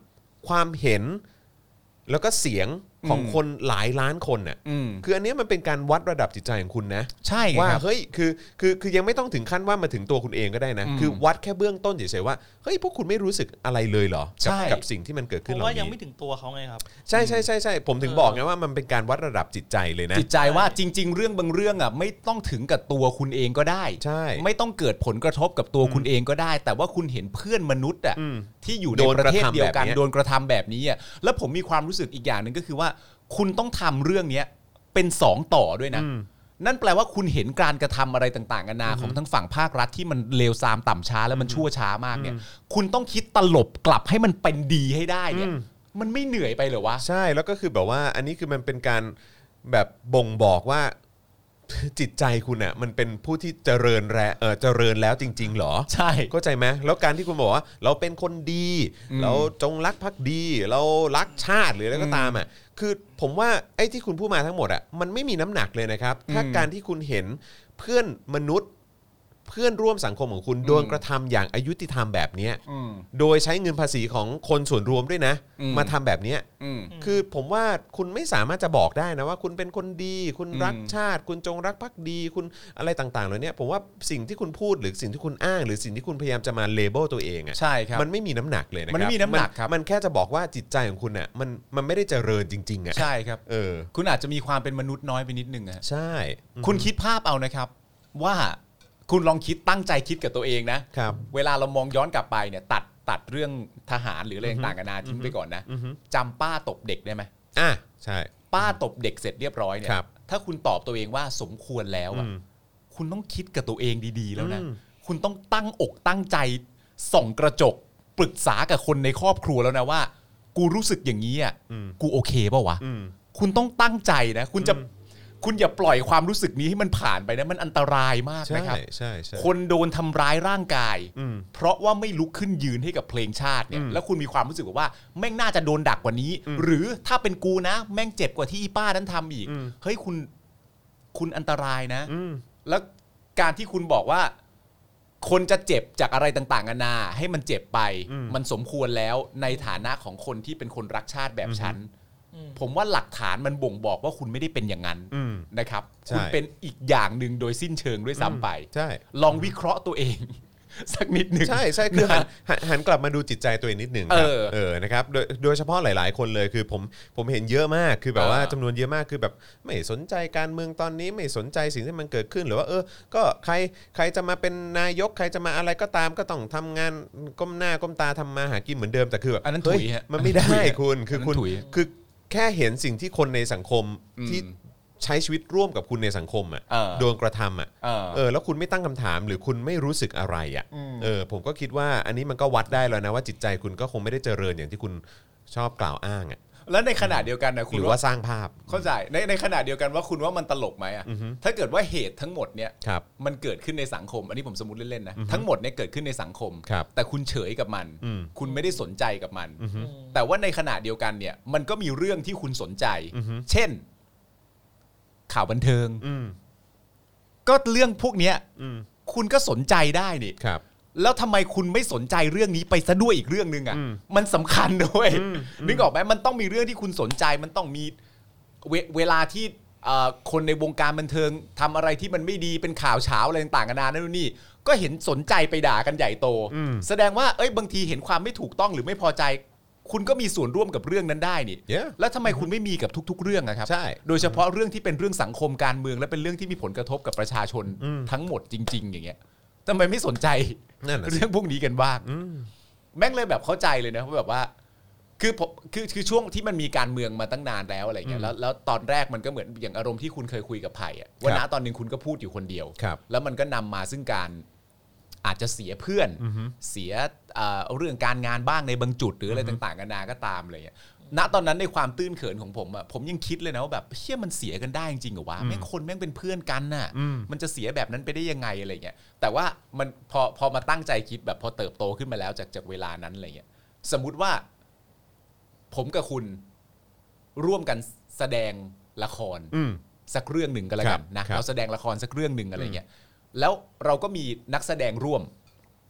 ความเห็นแล้วก็เสียงของคนหลายล้านคนน่ะคืออันนี้มันเป็นการวัดระดับจิตใจของคุณนะใช่ว่าเฮ้ยคือยังไม่ต้องถึงขั้นว่ามาถึงตัวคุณเองก็ได้นะคือวัดแค่เบื้องต้นเฉยๆว่าเฮ้ยพวกคุณไม่รู้สึกอะไรเลยเหรอกับสิ่งที่มันเกิดขึ้นผมว่ายังไม่ถึงตัวเขาไงครับใช่ๆๆๆผมถึงบอกไงว่ามันเป็นการวัดระดับจิตใจเลยนะจิตใจว่าจริงๆเรื่องบางเรื่องอ่ะไม่ต้องถึงกับตัวคุณเองก็ได้ใช่ไม่ต้องเกิดผลกระทบกับตัวคุณเองก็ได้แต่ว่าคุณเห็นเพื่อนมนุษย์อ่ะที่อยู่ในประเทศเดียวกันโดนกระทำแบบนี้อ่ะแล้วผมมีความรู้สึกอีกอย่างนึงก็คือว่าคุณต้องทำเรื่องนี้เป็น2ต่อด้วยนะนั่นแปลว่าคุณเห็นการกระทำอะไรต่างๆนานาของทั้งฝั่งภาครัฐที่มันเลวทรามต่ำช้าแล้วมันชั่วช้ามากเนี่ยคุณต้องคิดตลบกลับให้มันเป็นดีให้ได้เนี่ยมันไม่เหนื่อยไปเหรอวะใช่แล้วก็คือแบบว่าอันนี้คือมันเป็นการแบบบ่งบอกว่าจิตใจคุณอ่ะมันเป็นผู้ที่เจริญแล้วจริงๆหรอใช่เข้าใจไหมแล้วการที่คุณบอกว่าเราเป็นคนดีเราจงรักภักดีเรารักชาติหรืออะไรก็ตามอ่ะคือผมว่าไอ้ที่คุณพูดมาทั้งหมดอ่ะมันไม่มีน้ำหนักเลยนะครับถ้าการที่คุณเห็นเพื่อนมนุษย์เพื่อนร่วมสังคมของคุณโดนกระทำอย่างอายุติธรรมแบบนี้โดยใช้เงินภาษีของคนส่วนรวมด้วยนะมาทำแบบนี้คือผมว่าคุณไม่สามารถจะบอกได้นะว่าคุณเป็นคนดีคุณรักชาติคุณจงรักภักดีคุณอะไรต่างๆเหล่านี้ผมว่าสิ่งที่คุณพูดหรือสิ่งที่คุณอ้างหรือสิ่งที่คุณพยายามจะมาเลเบลตัวเองอ่ะใช่ครับมันไม่มีน้ำหนักเลยนะครับมันไม่มีน้ำหนักครับมันแค่จะบอกว่าจิตใจของคุณอ่ะมันไม่ได้เจริญจริงๆอ่ะใช่ครับคุณอาจจะมีความเป็นมนุษย์น้อยไปนิดนึงอ่ะใช่คุณคิดภาพเอานะครับว่าคุณลองคิดตั้งใจคิดกับตัวเองนะครับเวลาเรามองย้อนกลับไปเนี่ยตัดเรื่องทหารหรืออะไรต่างๆกันานาทิ้งไปก่อนนะจำป้าตบเด็กได้ไหมใช่ป้าตบเด็กเสร็จเรียบร้อยเนี่ยถ้าคุณตอบตัวเองว่าสมควรแล้วอ่ะคุณต้องคิดกับตัวเองดีๆแล้วนะคุณต้องตั้งอกตั้งใจส่องกระจกปรึกษากับคนในครอบครัวแล้วนะว่ากูรู้สึกอย่างนี้อ่ะกูโอเคป่าววะคุณต้องตั้งใจนะคุณอย่าปล่อยความรู้สึกนี้ให้มันผ่านไปนะมันอันตรายมากนะครับใช่คนโดนทำร้ายร่างกายเพราะว่าไม่ลุกขึ้นยืนให้กับเพลงชาติเนี่ยแล้วคุณมีความรู้สึกว่าแม่งน่าจะโดนดักกว่านี้หรือถ้าเป็นกูนะแม่งเจ็บกว่าที่อีป้านั้นทำอีกเฮ้ยคุณอันตรายนะแล้วการที่คุณบอกว่าคนจะเจ็บจากอะไรต่างๆนานาให้มันเจ็บไปมันสมควรแล้วในฐานะของคนที่เป็นคนรักชาติแบบฉันผมว่าหลักฐานมันบ่งบอกว่าคุณไม่ได้เป็นอย่างนั้นนะครับคุณเป็นอีกอย่างหนึ่งโดยสิ้นเชิงด้วยซ้ำไปลองวิเคราะห์ตัวเองสักนิดนึงใช่คือหันกลับมาดูจิตใจตัวเองนิดนึงนะครับโดยเฉพาะหลายๆคนเลยคือผมเห็นเยอะมากคือแบบว่าจำนวนเยอะมากคือแบบไม่สนใจการเมืองตอนนี้ไม่สนใจสิ่งที่มันเกิดขึ้นหรือว่าก็ใครจะมาเป็นนายกใครจะมาอะไรก็ตามก็ต้องทำงานก้มหน้าก้มตาทำมาหากินเหมือนเดิมแต่คือแบบเฮ้ยมันไม่ได้คุณคือแค่เห็นสิ่งที่คนในสังคมที่ใช้ชีวิตร่วมกับคุณในสังคมโดนกระทำแล้วคุณไม่ตั้งคำถามหรือคุณไม่รู้สึกอะไรผมก็คิดว่าอันนี้มันก็วัดได้แล้วนะว่าจิตใจคุณก็คงไม่ได้เจริญอย่างที่คุณชอบกล่าวอ้างแล้วในขณะเดียวกันนะคุณหรือว่าสร้างภาพเข้าใจในขณะเดียวกันว่าคุณว่ามันตลกไหมถ้าเกิดว่าเหตุทั้งหมดเนี่ยมันเกิดขึ้นในสังคมอันนี้ผมสมมติเล่นๆนะทั้งหมดเนี่ยเกิดขึ้นในสังคมแต่คุณเฉยกับมันคุณไม่ได้สนใจกับมันแต่ว่าในขณะเดียวกันเนี่ยมันก็มีเรื่องที่คุณสนใจเช่นข่าวบันเทิงก็เรื่องพวกเนี้ยคุณก็สนใจได้นี่แล้วทำไมคุณไม่สนใจเรื่องนี้ไปซะด้วยอีกเรื่องนึงอ่ะมันสำคัญด้วยนึกออกไหมมันต้องมีเรื่องที่คุณสนใจมันต้องมีเวลาที่คนในวงการบันเทิงทำอะไรที่มันไม่ดีเป็นข่าวเช้าอะไรต่างๆกันานานั่นนี่ก็เห็นสนใจไปด่ากันใหญ่โตแสดงว่าบางทีเห็นความไม่ถูกต้องหรือไม่พอใจคุณก็มีส่วนร่วมกับเรื่องนั้นได้นี่ แล้วทำไมคุณไม่มีกับทุกๆเรื่องอะครับโดยเฉพาะเรื่องที่เป็นเรื่องสังคมการเมืองและเป็นเรื่องที่มีผลกระทบกับประชาชนทั้งหมดจริงๆอย่างเงี้ยทำไมไม่สนใจเรื่องพวกนี้กันบ้างแม่งเลยแบบเข้าใจเลยนะว่าแบบว่าคือช่วงที่มันมีการเมืองมาตั้งนานแล้วอะไรเงี้ยแล้วตอนแรกมันก็เหมือนอย่างอารมณ์ที่คุณเคยคุยกับไผ่อะว่าณตอนนึงคุณก็พูดอยู่คนเดียวแล้วมันก็นำมาซึ่งการอาจจะเสียเพื่อนเสียเรื่องการงานบ้างในบางจุดหรืออะไรต่างๆกันานาก็ตามอะไรเงี้ยณตอนนั้นในความตื้นเขินของผมอะผมยังคิดเลยนะว่าแบบเชี่ยมันเสียกันได้จริงเหรอวะแม่งคนแม่งเป็นเพื่อนกันน่ะมันจะเสียแบบนั้นไปได้ยังไงอะไรเงี้ยแต่ว่ามันพอมาตั้งใจคิดแบบพอเติบโตขึ้นมาแล้วจากเวลานั้นอะไรเงี้ยสมมุติว่าผมกับคุณร่วมกันแสดงละครสักเรื่องหนึ่งก็แล้วกันนะเราแสดงละครสักเรื่องหนึ่งอะไรเงี้ยแล้วเราก็มีนักแสดงร่วม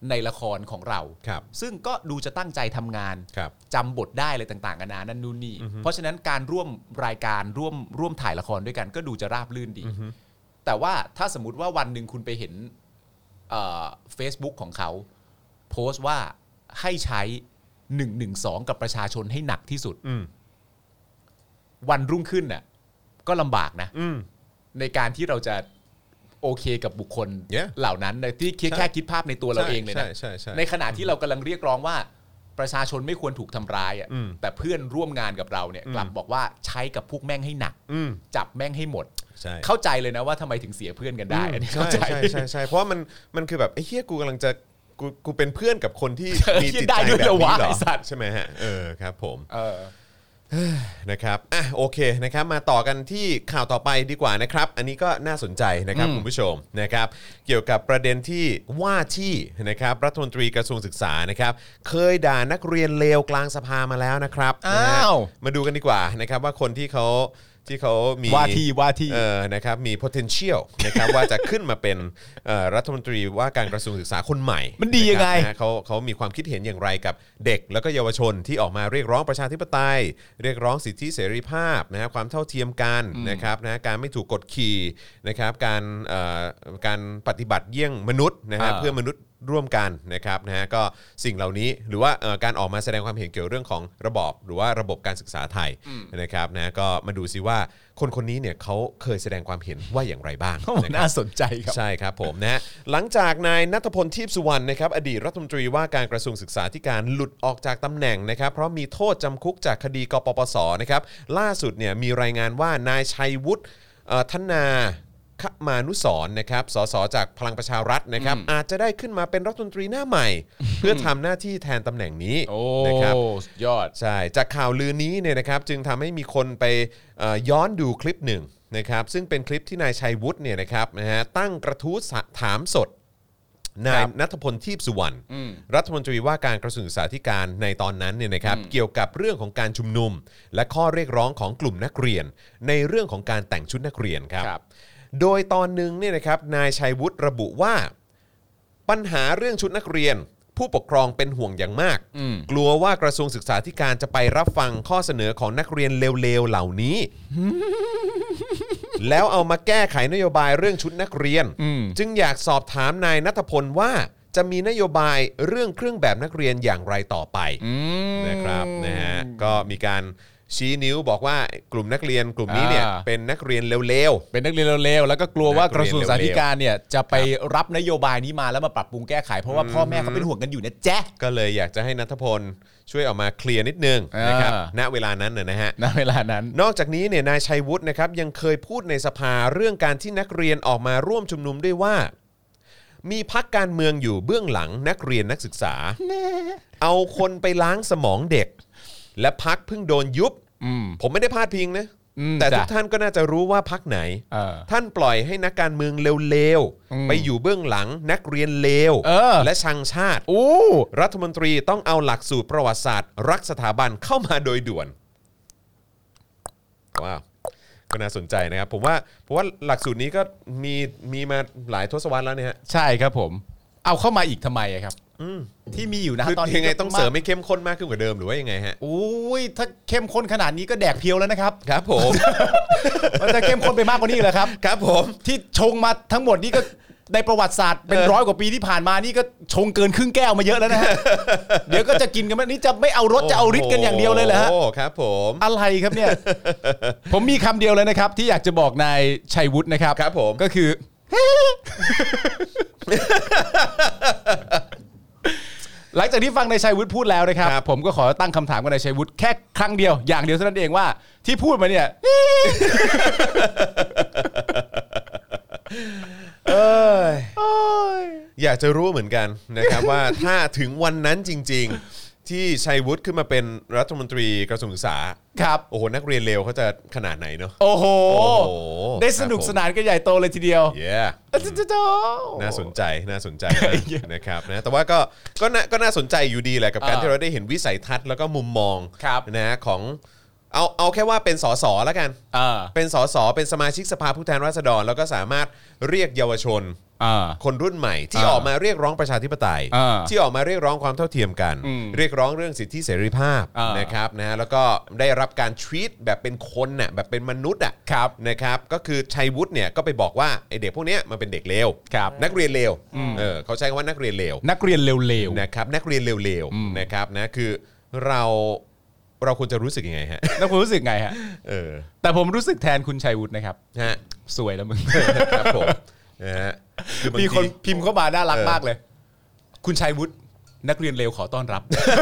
ในละครของเราครับซึ่งก็ดูจะตั้งใจทำงานครับจำบทได้อะไรต่างๆกันานานั่นนู่นนี่เพราะฉะนั้นการร่วมรายการร่วมถ่ายละครด้วยกันก็ดูจะราบรื่นดีแต่ว่าถ้าสมมติว่าวันหนึ่งคุณไปเห็นFacebook ของเขาโพสต์ว่าให้ใช้112กับประชาชนให้หนักที่สุดวันรุ่งขึ้นน่ะก็ลำบากนะในการที่เราจะโอเคกับบุคคล เหล่านั้นที่แค่คิดภาพในตัวเราเองเลยนะในขณะที่เรากำลังเรียกร้องว่าประชาชนไม่ควรถูกทำร้ายแต่เพื่อนร่วมงานกับเราเนี่ยกลับบอกว่าใช้กับพวกแม่งให้หนักจับแม่งให้หมดเข้าใจเลยนะว่าทำไมถึงเสียเพื่อนกันได้อันนี้เข้าใจใช่เพราะว่ามันคือแบบไอ้เหี้ยกูกำลังจะกูเป็นเพื่อนกับคนที่มีจิตใจแบบนี้เหรอใช่ไหมฮะครับผมนะครับโอเคนะครับมาต่อกันที่ข่าวต่อไปดีกว่านะครับอันนี้ก็น่าสนใจนะครับคุณผู้ชมนะครับเกี่ยวกับประเด็นที่ว่าที่นะครับรัฐมนตรีกระทรวงศึกษานะครับเคยด่านักเรียนเลวกลางสภามาแล้วนะครับมาดูกันดีกว่านะครับว่าคนที่เขามีว่าที่นะครับมี potential นะครับว่าจะขึ้นมาเป็นรัฐมนตรีว่าการกระทรวงศึกษาคนใหม่มันดียังไงเขามีความคิดเห็นอย่างไรกับเด็กแล้วก็เยาวชนที่ออกมาเรียกร้องประชาธิปไตยเรียกร้องสิทธิเสรีภาพนะครับความเท่าเทียมกันนะครับนะการไม่ถูกกดขี่นะครับการปฏิบัติเยี่ยงมนุษย์นะฮะเพื่อมนุษย์ร่วมกันนะครับนะฮะก็สิ่งเหล่านี้หรือว่าการออกมาแสดงความเห็นเกี่ยวเรื่องของระบอบหรือว่าระบบการศึกษาไทยนะครับนะก็มาดูซิว่าคนนี้เนี่ยเขาเคยแสดงความเห็นว่าอย่างไรบ้างน่าสนใจครับใช่ครับผมนะฮะหลังจากนายณัฐพลทีพสุวรรณนะครับอดีตรัฐมนตรีว่าการกระทรวงศึกษาธิการหลุดออกจากตำแหน่งนะครับเพราะมีโทษจำคุกจากคดีกปปสนะครับล่าสุดเนี่ยมีรายงานว่านายชัยวุฒิธนาขมานุสรณ์นะครับสสจากพลังประชารัฐนะครับอาจจะได้ขึ้นมาเป็นรัฐมนตรีหน้าใหม่ เพื่อทำหน้าที่แทนตำแหน่งนี้นะครับยอดใช่จากข่าวลือนี้เนี่ยนะครับจึงทำให้มีคนไปย้อนดูคลิปหนึ่งนะครับซึ่งเป็นคลิปที่นายชัยวุฒิเนี่ยนะครับนะฮะตั้งกระทู้ถามสดนายณัฐพลทีพสุวรรณรัฐมนตรีว่าการกระทรวงศึกษาธิการในตอนนั้นเนี่ยนะครับเกี่ยวกับเรื่องของการชุมนุมและข้อเรียกร้องของกลุ่มนักเรียนในเรื่องของการแต่งชุดนักเรียนครับโดยตอนหนึ่งเนี่ยนะครับนายชัยวุฒิระบุว่าปัญหาเรื่องชุดนักเรียนผู้ปกครองเป็นห่วงอย่างมากกลัวว่ากระทรวงศึกษาธิการจะไปรับฟังข้อเสนอของนักเรียนเลวๆเหล่านี้แล้วเอามาแก้ไขนโยบายเรื่องชุดนักเรียนจึงอยากสอบถามนายณัฐพลว่าจะมีนโยบายเรื่องเครื่องแบบนักเรียนอย่างไรต่อไปนะครับนะฮะก็มีการชี้นิ้วบอกว่ากลุ่มนักเรียนกลุ่มนี้เนี่ยเป็นนักเรียนเร็วๆเป็นนักเรียนเร็วๆแล้วก็กลัวว่ากระทรวงศึกษาธิการเนี่ยจะไปรับนโยบายนี้มาแล้วมาปรับปรุงแก้ไขเพราะว่าพ่อแม่เขาเป็นห่วงกันอยู่นะแจ๊ก็เลยอยากจะให้ณัฐพลช่วยออกมาเคลียร์นิดนึงนะครับณเวลานั้นนะฮะณเวลานั้นนอกจากนี้เนี่ยนายชัยวุฒินะครับยังเคยพูดในสภาเรื่องการที่นักเรียนออกมาร่วมชุมนุมด้วยว่ามีพรรคการเมืองอยู่เบื้องหลังนักเรียนนักศึกษาเอาคนไปล้างสมองเด็กและพรรคเพิ่งโดนยุบผมไม่ได้พาดพิงนะแต่ทุกท่านก็น่าจะรู้ว่าพรรคไหนท่านปล่อยให้นักการเมืองเลวๆไปอยู่เบื้องหลังนักเรียนเลวและชังชาติรัฐมนตรีต้องเอาหลักสูตรประวัติศาสตร์รักสถาบันเข้ามาโดยด่วนว้าวก็น่าสนใจนะครับผมว่าหลักสูตรนี้ก็มีมาหลายทศวรรษแล้วเนี่ยใช่ครับผมเอาเข้ามาอีกทำไมครับที่มีอยู่นะตอนนี้ยังไงต้องเสริมให้เข้มข้นมากขึ้นกว่าเดิมหรือว่ายังไงฮะโอ้ยถ้าเข้มข้นขนาดนี้ก็แดกเพียวแล้วนะครับครับผมมันจะเข้มข้นไปมากกว่านี้เหรอครับครับผมที่ชงมาทั้งหมดนี่ก็ในประวัติศาสตร์เป็น100 กว่าปีที่ผ่านมานี่ก็ชงเกินครึ่งแก้วมาเยอะแล้วนะฮะเดี๋ยวก็จะกินกันนี่จะไม่เอารสจะเอาฤทธิ์กันอย่างเดียวเลยเหรอฮะโอ้ครับผมอะไรครับเนี่ยผมมีคำเดียวเลยนะครับที่อยากจะบอกนายชัยวุฒินะครับครับผมก็คือหลังจากที่ฟังนายชัยวุฒิพูดแล้วนะครับผมก็ขอตั้งคำถามกับนายชัยวุฒิแค่ครั้งเดียวอย่างเดียวเท่านั้นเองว่าที่พูดมาเนี่ยอยากจะรู้เหมือนกันนะครับว่าถ้าถึงวันนั้นจริงๆที่ชัยวุฒิขึ้นมาเป็นรัฐมนตรีกระทรวงศึกษาครับโอ้โหนักเรียนเลวเขาจะขนาดไหนเนาะโอ้โหได้สนุกสนานกันใหญ่โตเลยทีเดียวน่าสนใจนะครับนะแต่ว่าก็น่าสนใจอยู่ดีแหละกับการที่เราได้เห็นวิสัยทัศน์แล้วก็มุมมองนะของเอาแค่ว่าเป็นสสแล้วกันเป็นสสเป็นสมาชิกสภาผู้แทนราษฎรแล้วก็สามารถเรียกเยาวชนคนรุ่นใหม่ที่ออกมาเรียกร้องประชาธิปไตยที่ออกมาเรียกร้องความเท่าเทียมกันเรียกร้องเรื่องสิทธิเสรีภาพนะครับนะแล้วก็ได้รับการ treat แบบเป็นคนน่ะแบบเป็นมนุษย์อ่ะนะครับก็คือชัยวุฒิเนี่ยก็ไปบอกว่าไอเด็กพวกนี้มันเป็นเด็กเลวนักเรียนเลวเขาใช้คำว่านักเรียนเลวนะครับนักเรียนเลวๆนะครับนะคือเราควรจะรู้สึกยังไงฮะเราควรรู้สึกไงฮะแต่ผมรู้สึกแทนคุณชัยวุฒินะครับฮะสวยแล้วมึงครับผมนะฮะมีคนพิมพ์เข้ามาน่ารักมากเลยคุณชัยวุฒินักเรียนเลวขอต้อนรับ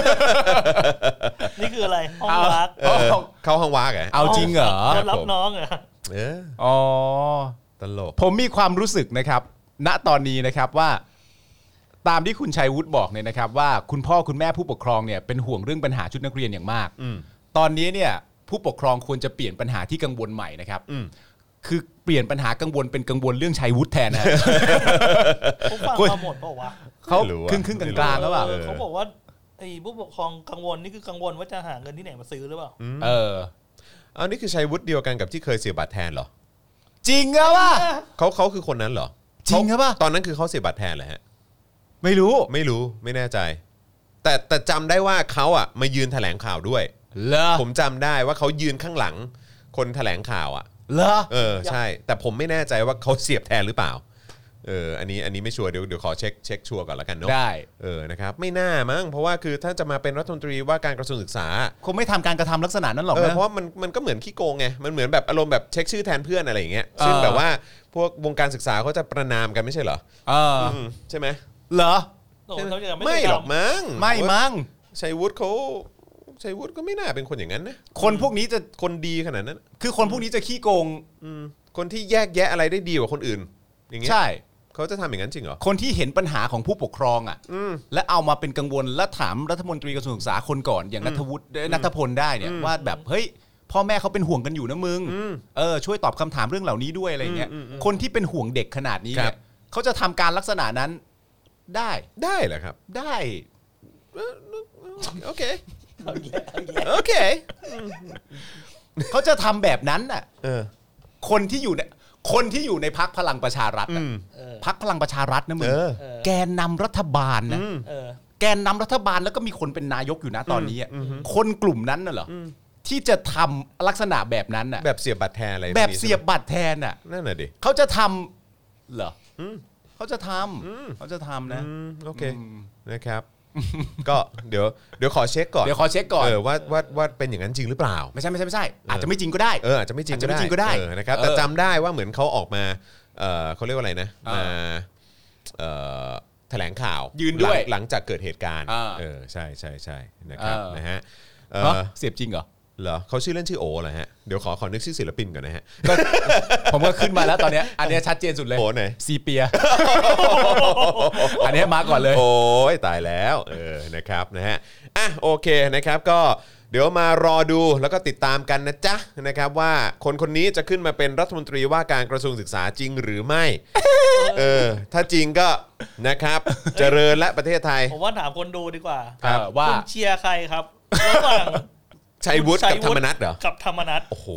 นี่คืออะไรห้องวักเข้าห้องวักเหรอเอาจริงเหรอรับน้องเหรออ๋อตลกผมมีความรู้สึกนะครับณตอนนี้นะครับว่าตามที่คุณชัยวุฒิบอกเนี่ยนะครับว่าคุณพ่อคุณแม่ผู้ปกครองเนี่ยเป็นห่วงเรื่องปัญหาชุดนักเรียนอย่างมากตอนนี้เนี่ยผู้ปกครองควรจะเปลี่ยนปัญหาที่กังวลใหม่นะครับคือเปลี่ยนปัญหากังวลเป็นกังวลเรื่องชัยวุฒิแทนนะเขาฟังมาหมดเปล่าวะเขาครึ่งกลางๆแล้วเปล่าเขาบอกว่าไอ้ผู้ปกครองกังวลนี่คือกังวลว่าจะหาเงินที่ไหนมาซื้อหรือเปล่าเอานี่คือชัยวุฒิเดียวกันกับที่เคยเสียบัตรแทนเหรอจริงเหรอวะเขาคือคนนั้นเหรอจริงครับป่ะตอนนั้นคือเขาเสียบัตรแทนเหรอฮะไม่รู้ไม่แน่ใจแต่จำได้ว่าเขาอ่ะมายืนแถลงข่าวด้วยผมจำได้ว่าเขายืนข้างหลังคนแถลงข่าวอ่ะใช่แต่ผมไม่แน่ใจว่าเขาเสียบแทนหรือเปล่าอันนี้ไม่ชัวร์เดี๋ยวขอเช็คชัวร์ก่อนละกันเนาะได้นะครับไม่น่ามั้งเพราะว่าคือถ้าจะมาเป็นรัฐมนตรีว่าการกระทรวงศึกษาคงไม่ทำการกระทำลักษณะนั้นหรอกนะเพราะว่ามันก็เหมือนขี้โกงไงมันเหมือนแบบอารมณ์แบบเช็คชื่อแทนเพื่อนอะไรอย่างเงี้ยซึ่งแบบว่าพวกวงการศึกษาเขาจะประนามกันไม่ใช่เหรอใช่ไหมเหรอไม่หรอกมั้งไม่มั้งชัยวุฒิก็ไม่น่าเป็นคนอย่างนั้นนะคนพวกนี้จะคนดีขนาดนั้นคือคนพวกนี้จะขี้โกงคนที่แยกแยะอะไรได้ดีกว่าคนอื่นอย่างเงี้ยใช่เขาจะทำอย่างนั้นจริงเหรอคนที่เห็นปัญหาของผู้ปกครองอ่ะและเอามาเป็นกังวลและถามรัฐมนตรีกระทรวงศึกษาคนก่อนอย่างณัฐพลได้เนี่ยว่าแบบเฮ้ยพ่อแม่เขาเป็นห่วงกันอยู่นะมึงช่วยตอบคำถามเรื่องเหล่านี้ด้วยอะไรเงี้ยคนที่เป็นห่วงเด็กขนาดนี้เนี่ยเขาจะทำการลักษณะนั้นได้เหรอครับได้โอเคเขาจะทำแบบนั้นน่ะคนที่อยู่ในพรรคพลังประชารัฐพรรคพลังประชารัฐนะมึงแกนนำรัฐบาลนะแกนนำรัฐบาลแล้วก็มีคนเป็นนายกอยู่นะตอนนี้คนกลุ่มนั้นน่ะเหรอที่จะทำลักษณะแบบนั้นน่ะแบบเสียบบัตรแทนอะไรแบบเสียบบัตรแทนน่ะนั่นน่ะดิเขาจะทำเหรอเขาจะทำนะโอเคนะครับก็เดี๋ยวขอเช็คก่อนว่าเป็นอย่างนั้นจริงหรือเปล่าไม่ใช่อาจจะไม่จริงก็ได้อาจจะไม่จริงก็ได้นะครับแต่จำได้ว่าเหมือนเขาออกมาเขาเรียกว่าอะไรนะมาแถลงข่าวยืนด้วยหลังจากเกิดเหตุการณ์ใช่นะครับนะฮะเสียบจริงเหรอเขาชื่อเล่นชื่อโอเหรอฮะเดี๋ยวขอนึกชื่อศิลปินก่อนนะฮะผมก็ขึ้นมาแล้วตอนนี้อันนี้ชัดเจนสุดเลยโอไหนซีเปียอันนี้มาก่อนเลยโอ้ยตายแล้วนะครับนะฮะโอเคนะครับก็เดี๋ยวมารอดูแล้วก็ติดตามกันนะจ๊ะนะครับว่าคนนี้จะขึ้นมาเป็นรัฐมนตรีว่าการกระทรวงศึกษาจริงหรือไม่ถ้าจริงก็นะครับเจริญและประเทศไทยผมว่าถามคนดูดีกว่าว่าคุณเชียร์ใครครับระหว่างชัยวุฒิกับธรรมนัสเหรอกับธรรมนัสโอ้โห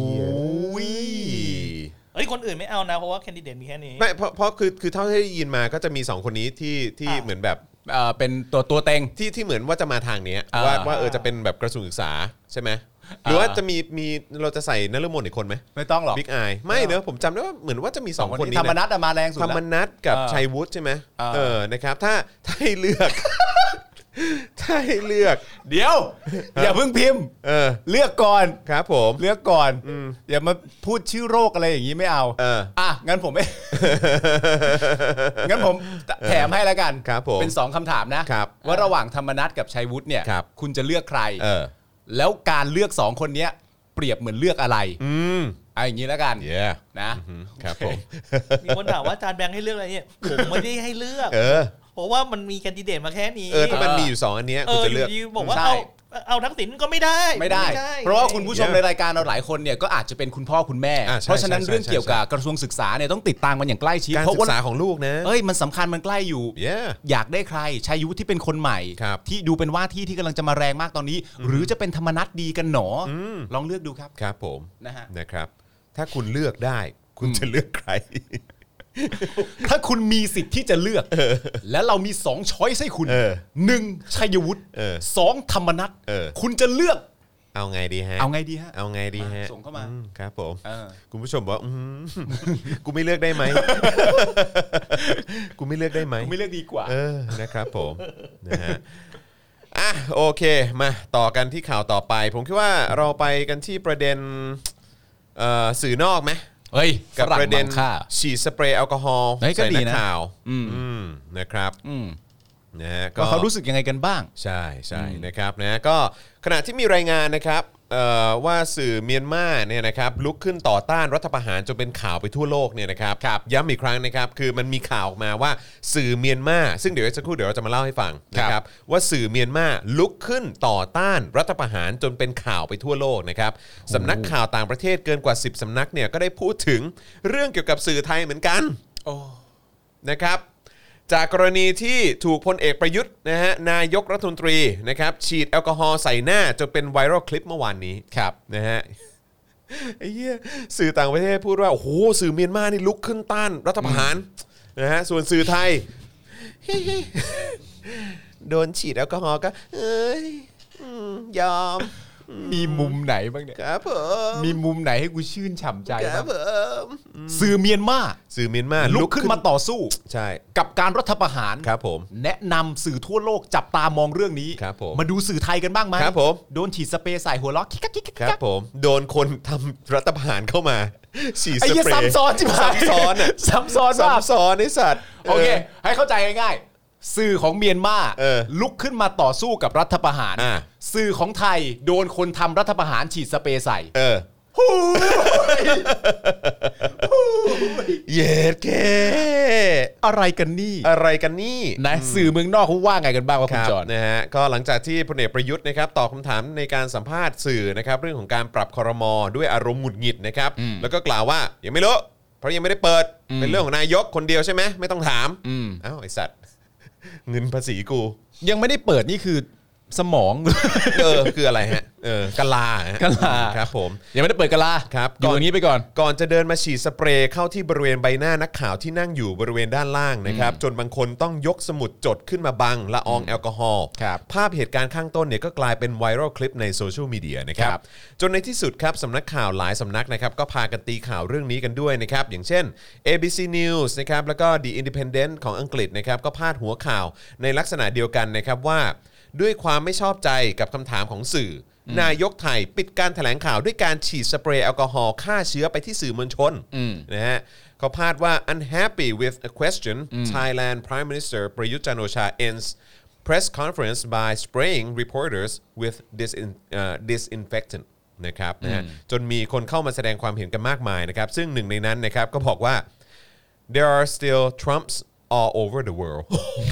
คนอื่นไม่เอานะเพราะว่าแคนดิเดตมีแค่นี้ไม่เพราะคือเท่าที่ได้ยินมาก็จะมี2คนนี้ที่เหมือนแบบเป็นตัวเต็งที่เหมือนว่าจะมาทางนี้ว่าจะเป็นแบบกระทรวงศึกษาใช่ไหมหรือว่าจะมีเราจะใส่นฤมลอีกคนไหมไม่ต้องหรอกบิ๊กไอไม่เนอะผมจำได้ว่าเหมือนว่าจะมี2คนนี้ธรรมนัสมาแรงสุดธรรมนัสกับชัยวุฒิใช่ไหมนะครับถ้าให้เลือกเดี๋ยวอย่าเพิ่งพิมพ์เลือกก่อนครับผมเลือกก่อนอย่ามาพูดชื่อโรคอะไรอย่างนี้ไม่เอางั้นผมไม่งั้นผมแถมให้แล้วกันเป็น2คำถามนะว่าระหว่างธรรมนัสกับชัยวุฒิเนี่ยคุณจะเลือกใครแล้วการเลือก2คนนี้เปรียบเหมือนเลือกอะไรอย่างนี้แล้วกันนะครับผมมีคนถามว่าอาจารย์แบงค์ให้เลือกอะไรเนี่ยผมไม่ได้ให้เลือกเพราะว่ามันมีแคนดิเดตมาแค่นี้ถ้ามันมีอยู่2อันเนี้ยคุณจะเลือกบอกว่าเอาเอาทักษิณก็ไม่ได้เพราะว่าคุณผู้ชมในรายการเราหลายคนเนี่ยก็อาจจะเป็นคุณพ่อคุณแม่เพราะฉะนั้นเรื่องเกี่ยวกับกระทรวงศึกษาเนี่ยต้องติดตามกันอย่างใกล้ชิดการศึกษาของลูกนะมันสำคัญมันใกล้อยู่อยากได้ใครชัยยุทธที่เป็นคนใหม่ที่ดูเป็นว่าที่กำลังจะมาแรงมากตอนนี้หรือจะเป็นธรรมนัสดีกันหนอลองเลือกดูครับครับผมนะครับถ้าคุณเลือกได้คุณจะเลือกใครถ้าคุณมีสิทธิ์ที่จะเลือกและเรามี2ช้อยส์ให้คุณ1ชัยวุฒิ2ธรรมนัสคุณจะเลือกเอาไงดีฮะส่งเข้ามาครับผมคุณผู้ชมบอกกูไม่เลือกได้ไหมกูไม่เลือกได้ไหมกูไม่เลือกดีกว่านะครับผมนะฮะโอเคมาต่อกันที่ข่าวต่อไปผมคิดว่าเราไปกันที่ประเด็นสื่อนอกไหมกับประเด็นฉีดสเปรย์แอลกอฮอล์ใส่นักข่าวนะครับนะฮะก็เขารู้สึกยังไงกันบ้างใช่นะครับนะก็ขณะที่มีรายงานนะครับว่าสื่อเมียนมาเนี่ยนะครับลุกขึ้นต่อต้านรัฐประหารจนเป็นข่าวไปทั่วโลกเนี่ยนะครับย้ำอีกครั้งนะครับคือมันมีข่าวออกมาว่าสื่อเมียนมาซึ่งเดี๋ยวสักครู่เดี๋ยวเราจะมาเล่าให้ฟังนะครับว่าสื่อเมียนมาลุกขึ้นต่อต้านรัฐประหารจนเป็นข่าวไปทั่วโลกนะครับสำนักข่าวต่างประเทศเกินกว่า10สำนักเนี่ยก็ได้พูดถึงเรื่องเกี่ยวกับสื่อไทยเหมือนกันนะครับจากกรณีที่ถูกพลเอกประยุทธ์นะฮะนายกรัฐมนตรีนะครับฉีดแอลกอฮอล์ใส่หน้าจนเป็นไวรัลคลิปเมื่อวานนี้นะฮะไอ้เหี้ยสื่อต่างประเทศพูดว่าโอ้โหสื่อเมียนมานี่ลุกขึ้นต้านรัฐประหารนะฮะส่วนสื่อไทยโดนฉีดแอลกอฮอล์ก็ยอมมีมุมไหนบ้างเนี่ยครับผมมีมุมไหนให้กูชื่นฉ่ำใจบ้างสื่อเมียนมาลุกขึ้นมาต่อสู้ใช่กับการรัฐประหารครับผมแนะนำสื่อทั่วโลกจับตามองเรื่องนี้ครับผมมาดูสื่อไทยกันบ้างไหมครับผมโดนฉีดสเปรย์ใส่หัวล็อกครับผมโดนคนทำรัฐประหารเข้ามาฉีดสเปรย์ซ้ำซ้อนจิ๋วซ้ำซ้อนไอ้สัตว์โอเคให้เข้าใจง่ายสื่อของเมียนมาลุกขึ้นมาต่อสู้กับรัฐประหารสื่อของไทยโดนคนทำรัฐประหารฉีดสเปรย์ใส่เย็ดแค่อะไรกันนี่นะสื่อเมืองนอกเขาว่าไงกันบ้างว่าคุณจอห์นนะฮะก็หลังจากที่พลเอกประยุทธ์นะครับตอบคำถามในการสัมภาษณ์สื่อนะครับเรื่องของการปรับครม.ด้วยอารมณ์หงุดหงิดนะครับแล้วก็กล่าวว่ายังไม่รู้เพราะยังไม่ได้เปิดเป็นเรื่องของนายกคนเดียวใช่ไหมไม่ต้องถามอ้าวไอ้สัตว์เงินภาษีกูยังไม่ได้เปิดนี่คือสมองคืออะไรฮะกะลาครับผมยังไม่ได้เปิดกะลาครับอยู่อย่างนี้ไปก่อนจะเดินมาฉีดสเปรย์เข้าที่บริเวณใบหน้านักข่าวที่นั่งอยู่บริเวณด้านล่างนะครับจนบางคนต้องยกสมุดจดขึ้นมาบังละอองแอลกอฮอล์ภาพเหตุการณ์ข้างต้นเนี่ยก็กลายเป็นไวรัลคลิปในโซเชียลมีเดียนะครับจนในที่สุดครับสำนักข่าวหลายสำนักนะครับก็พากันตีข่าวเรื่องนี้กันด้วยนะครับอย่างเช่น ABC News นะครับแล้วก็ The Independent ของอังกฤษนะครับก็พาดหัวข่าวในลักษณะเดียวกันนะครับว่าด้วยความไม่ชอบใจกับคำถามของสื่อนายกไทยปิดการแถลงข่าวด้วยการฉีดสเปรย์แอลกอฮอล์ฆ่าเชื้อไปที่สื่อมวลชนนะฮะเขาพาดว่า unhappy with a question Thailand Prime Minister Prayut Chan-o-cha ends press conference by spraying reporters with disinfectant นะครับนะฮะจนมีคนเข้ามาแสดงความเห็นกันมากมายนะครับซึ่งหนึ่งในนั้นนะครับก็บอกว่า there are still Trumps all over the world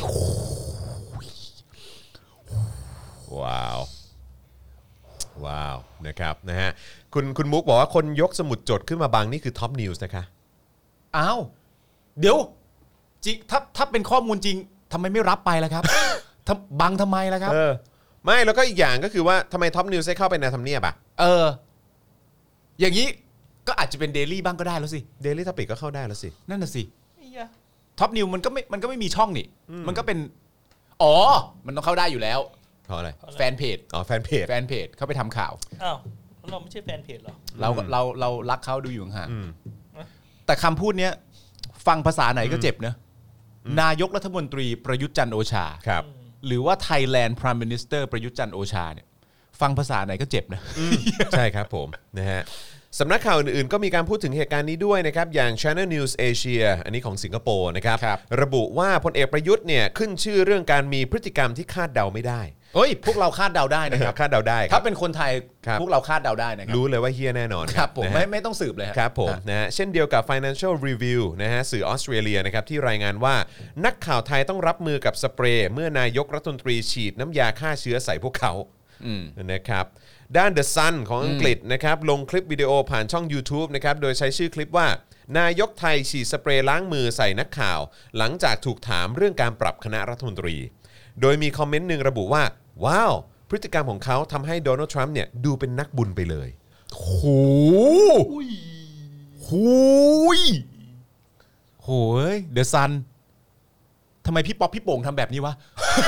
ว้าวนะครับนะฮะคุณมุกบอกว่าคนยกสมุดจดขึ้นมาบังนี่คือท็อปนิวส์นะคะอ้าวเดี๋ยวจริงถ้าเป็นข้อมูลจริงทำไมไม่รับไปล่ะครับบังทำไมล่ะครับไม่แล้วก็อีกอย่างก็คือว่าทำไมท็อปนิวส์ได้เข้าไปในทำเนียบอ่ะอย่างนี้ก็อาจจะเป็นเดลี่บ้างก็ได้แล้วสิเดลี่ท็อปิกก็เข้าได้แล้วสินั่นน่ะสิท็อปนิวส์มันก็ไม่มีช่องนี่มันก็เป็นมันต้องเข้าได้อยู่แล้วเพราะอะไรแฟนเพจแฟนเพจเข้าไปทำข่าวอ้าวเราไม่ใช่แฟนเพจหรอเรารักเขาดูอยู่ห่างแต่คำพูดเนี้ยฟังภาษาไหนก็เจ็บนะนายกรัฐมนตรีประยุทธ์จันทร์โอชาหรือว่า Thailand Prime Minister ประยุทธ์จันทร์โอชาเนี่ยฟังภาษาไหนก็เจ็บนะใช่ครับผมนะฮะสำนักข่าวอื่นๆก็มีการพูดถึงเหตุการณ์นี้ด้วยนะครับอย่าง Channel News Asia อันนี้ของสิงคโปร์นะครับระบุว่าพลเอกประยุทธ์เนี่ยขึ้นชื่อเรื่องการมีพฤติกรรมที่คาดเดาไม่ได้พวกเราคาดเดาได้นะครับคาดเดาได้ถ้าเป็นคนไทยพวกเราคาดเดาได้นะครับรู้เลยว่าเฮี้ยแน่นอนครับผมไม่ต้องสืบเลยครับผมนะฮะเช่นเดียวกับ Financial Review นะฮะสื่อออสเตรเลียนะครับที่รายงานว่านักข่าวไทยต้องรับมือกับสเปรย์เมื่อนายกรัฐมนตรีฉีดน้ำยาฆ่าเชื้อใส่พวกเขานะครับด้าน The Sun ของอังกฤษนะครับลงคลิปวิดีโอผ่านช่อง YouTube นะครับโดยใช้ชื่อคลิปว่านายกไทยฉีดสเปรย์ล้างมือใส่นักข่าวหลังจากถูกถามเรื่องการปรับคณะรัฐมนตรีโดยมีคอมเมนต์หนึ่งระบุว่าว้าวพฤติกรรมของเขาทำให้โดนัลด์ทรัมป์เนี่ยดูเป็นนักบุญไปเลยโหยเดอะซันทำไมพี่ป๊อปพี่โป่งทำแบบนี้วะ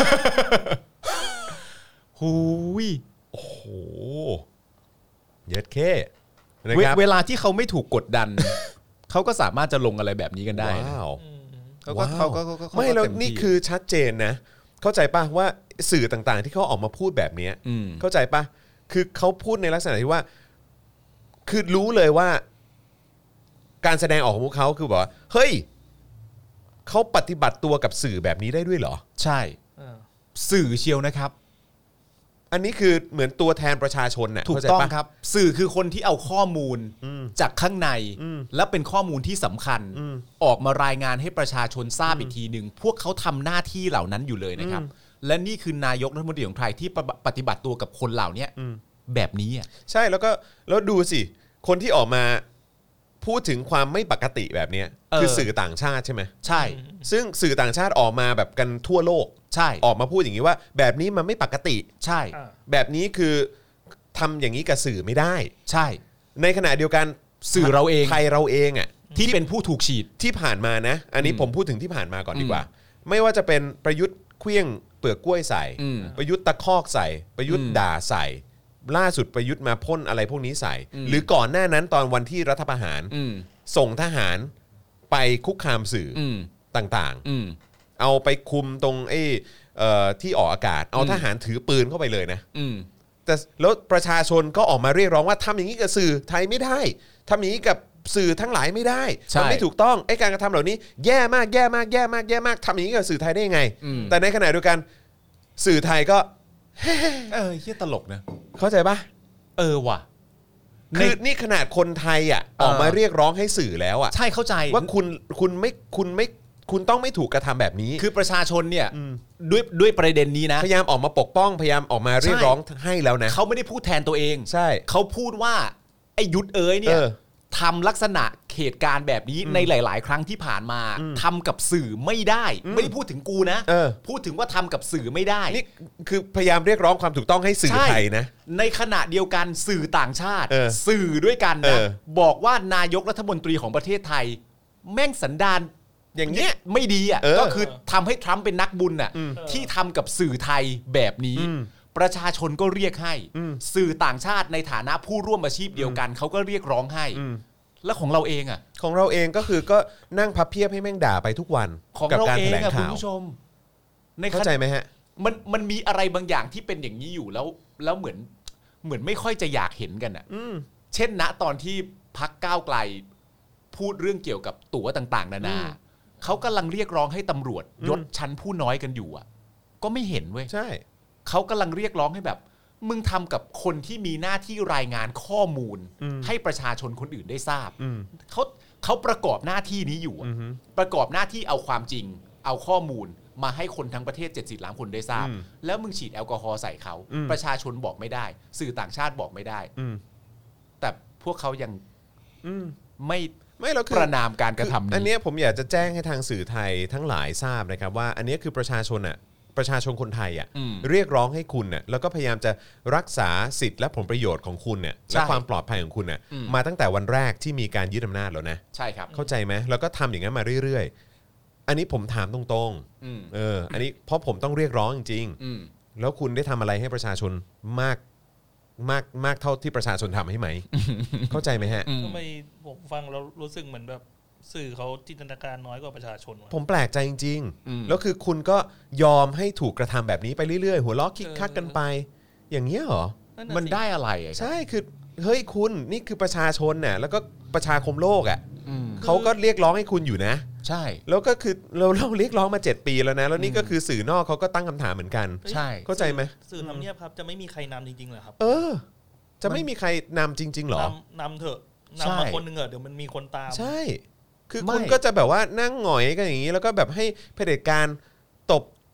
หูยโอ้โหเย็ดเข้นะครับเวลาที่เขาไม่ถูกกดดัน เขาก็สามารถจะลงอะไรแบบนี้กันได้ว้าวเขาก็ไม่แล้วนี่คือชัดเจนนะเข้าใจป่ะว่าสื่อต่างๆที่เขาออกมาพูดแบบนี้เข้าใจป่ะคือเขาพูดในลักษณะที่ว่าคือรู้เลยว่าการแสดงออกของพวกเขาคือบอกว่าเฮ้ยเขาปฏิบัติตัวกับสื่อแบบนี้ได้ด้วยเหรอใช่สื่อเชียวนะครับอันนี้คือเหมือนตัวแทนประชาชนน่ะถูกต้องครับสื่อคือคนที่เอาข้อมูลจากข้างในและเป็นข้อมูลที่สำคัญออกมารายงานให้ประชาชนทราบอีกทีนึงพวกเขาทำหน้าที่เหล่านั้นอยู่เลยนะครับและนี่คือนายกรัฐมนตรีของไทยที่ปฏิบัติตัวกับคนเหล่านี้แบบนี้อ่ะใช่แล้วดูสิคนที่ออกมาพูดถึงความไม่ปกติแบบนี้คือสื่อต่างชาติใช่ไหมใช่ซึ่งสื่อต่างชาติออกมาแบบกันทั่วโลกใช่ออกมาพูดอย่างนี้ว่าแบบนี้มันไม่ปกติใช่แบบนี้คือทำอย่างนี้กับสื่อไม่ได้ใช่ในขณะเดียวกันสื่อเราเองไทยเราเองอ่ะที่เป็นผู้ถูกฉีดที่ผ่านมานะอันนี้ผมพูดถึงที่ผ่านมาก่อนดีกว่าไม่ว่าจะเป็นประยุทธ์เคลี้ยงเปลือกกล้วยใส่ประยุทธ์ตะคอกใส่ประยุทธ์ด่าใส่ล่าสุดประยุทธ์มาพ่นอะไรพวกนี้ใส่หรือก่อนหน้านั้นตอนวันที่รัฐประหารส่งทหารไปคุกคามสื่อต่างๆเอาไปคุมตรงที่ออกอากาศเอาทหารถือปืนเข้าไปเลยนะแต่แล้วประชาชนก็ออกมาเรียกร้องว่าทำอย่างนี้กับสื่อไทยไม่ได้ทำอย่างนี้กับสื่อทั้งหลายไม่ได้มันไม่ถูกต้องไอ้การกระทำเหล่านี้แย่มากแย่มากแย่มากแย่มากทำอย่างนี้กับสื่อไทยได้ยังไงแต่ในขณะเดียวกันสื่อไทยก็เหี้ยตลกนะเข้าใจปะว่ะคือนี่ขนาดคนไทยอ่ะออกมาเรียกร้องให้สื่อแล้วอ่ะใช่เข้าใจว่าคุณต้องไม่ถูกกระทำแบบนี้คือประชาชนเนี่ยด้วยประเด็นนี้นะพยายามออกมาปกป้องพยายามออกมาเรียกร้องให้แล้วนะเขาไม่ได้พูดแทนตัวเองใช่เขาพูดว่าไอ้ยุทธเนี่ยทำลักษณะเหตุการณ์แบบนี้ในหลายๆครั้งที่ผ่านมาทำกับสื่อไม่ได้ไม่ได้พูดถึงกูนะพูดถึงว่าทำกับสื่อไม่ได้นี่คือพยายามเรียกร้องความถูกต้องให้สื่อไทยนะในขณะเดียวกันสื่อต่างชาติสื่อด้วยกันนะบอกว่านายกรัฐมนตรีของประเทศไทยแม่งสันดานอย่างเงี้ยไม่ดีอ่ะก็คือทำให้ทรัมป์เป็นนักบุญอ่ะที่ทำกับสื่อไทยแบบนี้ประชาชนก็เรียกให้สื่อต่างชาติในฐานะผู้ร่วมอาชีพเดียวกันเขาก็เรียกร้องให้แล้วของเราเองอ่ะของเราเองก็คือก็นั่งพับเพียบให้แม่งด่าไปทุกวันกับการแถลงข่าวคุณผู้ชมเข้าใจไหมฮะมันมีอะไรบางอย่างที่เป็นอย่างนี้อยู่แล้วเหมือนไม่ค่อยจะอยากเห็นกันอ่ะเช่นณตอนที่พรรคก้าวไกลพูดเรื่องเกี่ยวกับตั๋วต่างๆนานาเขากำลังเรียกร้องให้ตำรวจยศชั้นผู้น้อยกันอยู่อ่ะก็ไม่เห็นเว้ยใช่เขากำลังเรียกร้องให้แบบมึงทำกับคนที่มีหน้าที่รายงานข้อมูลให้ประชาชนคนอื่นได้ทราบเขาประกอบหน้าที่นี้อยู่ประกอบหน้าที่เอาความจริงเอาข้อมูลมาให้คนทั้งประเทศ70ล้านคนได้ทราบแล้วมึงฉีดแอลกอฮอล์ใส่เขาประชาชนบอกไม่ได้สื่อต่างชาติบอกไม่ได้แต่พวกเขายังไม่เราประนามการกระทำนี้อันนี้ผมอยากจะแจ้งให้ทางสื่อไทยทั้งหลายทราบนะครับว่าอันนี้คือประชาชนคนไทยอ่ะเรียกร้องให้คุณเนี่ยแล้วก็พยายามจะรักษาสิทธิ์และผลประโยชน์ของคุณเนี่ยและความปลอดภัยของคุณเนี่ยมาตั้งแต่วันแรกที่มีการยึดอำนาจแล้วนะใช่ครับเข้าใจไหมแล้วก็ทำอย่างนั้นมาเรื่อยๆอันนี้ผมถามตรงๆอันนี้เพราะผมต้องเรียกร้องจริงๆแล้วคุณได้ทำอะไรให้ประชาชนมากเท่าที่ประชาชนทำให้ไหม เข้าใจไหมฮะทำไมผมฟังแล้วรู้สึกเหมือนแบบสื่อเขาจินตนาการน้อยกว่าประชาชนผมแปลกใจจริงๆแล้วคือคุณก็ยอมให้ถูกกระทำแบบนี้ไปเรื่อยๆหัวล้อคิกคักกันไปอย่างเงี้ยเหรอมันได้อะไรใช่คือเฮ้ยคุณนี่คือประชาชนน่ะแล้วก็ประชาคมโลกอ่ะเขาก็เรียกร้องให้คุณอยู่นะใช่แล้วก็คือเราเรียกร้องมา7 ปีแล้วนะแล้วนี่ก็คือสื่อนอกเขาก็ตั้งคำถามเหมือนกันใช่เข้าใจไหมสื่อทำเนียบครับจะไม่มีใครนำจริงๆเหรอครับจะไม่มีใครนำจริงๆหรอนำเถอะนำมาคนหนึ่งเดี๋ยวมันมีคนตามใช่คือคุณก็จะแบบว่านั่งหงอยกันอย่างนี้แล้วก็แบบให้เผด็จการตบ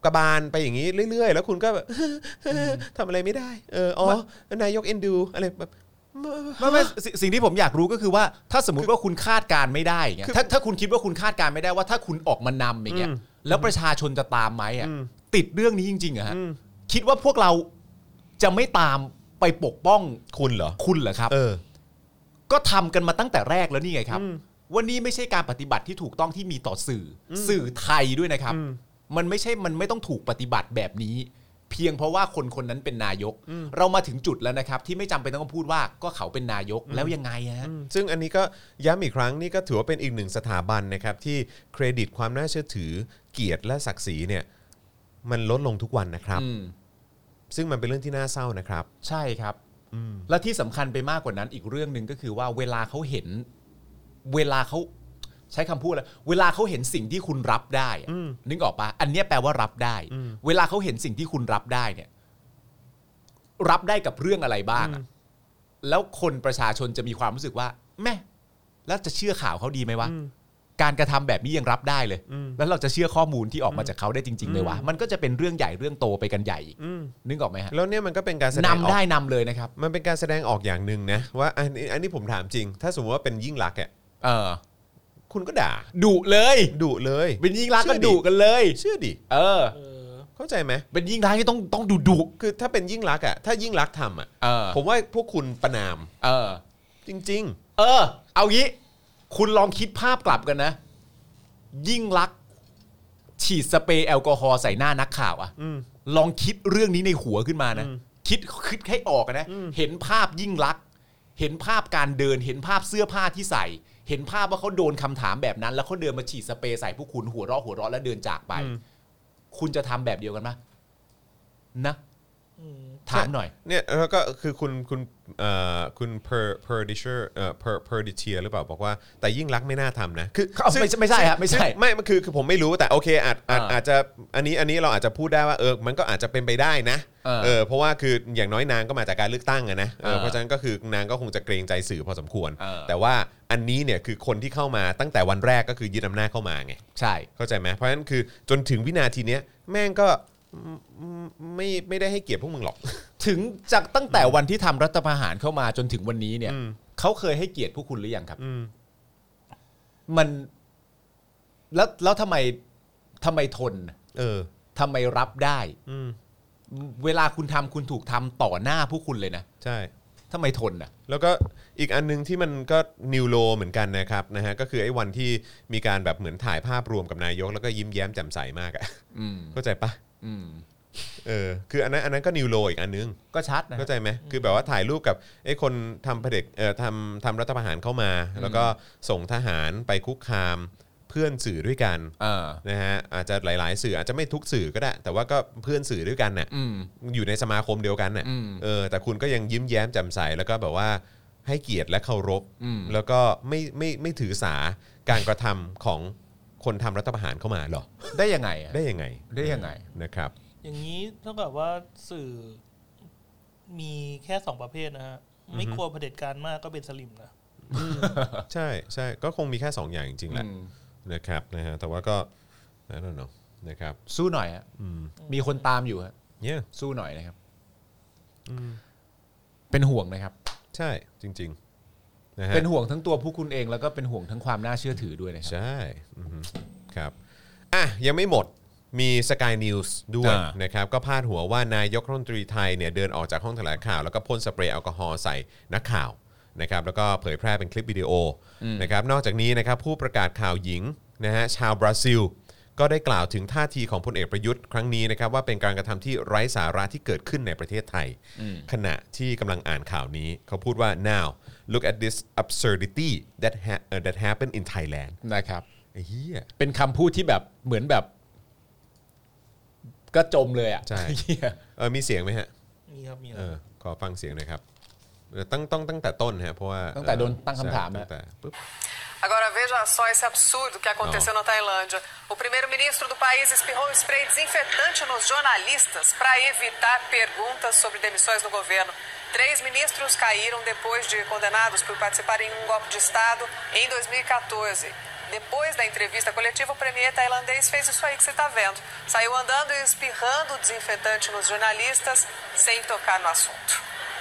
กระบาลไปอย่างนี้เรื่อยๆแล้วคุณก็แบบทำอะไรไม่ได้นายกเอ็นดูอะไรแบบไม่สิ่งที่ผมอยากรู้ก็คือว่าถ้าสมมุติว่าคุณคาดการไม่ได้อย่างเงี้ยถ้าคุณคิดว่าคุณคาดการไม่ได้ว่าถ้าคุณออกมานำอย่างเงี้ยแล้วประชาชนจะตามไหมอ่ะติดเรื่องนี้จริงๆอะฮะคิดว่าพวกเราจะไม่ตามไปปกป้องคุณเหรอครับก็ทำกันมาตั้งแต่แรกแล้วนี่ไงครับว่านี่ไม่ใช่การปฏิบัติที่ถูกต้องที่มีต่อสื่อไทยด้วยนะครับมันไม่ต้องถูกปฏิบัติแบบนี้เพียงเพราะว่าคนนั้นเป็นนายกเรามาถึงจุดแล้วนะครับที่ไม่จำเป็นต้องพูดว่าก็เขาเป็นนายกแล้วยังไงฮะซึ่งอันนี้ก็ย้ำอีกครั้งนี่ก็ถือว่าเป็นอีกหนึ่งสถาบันนะครับที่เครดิตความน่าเชื่อถือเกียรติและศักดิ์ศรีเนี่ยมันลดลงทุกวันนะครับซึ่งมันเป็นเรื่องที่น่าเศร้านะครับใช่ครับและที่สำคัญไปมากกว่านั้นอีกเรื่องนึงก็คือว่าเวลาเขาใช้คำพูดแล้วเวลาเขาเห็นสิ่งที่คุณรับได้นึกออกปะอันนี้แปลว่ารับได้เวลาเขาเห็นสิ่งที่คุณรับได้เนี่ยรับได้กับเรื่องอะไรบ้างแล้วคนประชาชนจะมีความรู้สึกว่าแม่แล้วจะเชื่อข่าวเขาดีไหมวะการกระทำแบบนี้ยังรับได้เลยแล้วเราจะเชื่อข้อมูลที่ออกมาจากเขาได้จริงๆเลยวะมันก็จะเป็นเรื่องใหญ่เรื่องโตไปกันใหญ่นึกออกไหมฮะแล้วเนี่ยมันก็เป็นการแสดงออกนำได้นำเลยนะครับมันเป็นการแสดงออกอย่างนึงนะว่าอันนี้ผมถามจริงถ้าสมมติว่าเป็นยิ่งลักษณ์คุณก็ด่าดุเลยเป็นยิ่งรักก็ดุกันเลยเชื่อดิเข้าใจไหมเป็นยิ่งรักที่ต้องดุคือถ้าเป็นยิ่งรักถ้ายิ่งรักทำผมว่าพวกคุณประนามจริงๆเอางี้คุณลองคิดภาพกลับกันนะยิ่งรักฉีดสเปรย์แอลกอฮอล์ใส่หน้านักข่าวลองคิดเรื่องนี้ในหัวขึ้นมานะคิดให้ออกนะเห็นภาพยิ่งรักเห็นภาพการเดินเห็นภาพเสื้อผ้าที่ใส่เห็นภาพว่าเขาโดนคำถามแบบนั้นแล้วเขาเดินมาฉีดสเปรย์ใส่พวกคุณหัวเราะแล้วเดินจากไปคุณจะทำแบบเดียวกันไหมนะถามหน่อยเนี่ยแล้วก็คือคุณPerditia หรือเปล่าบอกว่าแต่ยิ่งรักไม่น่าทำนะคือไม่ใช่ครับไม่ใช่ไม่คือผมไม่รู้แต่โอเคอาจจะอันนี้เราอาจจะพูดได้ว่ามันก็อาจจะเป็นไปได้นะเพราะว่าคืออย่างน้อยนางก็มาจากการเลือกตั้งนะเพราะฉะนั้นก็คือนางก็คงจะเกรงใจสื่อพอสมควรแต่ว่าอันนี้เนี่ยคือคนที่เข้ามาตั้งแต่วันแรกก็คือยึดอำนาจเข้ามาไงใช่เข้าใจไหมเพราะฉะนั้นคือจนถึงวินาทีนี้แม่งก็ไม่ได้ให้เกียรติพวกมึงหรอกถึงจากตั้งแต่วันที่ทำรัฐประหารเข้ามาจนถึงวันนี้เนี่ยเขาเคยให้เกียรติพวกคุณหรือยังครับมันแล้วทำไมทนทำไมรับได้เวลาคุณทำคุณถูกทำต่อหน้าพวกคุณเลยนะใช่ทำไมทนอ่ะแล้วก็อีกอันนึงที่มันก็นิวโลเหมือนกันนะครับนะฮะก็คือไอ้วันที่มีการแบบเหมือนถ่ายภาพรวมกับนายกแล้วก็ยิ้มแย้มแจ่มใสมากอ่ะเข้าใจปะคืออันนั้นก็นิวโรอีกอันนึงก็ชัดนะเข้าใจไหมคือแบบว่าถ่ายรูปกับไอ้คนทำเผด็จทำรัฐประหารเข้ามาแล้วก็ส่งทหารไปคุกคามเพื่อนสื่อด้วยกันนะฮะอาจจะหลายๆสื่ออาจจะไม่ทุกสื่อก็ได้แต่ว่าก็เพื่อนสื่อด้วยกันน่ะอยู่ในสมาคมเดียวกันน่ะแต่คุณก็ยังยิ้มแย้มแจ่มใสแล้วก็แบบว่าให้เกียรติและเคารพแล้วก็ไม่ถือสาการกระทำของคนทำรัฐประหารเข้ามาหรอได้ยังไงนะครับอย่างนี้เท่ากับว่าสื่อมีแค่2ประเภทนะฮะไม่กลัวเผด็จการมากก็เป็นสลิมนะใช่ก็คงมีแค่2อย่างจริงๆแหละนะครับนะฮะแต่ว่าก็นั่นเนาะนะครับสู้หน่อยฮะมีคนตามอยู่ฮะสู้หน่อยนะครับเป็นห่วงนะครับใช่จริงๆนะฮะเป็นห่วงทั้งตัวผู้คุณเองแล้วก็เป็นห่วงทั้งความน่าเชื่อถือด้วยนะครับใช่ครับยังไม่หมดมี Sky News ด้วยนะครับก็พาดหัวว่านายกรัฐมนตรีไทยเนี่ยเดินออกจากห้องแถลงข่าวแล้วก็พ่นสเปรย์แอลกอฮอล์ใส่นักข่าวนะครับแล้วก็เผยแพร่เป็นคลิปวิดีโอนะครับนอกจากนี้นะครับผู้ประกาศข่าวหญิงนะฮะชาวบราซิลก็ได้กล่าวถึงท่าทีของพลเอกประยุทธ์ครั้งนี้นะครับว่าเป็นการกระทำที่ไร้สาระที่เกิดขึ้นในประเทศไทยขณะที่กำลังอ่านข่าวนี้เขาพูดว่า now look at this absurdity that happened in Thailand นะครับไอ้เหี้ยเป็นคำพูดที่แบบเหมือนแบบก็จมเลยอ่ะใช่มีเสียงไหมฮะมีครับมีขอฟังเสียงหน่อยครับตั้งแต่ต้นฮะเพราะว่าตั้งแต่โดนตั้งคำถามนะ Agora veja só esse absurdo que aconteceu na Tailândia. O primeiro-ministro do país espirrou spray desinfetante nos jornalistas para evitar perguntas sobre demissões no governo. 3 ministros caíram depois de condenados por participarem em um golpe de Estado em 2014. Depois da entrevista coletiva, o premier tailandês fez isso aí que você está vendo. Saiu andando e espirrando o desinfetante nos jornalistas sem tocar no assunto.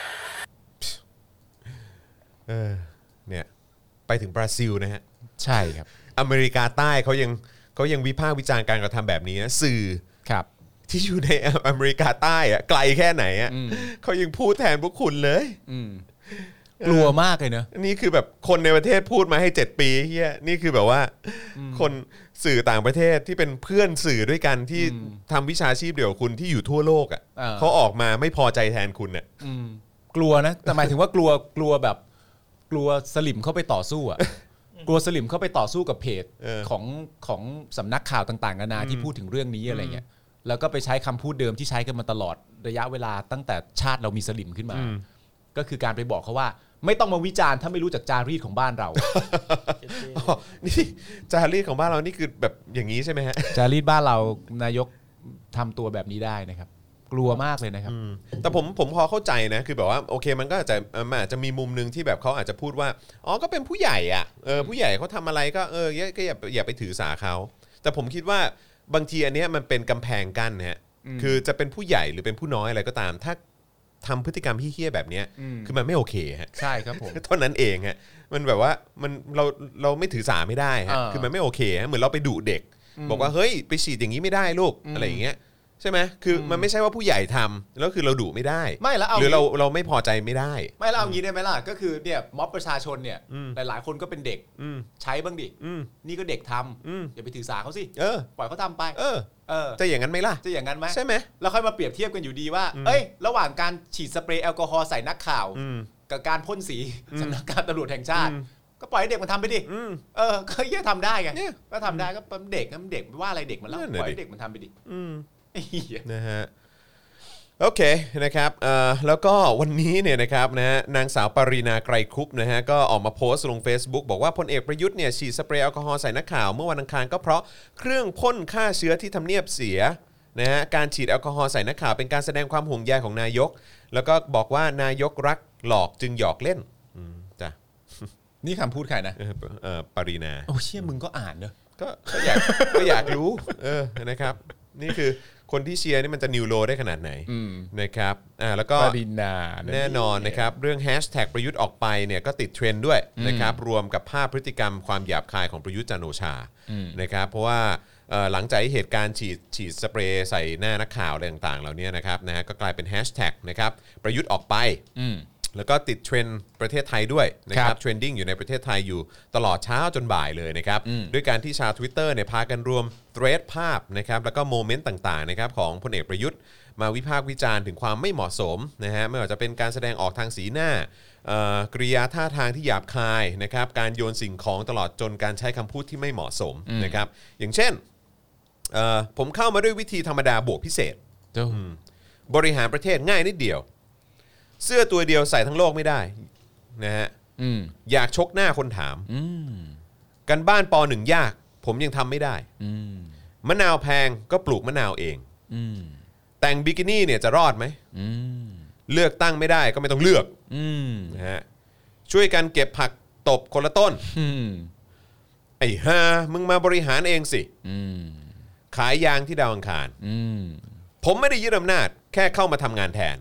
เนี่ยไปถึงบราซิลนะฮะใช่ครับอเมริกาใต้เขายังวิพากษ์วิจารณ์การกระทำแบบนี้นะสื่อครับที่อยู่ในอเมริกาใต้อะไกลแค่ไหนอะเขายังพูดแทนพวกคุณเลยกลัวมากเลยเนอะนี่คือแบบคนในประเทศพูดมาให้7ปีเฮียนี่คือแบบว่าคนสื่อต่างประเทศที่เป็นเพื่อนสื่อด้วยกันที่ทำวิชาชีพเดียวกับคุณที่อยู่ทั่วโลกอ่ะเขาออกมาไม่พอใจแทนคุณเนี่ยกลัวนะแต่หมายถึงว่ากลัวแบบกลัวสลิมเข้าไปต่อสู้อ่ะกลัวสลิมเข้าไปต่อสู้กับเพจของสำนักข่าวต่างๆนานาที่พูดถึงเรื่องนี้อะไรเงี้ยแล้วก็ไปใช้คำพูดเดิมที่ใช้กันมาตลอดระยะเวลาตั้งแต่ชาติเรามีสลิมขึ้นมาก็คือการไปบอกเขาว่าไม่ต้องมาวิจารณ์ถ้าไม่รู้จักจารีตของบ้านเรานี่จารีตของบ้านเรานี่คือแบบอย่างนี้ใช่ไหมฮะจารีตบ้านเรานายกทำตัวแบบนี้ได้นะครับกลัวมากเลยนะครับแต่ผมพอเข้าใจนะคือแบบว่าโอเคมันก็อาจจะมีมุมนึงที่แบบเขาอาจจะพูดว่าอ๋อก็เป็นผู้ใหญ่อ่ะผู้ใหญ่เขาทำอะไรก็ก็อย่าไปถือสาเขาแต่ผมคิดว่าบางทีอันเนี้ยมันเป็นกำแพงกั้นนะฮะคือจะเป็นผู้ใหญ่หรือเป็นผู้น้อยอะไรก็ตามถ้าทำพฤติกรรมเหี้ยๆแบบนี้คือมันไม่โอเคฮะใช่ครับผมเท่านั้นเองฮะมันแบบว่ามันเราไม่ถือสาไม่ได้ฮะคือมันไม่โอเคฮะเหมือนเราไปดุเด็กบอกว่าเฮ้ยไปฉีดอย่างนี้ไม่ได้ลูกอะไรอย่างเงี้ยใช่ไหมคือมันไม่ใช่ว่าผู้ใหญ่ทำแล้วคือเราดุไม่ได้ไม่แล้วหรือเราไม่พอใจไม่ได้ไม่แล้วเอางี้ได้ไหมล่ะก็คือเนี่ยม็อบประชาชนเนี่ยหลายๆคนก็เป็นเด็กใช้บ้างดินี่ก็เด็กทำอย่าไปถือสาเขาสิปล่อยเขาทำไปจะอย่างนั้นไหมล่ะจะอย่างนั้นไหมใช่ไหมแล้วค่อยมาเปรียบเทียบกันอยู่ดีว่าเอ้ยระหว่างการฉีดสเปรย์แอลกอฮอล์ใส่นักข่าวกับการพ่นสีสำนักงานตำรวจแห่งชาติก็ปล่อยให้เด็กมันทำไปดิก็แค่ทำได้ไงก็ทำได้ก็เด็กเด็กว่าอะไรเด็กมันแล้วปล่อยให้เด็กมันทำไปดินะฮะโอเคนะครับแล้วก็วันนี้เนี่ยนะครับนะนางสาวปรีนาไกรคุปนะฮะก็ออกมาโพสต์ลง Facebook บอกว่าพลเอกประยุทธ์เนี่ยฉีดสเปรย์แอลกอฮอล์ใส่นักข่าวเมื่อวันอังคารก็เพราะเครื่องพ่นฆ่าเชื้อที่ทำเนียบเสียนะฮะการฉีดแอลกอฮอล์ใส่นักข่าวเป็นการแสดงความห่วงใยของนายกแล้วก็บอกว่านายกรักหลอกจึงหยอกเล่นจ้ะนี่คำพูดใครนะปรีนาโอ้เชี่ยมึงก็อ่านเนอะก็อยากรู้นะครับนี่คือคนที่เชียร์นี่มันจะนิวโลได้ขนาดไหนนะครับแล้วก็แน่นอนนะครับเรื่องแฮชแท็กประยุทธ์ออกไปเนี่ยก็ติดเทรนด์ด้วยนะครับรวมกับภาพพฤติกรรมความหยาบคายของประยุทธ์จันทร์โอชานะครับเพราะว่าหลังจากเหตุการณ์ฉีดสเปรย์ใส่หน้านักข่าวอะไรต่างๆเหล่านี้นะครับนะฮะก็กลายเป็นแฮชแท็กนะครับประยุทธ์ออกไปแล้วก็ติดเทรนด์ประเทศไทยด้วยนะครับเทรนดิ้งอยู่ในประเทศไทยอยู่ตลอดเช้าจนบ่ายเลยนะครับด้วยการที่ชาว Twitter เนี่ยพากันรวมเทรดภาพนะครับแล้วก็โมเมนต์ต่างๆนะครับของพลเอกประยุทธ์มาวิพากษ์วิจารณ์ถึงความไม่เหมาะสมนะฮะไม่ว่าจะเป็นการแสดงออกทางสีหน้ากริยาท่าทางที่หยาบคายนะครับการโยนสิ่งของตลอดจนการใช้คำพูดที่ไม่เหมาะสมนะครับอย่างเช่นผมเข้ามาด้วยวิธีธรรมดาบวกพิเศษบริหารประเทศง่ายนิดเดียวเสื้อตัวเดียวใส่ทั้งโลกไม่ได้นะฮะอยากชกหน้าคนถามกันบ้านป.1 ยากผมยังทำไม่ได้มะนาวแพงก็ปลูกมะนาวเองแต่งบิกินี่เนี่ยจะรอดไหมเลือกตั้งไม่ได้ก็ไม่ต้องเลือกนะฮะช่วยกันเก็บผักตบคนละต้นไอ้ห่ามึงมาบริหารเองสิขายยางที่ดาวอังคารผมไม่ได้ยึดอำนาจแค่เข้ามาทำงานแทน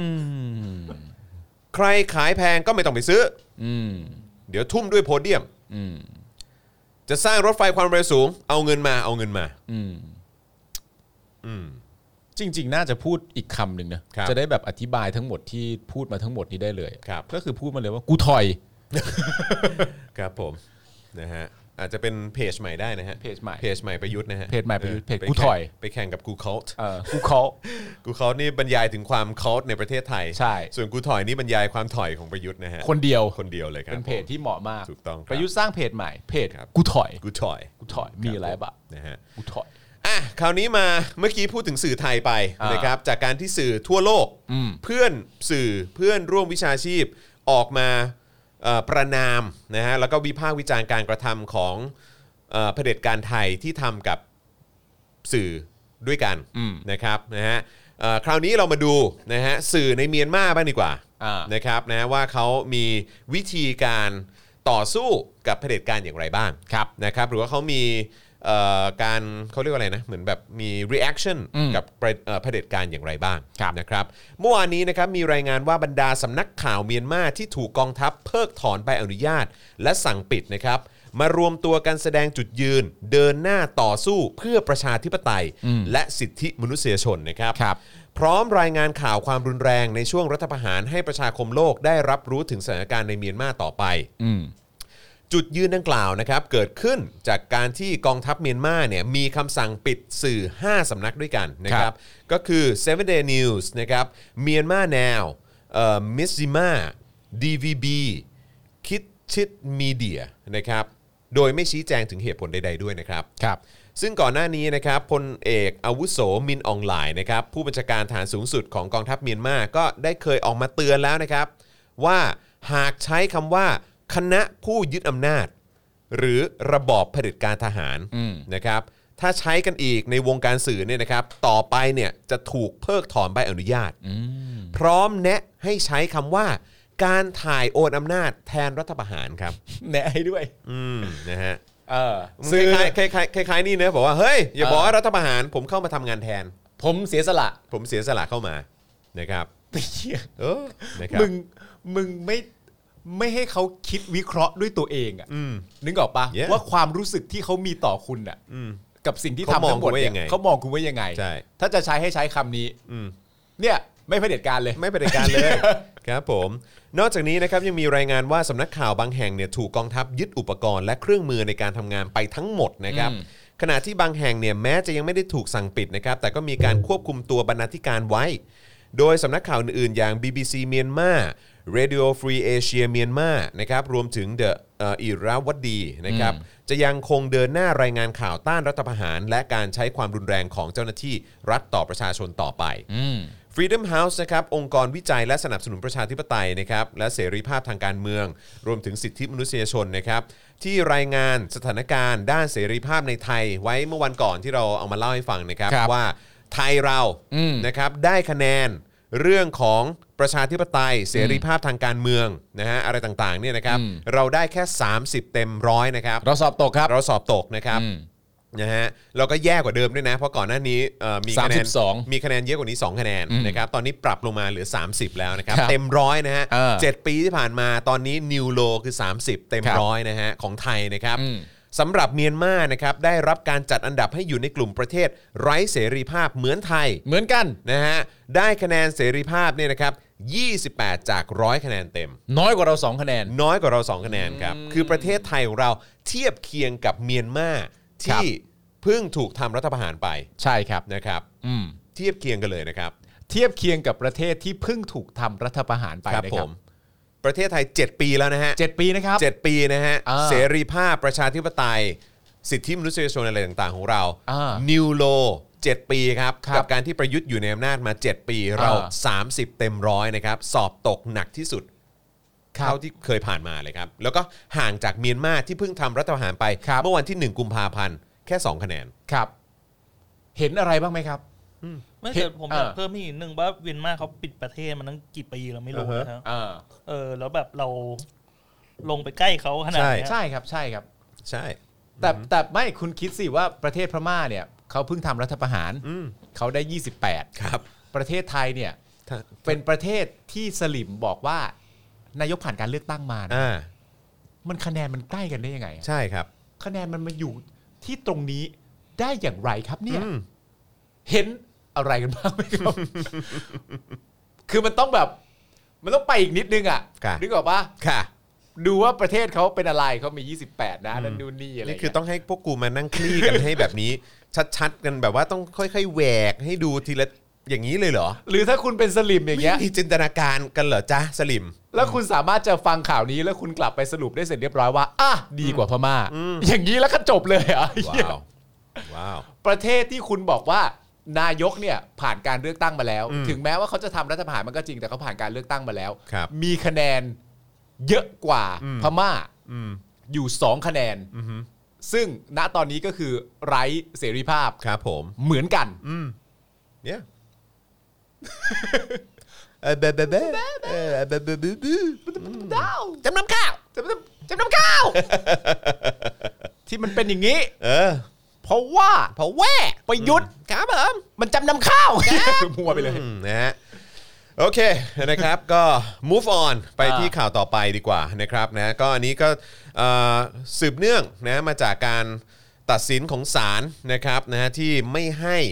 ใครขายแพงก็ไม่ต้องไปซื้อเดี๋ยวทุ่มด้วยโพเดียมจะสร้างรถไฟความเร็วสูงเอาเงินมาจริงๆน่าจะพูดอีกคำหนึ่งนะจะได้แบบอธิบายทั้งหมดที่พูดมาทั้งหมดนี้ได้เลยก็คือพูดมาเลยว่ากูถอยครับผมนะฮะอาจจะเป็นเพจใหม่ได้นะฮะเพจใหม่ประยุทธ์นะฮะเพจใหม่ประยุทธ์เพจกูถอยไปแข่งกับกูคอลกูคอลนี่บรรยายถึงความคอลในประเทศไทยใช่ส่วนกูถอยนี่บรรยายความถอยของประยุทธ์นะฮะคนเดียวเลยครับเป็นเพจที่เหมาะมากถูกต้องประยุทธ์สร้างเพจใหม่เพจกูถอยมีอะไรบ้างนะฮะกูถอยคราวนี้มาเมื่อกี้พูดถึงสื่อไทยไปนะครับจากการที่สื่อทั่วโลกเพื่อนร่วมวิชาชีพออกมาประณามนะฮะแล้วก็วิพากษ์วิจารณ์การกระทำของเผด็จการไทยที่ทำกับสื่อด้วยกันนะครับนะฮะคราวนี้เรามาดูนะฮะสื่อในเมียนมาบ้างดีกว่านะครับนะว่าเขามีวิธีการต่อสู้กับเผด็จการอย่างไรบ้างนะครับหรือว่าเขามีการเขาเรียกว่าอะไรนะเหมือนแบบมี reaction กับเผด็จการอย่างไรบ้างนะครับเมื่อวานนี้นะครับมีรายงานว่าบรรดาสำนักข่าวเมียนมาที่ถูกกองทัพเพิกถอนใบอนุญาตและสั่งปิดนะครับมารวมตัวกันแสดงจุดยืนเดินหน้าต่อสู้เพื่อประชาธิปไตยและสิทธิมนุษยชนนะครับพร้อมรายงานข่าวความรุนแรงในช่วงรัฐประหารให้ประชาคมโลกได้รับรู้ถึงสถานการณ์ในเมียนมาต่อไปจุดยืนดังกล่าวนะครับเกิดขึ้นจากการที่กองทัพเมียนมาเนี่ยมีคำสั่งปิดสื่อ5สำนักด้วยกันนะครับก็คือ Seven Day News นะครับ Myanmar Now Mizima DVB Kitchit Media นะครับโดยไม่ชี้แจงถึงเหตุผลใดๆด้วยนะครับซึ่งก่อนหน้านี้นะครับพลเอกอาวุโสมินอองหลายนะครับผู้บัญชาการฐานสูงสุดของกองทัพเมียนมาก็ได้เคยออกมาเตือนแล้วนะครับว่าหากใช้คำว่าคณะผู้ยึดอำนาจหรือระบอบเผด็จการทหารนะครับถ้าใช้กันอีกในวงการสื่อเนี่ยนะครับต่อไปเนี่ยจะถูกเพิกถอนใบอนุญาตพร้อมแนะให้ใช้คำว่าการถ่ายโอนอำนาจแทนรัฐประหารครับแนะให้ด้วยนะฮะคล้ายๆนี่นะบอกว่าเฮ้ยอย่าบอกว่ารัฐประหารผมเข้ามาทำงานแทนผมเสียสละเข้ามานะครับนะครับมึงไม่ให้เขาคิดวิเคราะห์ด้วยตัวเองอ่ะนึกออกปะว่าความรู้สึกที่เขามีต่อคุณอ่ะกับสิ่งที่ทำทั้งหมดเนี่ยเขามองคุณว่ายังไงถ้าจะใช้ให้ใช้คำนี้เนี่ยไม่เผด็จการเลยไม่เผด็จการเลย ครับผมนอกจากนี้นะครับยังมีรายงานว่าสำนักข่าวบางแห่งเนี่ยถูกกองทัพยึดอุปกรณ์และเครื่องมือในการทำงานไปทั้งหมดนะครับขณะที่บางแห่งเนี่ยแม้จะยังไม่ได้ถูกสั่งปิดนะครับแต่ก็มีการควบคุมตัวบรรณาธิการไว้โดยสำนักข่าวอื่นๆอย่าง BBC เมียนมา Radio Free Asia เมียนมานะครับรวมถึง The อิราวดีนะครับจะยังคงเดินหน้ารายงานข่าวต้านรัฐประหารและการใช้ความรุนแรงของเจ้าหน้าที่รัฐต่อประชาชนต่อไปFreedom House นะครับองค์กรวิจัยและสนับสนุนประชาธิปไตยนะครับและเสรีภาพทางการเมืองรวมถึงสิทธิมนุษยชนนะครับที่รายงานสถานการณ์ด้านเสรีภาพในไทยไว้เมื่อวันก่อนที่เราเอามาเล่าให้ฟังนะครับว่าไทยเรานะครับได้คะแนนเรื่องของประชาธิปไตยเสรีภาพทางการเมืองนะฮะอะไรต่างๆเนี่ยนะครับเราได้แค่30เต็ม100นะครับเราสอบตกครับเราสอบตกนะครับนะฮะเราก็แย่กว่าเดิมด้วยนะเพราะก่อนหน้านี้มีคะแนนเยอะกว่านี้2คะแนนนะครับตอนนี้ปรับลงมาเหลือ30แล้วนะครับเต็ม100นะฮะ7ปีที่ผ่านมาตอนนี้นิวโลคือ30เต็ม100นะฮะของไทยนะครับสำหรับเมียนมานะครับได้รับการจัดอันดับให้อยู่ในกลุ่มประเทศไร้เสรีภาพเหมือนไทยเหมือนกันนะฮะได้คะแนนเสรีภาพเนี่ยนะครับ28จาก100คะแนนเต็มน้อยกว่าเรา2คะแนนน้อยกว่าเรา2คะแนนครับคือประเทศไทยของเราเทียบเคียงกับเมียนมาที่เพิ่งถูกทำรัฐประหารไปใช่ครับนะครับเทียบเคียงกันเลยนะครับเทียบเคียงกับประเทศที่เพิ่งถูกทำรัฐประหารไปนะครับประเทศไทย7ปีแล้วนะฮะ 7ปีนะครับ 7ปีนะฮะเสรีภาพประชาธิปไตยสิทธิมนุษยชนอะไรต่างๆของเรานิวโล7ปีครับกับการที่ประยุทธ์อยู่ในอำนาจมา7ปีเรา30เต็ม100นะครับสอบตกหนักที่สุดเท่าที่เคยผ่านมาเลยครับแล้วก็ห่างจากเมียนมาที่เพิ่งทำรัฐประหารไปเมื่อวันที่1กุมภาพันธ์แค่2คะแนนครับเห็นอะไรบ้างไหมครับไม่เกิดผมอยากเพิ่มอีกนิดนึงว่าเมียนมาเขาปิดประเทศมันตั้งกี่ปีเราไม่รู้นะครับแล้วแบบเราลงไปใกล้เขาขนาดนี้ใช่ครับใช่ครับใช่แต่ไม่คุณคิดสิว่าประเทศพม่าเนี่ยเขาเพิ่งทำรัฐประหารเขาได้28 ครับประเทศไทยเนี่ยเป็นประเทศที่สลิมบอกว่านายกผ่านการเลือกตั้งมามันคะแนนมันใกล้กันได้ยังไงใช่ครับคะแนนมันมาอยู่ที่ตรงนี้ได้อย่างไรครับเนี่ยเห็นอะไรกันบ้างไหมครับคือมันต้องไปอีกนิดนึงอ่ะนึกออกปะค่ะดูว่าประเทศเขาเป็นอะไรเขามี28นะนั่นนู่นนี่อะไรนี่คือต้องให้พวกกูมานั่งคลี่กันให้แบบนี้ชัดๆกันแบบว่าต้องค่อยๆแหวกให้ดูทีละอย่างนี้เลยเหรอหรือถ้าคุณเป็นสลิมอย่างเงี้ยมีจินตนาการกันเหรอจ๊ะสลิมแล้วคุณสามารถจะฟังข่าวนี้แล้วคุณกลับไปสรุปได้เสร็จเรียบร้อยว่าดีกว่าพม่าอย่างนี้แล้วก็จบเลยอ่ะว้าวประเทศที่คุณบอกว่านายกเนี่ยผ่านการเลือกตั้งมาแล้วถึงแม้ว่าเขาจะทำรัฐประหารมันก็จริงแต่เขาผ่านการเลือกตั้งมาแล้วมีคะแนนเยอะกว่าพม่าอยู่2คะแนนซึ่งณตอนนี้ก็คือไร้เสรีภาพครับผมเหมือนกันเนี่ยจำนำข้าวจำนำข้าวที่มันเป็นอย่างนี้เพราะว่าประยุทธ์ครับผมมันจำนำข้าวมัวไปเลยนะฮะโอเคนะครับก็ move on ไปที่ข่าวต่อไปดีกว่านะครับนะก็อันนี้ก็สืบเนื่องนะมาจากการตัดสินของศาลนะครับนะฮะที่ไม่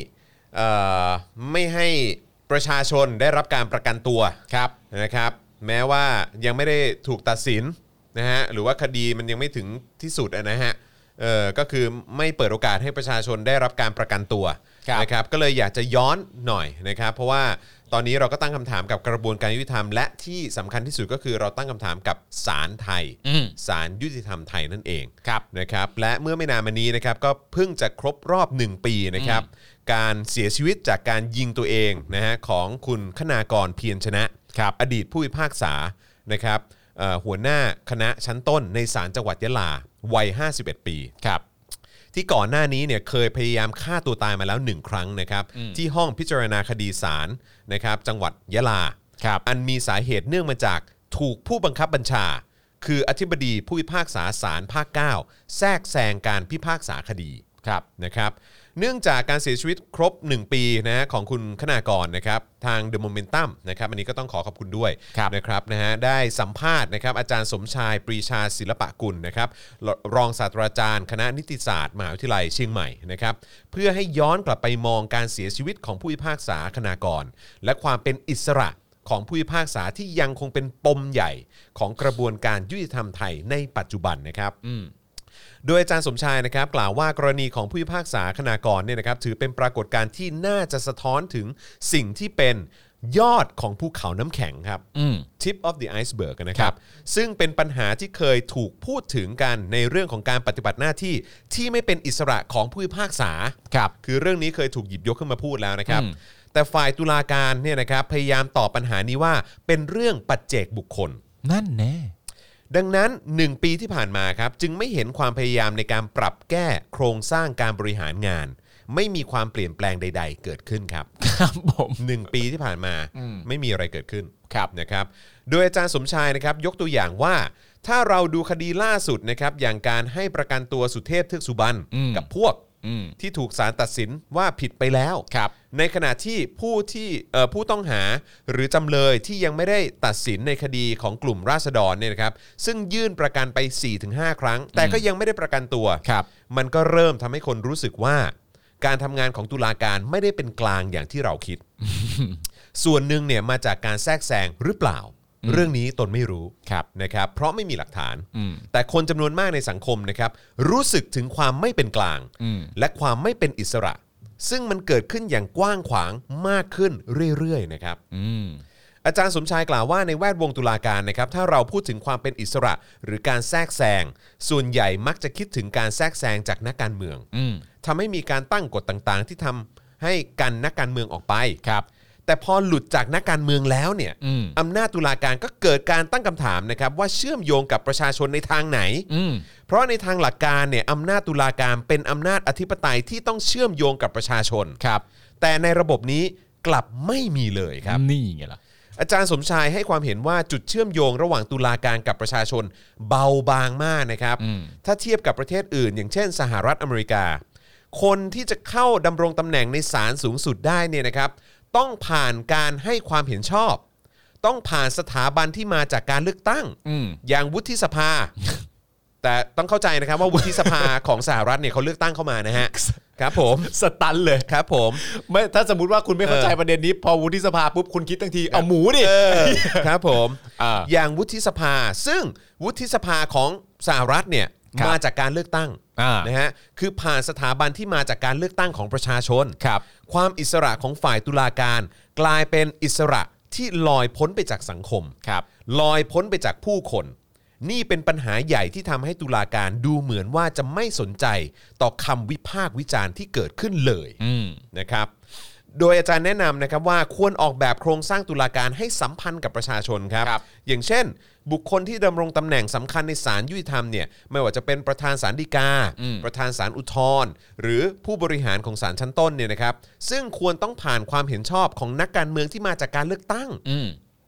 ให้ประชาชนได้รับการประกันตัวนะครับแม้ว่ายังไม่ได้ถูกตัดสินนะฮะหรือว่าคดีมันยังไม่ถึงที่สุดนะฮะก็คือไม่เปิดโอกาสให้ประชาชนได้รับการประกันตัวนะครับก็เลยอยากจะย้อนหน่อยนะครับเพราะว่าตอนนี้เราก็ตั้งคำถามกับกระบวนการยุติธรรมและที่สำคัญที่สุดก็คือเราตั้งคำถามกับศาลไทยศาลยุติธรรมไทยนั่นเองนะครับและเมื่อไม่นานมานี้นะครับก็เพิ่งจะครบรอบ1ปีนะครับการเสียชีวิตจากการยิงตัวเองนะฮะของคุณคณากรเพียรชนะอดีตผู้พิพากษานะครับหัวหน้าคณะชั้นต้นในศาลจังหวัดยะลาวัย51 ปีที่ก่อนหน้านี้เนี่ยเคยพยายามฆ่าตัวตายมาแล้ว1ครั้งนะครับที่ห้องพิจารณาคดีศาลนะครับจังหวัดยะลาอันมีสาเหตุเนื่องมาจากถูกผู้บังคับบัญชาคืออธิบดีผู้พิพากษาศาลภาค 9แทรกแซงการพิพากษาคดีนะครับเนื่องจากการเสียชีวิตครบ1ปีนะของคุณคณากรนะครับทาง The Momentum นะครับอันนี้ก็ต้องขอบคุณด้วยนะครับนะฮะได้สัมภาษณ์นะครับอาจารย์สมชายปรีชาศิลปะกุลนะครับรองศาสตราจารย์คณะนิติศาสตร์มหาวิทยาลัยเชียงใหม่นะครับเพื่อให้ย้อนกลับไปมองการเสียชีวิตของผู้พิพากษาคณากรและความเป็นอิสระของผู้พิพากษาที่ยังคงเป็นปมใหญ่ของกระบวนการยุติธรรมไทยในปัจจุบันนะครับโดยอาจารย์สมชายนะครับกล่าวว่ากรณีของผู้พิพากษาคณากรเนี่ยนะครับถือเป็นปรากฏการณ์ที่น่าจะสะท้อนถึงสิ่งที่เป็นยอดของภูเขาน้ำแข็งครับ tip of the iceberg นะครับซึ่งเป็นปัญหาที่เคยถูกพูดถึงกันในเรื่องของการปฏิบัติหน้าที่ที่ไม่เป็นอิสระของผู้พิพากษาคือเรื่องนี้เคยถูกหยิบยกขึ้นมาพูดแล้วนะครับแต่ฝ่ายตุลาการเนี่ยนะครับพยายามตอบปัญหานี้ว่าเป็นเรื่องปัจเจกบุคคลนั่นแน่ดังนั้น1ปีที่ผ่านมาครับจึงไม่เห็นความพยายามในการปรับแก้โครงสร้างการบริหารงานไม่มีความเปลี่ยนแปลงใดๆเกิดขึ้นครับผม 1ปีที่ผ่านมาไม่มีอะไรเกิดขึ้นนะครับโดยอาจารย์สมชายนะครับยกตัวอย่างว่าถ้าเราดูคดีล่าสุดนะครับอย่างการให้ประกันตัวสุเทพเทือกสุบรรณกับพวกที่ถูกศาลตัดสินว่าผิดไปแล้วในขณะที่ผู้ต้องหาหรือจำเลยที่ยังไม่ได้ตัดสินในคดีของกลุ่มราษฎรเนี่ยนะครับซึ่งยื่นประกันไป 4-5 ครั้งแต่ก็ยังไม่ได้ประกันตัวมันก็เริ่มทำให้คนรู้สึกว่าการทำงานของตุลาการไม่ได้เป็นกลางอย่างที่เราคิด ส่วนหนึ่งเนี่ยมาจากการแทรกแซงหรือเปล่าเรื่องนี้ตนไม่รู้นะครับเพราะไม่มีหลักฐานแต่คนจำนวนมากในสังคมนะครับรู้สึกถึงความไม่เป็นกลางและความไม่เป็นอิสระซึ่งมันเกิดขึ้นอย่างกว้างขวางมากขึ้นเรื่อยๆนะครับอาจารย์สมชายกล่าวว่าในแวดวงตุลาการนะครับถ้าเราพูดถึงความเป็นอิสระหรือการแทรกแซงส่วนใหญ่มักจะคิดถึงการแทรกแซงจากนักการเมืองทำให้มีการตั้งกฎต่างๆที่ทำให้กันนักการเมืองออกไปแต่พอหลุดจากนักการเมืองแล้วเนี่ยอำนาจตุลาการก็เกิดการตั้งคำถามนะครับว่าเชื่อมโยงกับประชาชนในทางไหนเพราะในทางหลักการเนี่ยอำนาจตุลาการเป็นอำนาจอธิปไตยที่ต้องเชื่อมโยงกับประชาชนแต่ในระบบนี้กลับไม่มีเลยครับนี่ไงล่ะอาจารย์สมชายให้ความเห็นว่าจุดเชื่อมโยงระหว่างตุลาการกับประชาชนเบาบางมากนะครับถ้าเทียบกับประเทศอื่นอย่างเช่นสหรัฐอเมริกาคนที่จะเข้าดำรงตำแหน่งในศาลสูงสุดได้เนี่ยนะครับต้องผ่านการให้ความเห็นชอบต้องผ่านสถาบันที่มาจากการเลือกตั้งอย่างวุฒิสภาแต่ต้องเข้าใจนะครับว่าวุฒิสภาของสหรัฐเนี่ยเขาเลือกตั้งเข้ามานะฮะครับผมสตันเลยครับผมไม่ถ้าสมมุติว่าคุณไม่เข้าใจประเด็นนี้พอวุฒิสภาปุ๊บคุณคิดทันทีเอาหมูดิครับผมอย่างวุฒิสภาซึ่งวุฒิสภาของสหรัฐเนี่ยมาจากการเลือกตั้งนะฮะคือผ่านสถาบันที่มาจากการเลือกตั้งของประชาชนความอิสระของฝ่ายตุลาการกลายเป็นอิสระที่ลอยพ้นไปจากสังคมลอยพ้นไปจากผู้คนนี่เป็นปัญหาใหญ่ที่ทำให้ตุลาการดูเหมือนว่าจะไม่สนใจต่อคำวิพากษ์วิจารณ์ที่เกิดขึ้นเลยนะครับโดยอาจารย์แนะนำนะครับว่าควรออกแบบโครงสร้างตุลาการให้สัมพันธ์กับประชาชนครับอย่างเช่นบุคคลที่ดำรงตำแหน่งสำคัญในศาลยุติธรรมเนี่ยไม่ว่าจะเป็นประธานศาลฎีกาประธานศาลอุทธรณ์หรือผู้บริหารของศาลชั้นต้นเนี่ยนะครับซึ่งควรต้องผ่านความเห็นชอบของนักการเมืองที่มาจากการเลือกตั้ง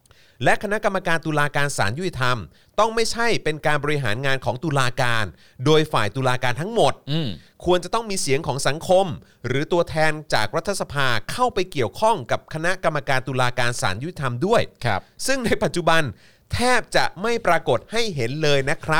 และคณะกรรมการตุลาการศาลยุติธรรมต้องไม่ใช่เป็นการบริหารงานของตุลาการโดยฝ่ายตุลาการทั้งหมดควรจะต้องมีเสียงของสังคมหรือตัวแทนจากรัฐสภาเข้าไปเกี่ยวข้องกับคณะกรรมการตุลาการศาลยุติธรรมด้วยซึ่งในปัจจุบันแทบจะไม่ปรากฏให้เห็นเลยนะครับ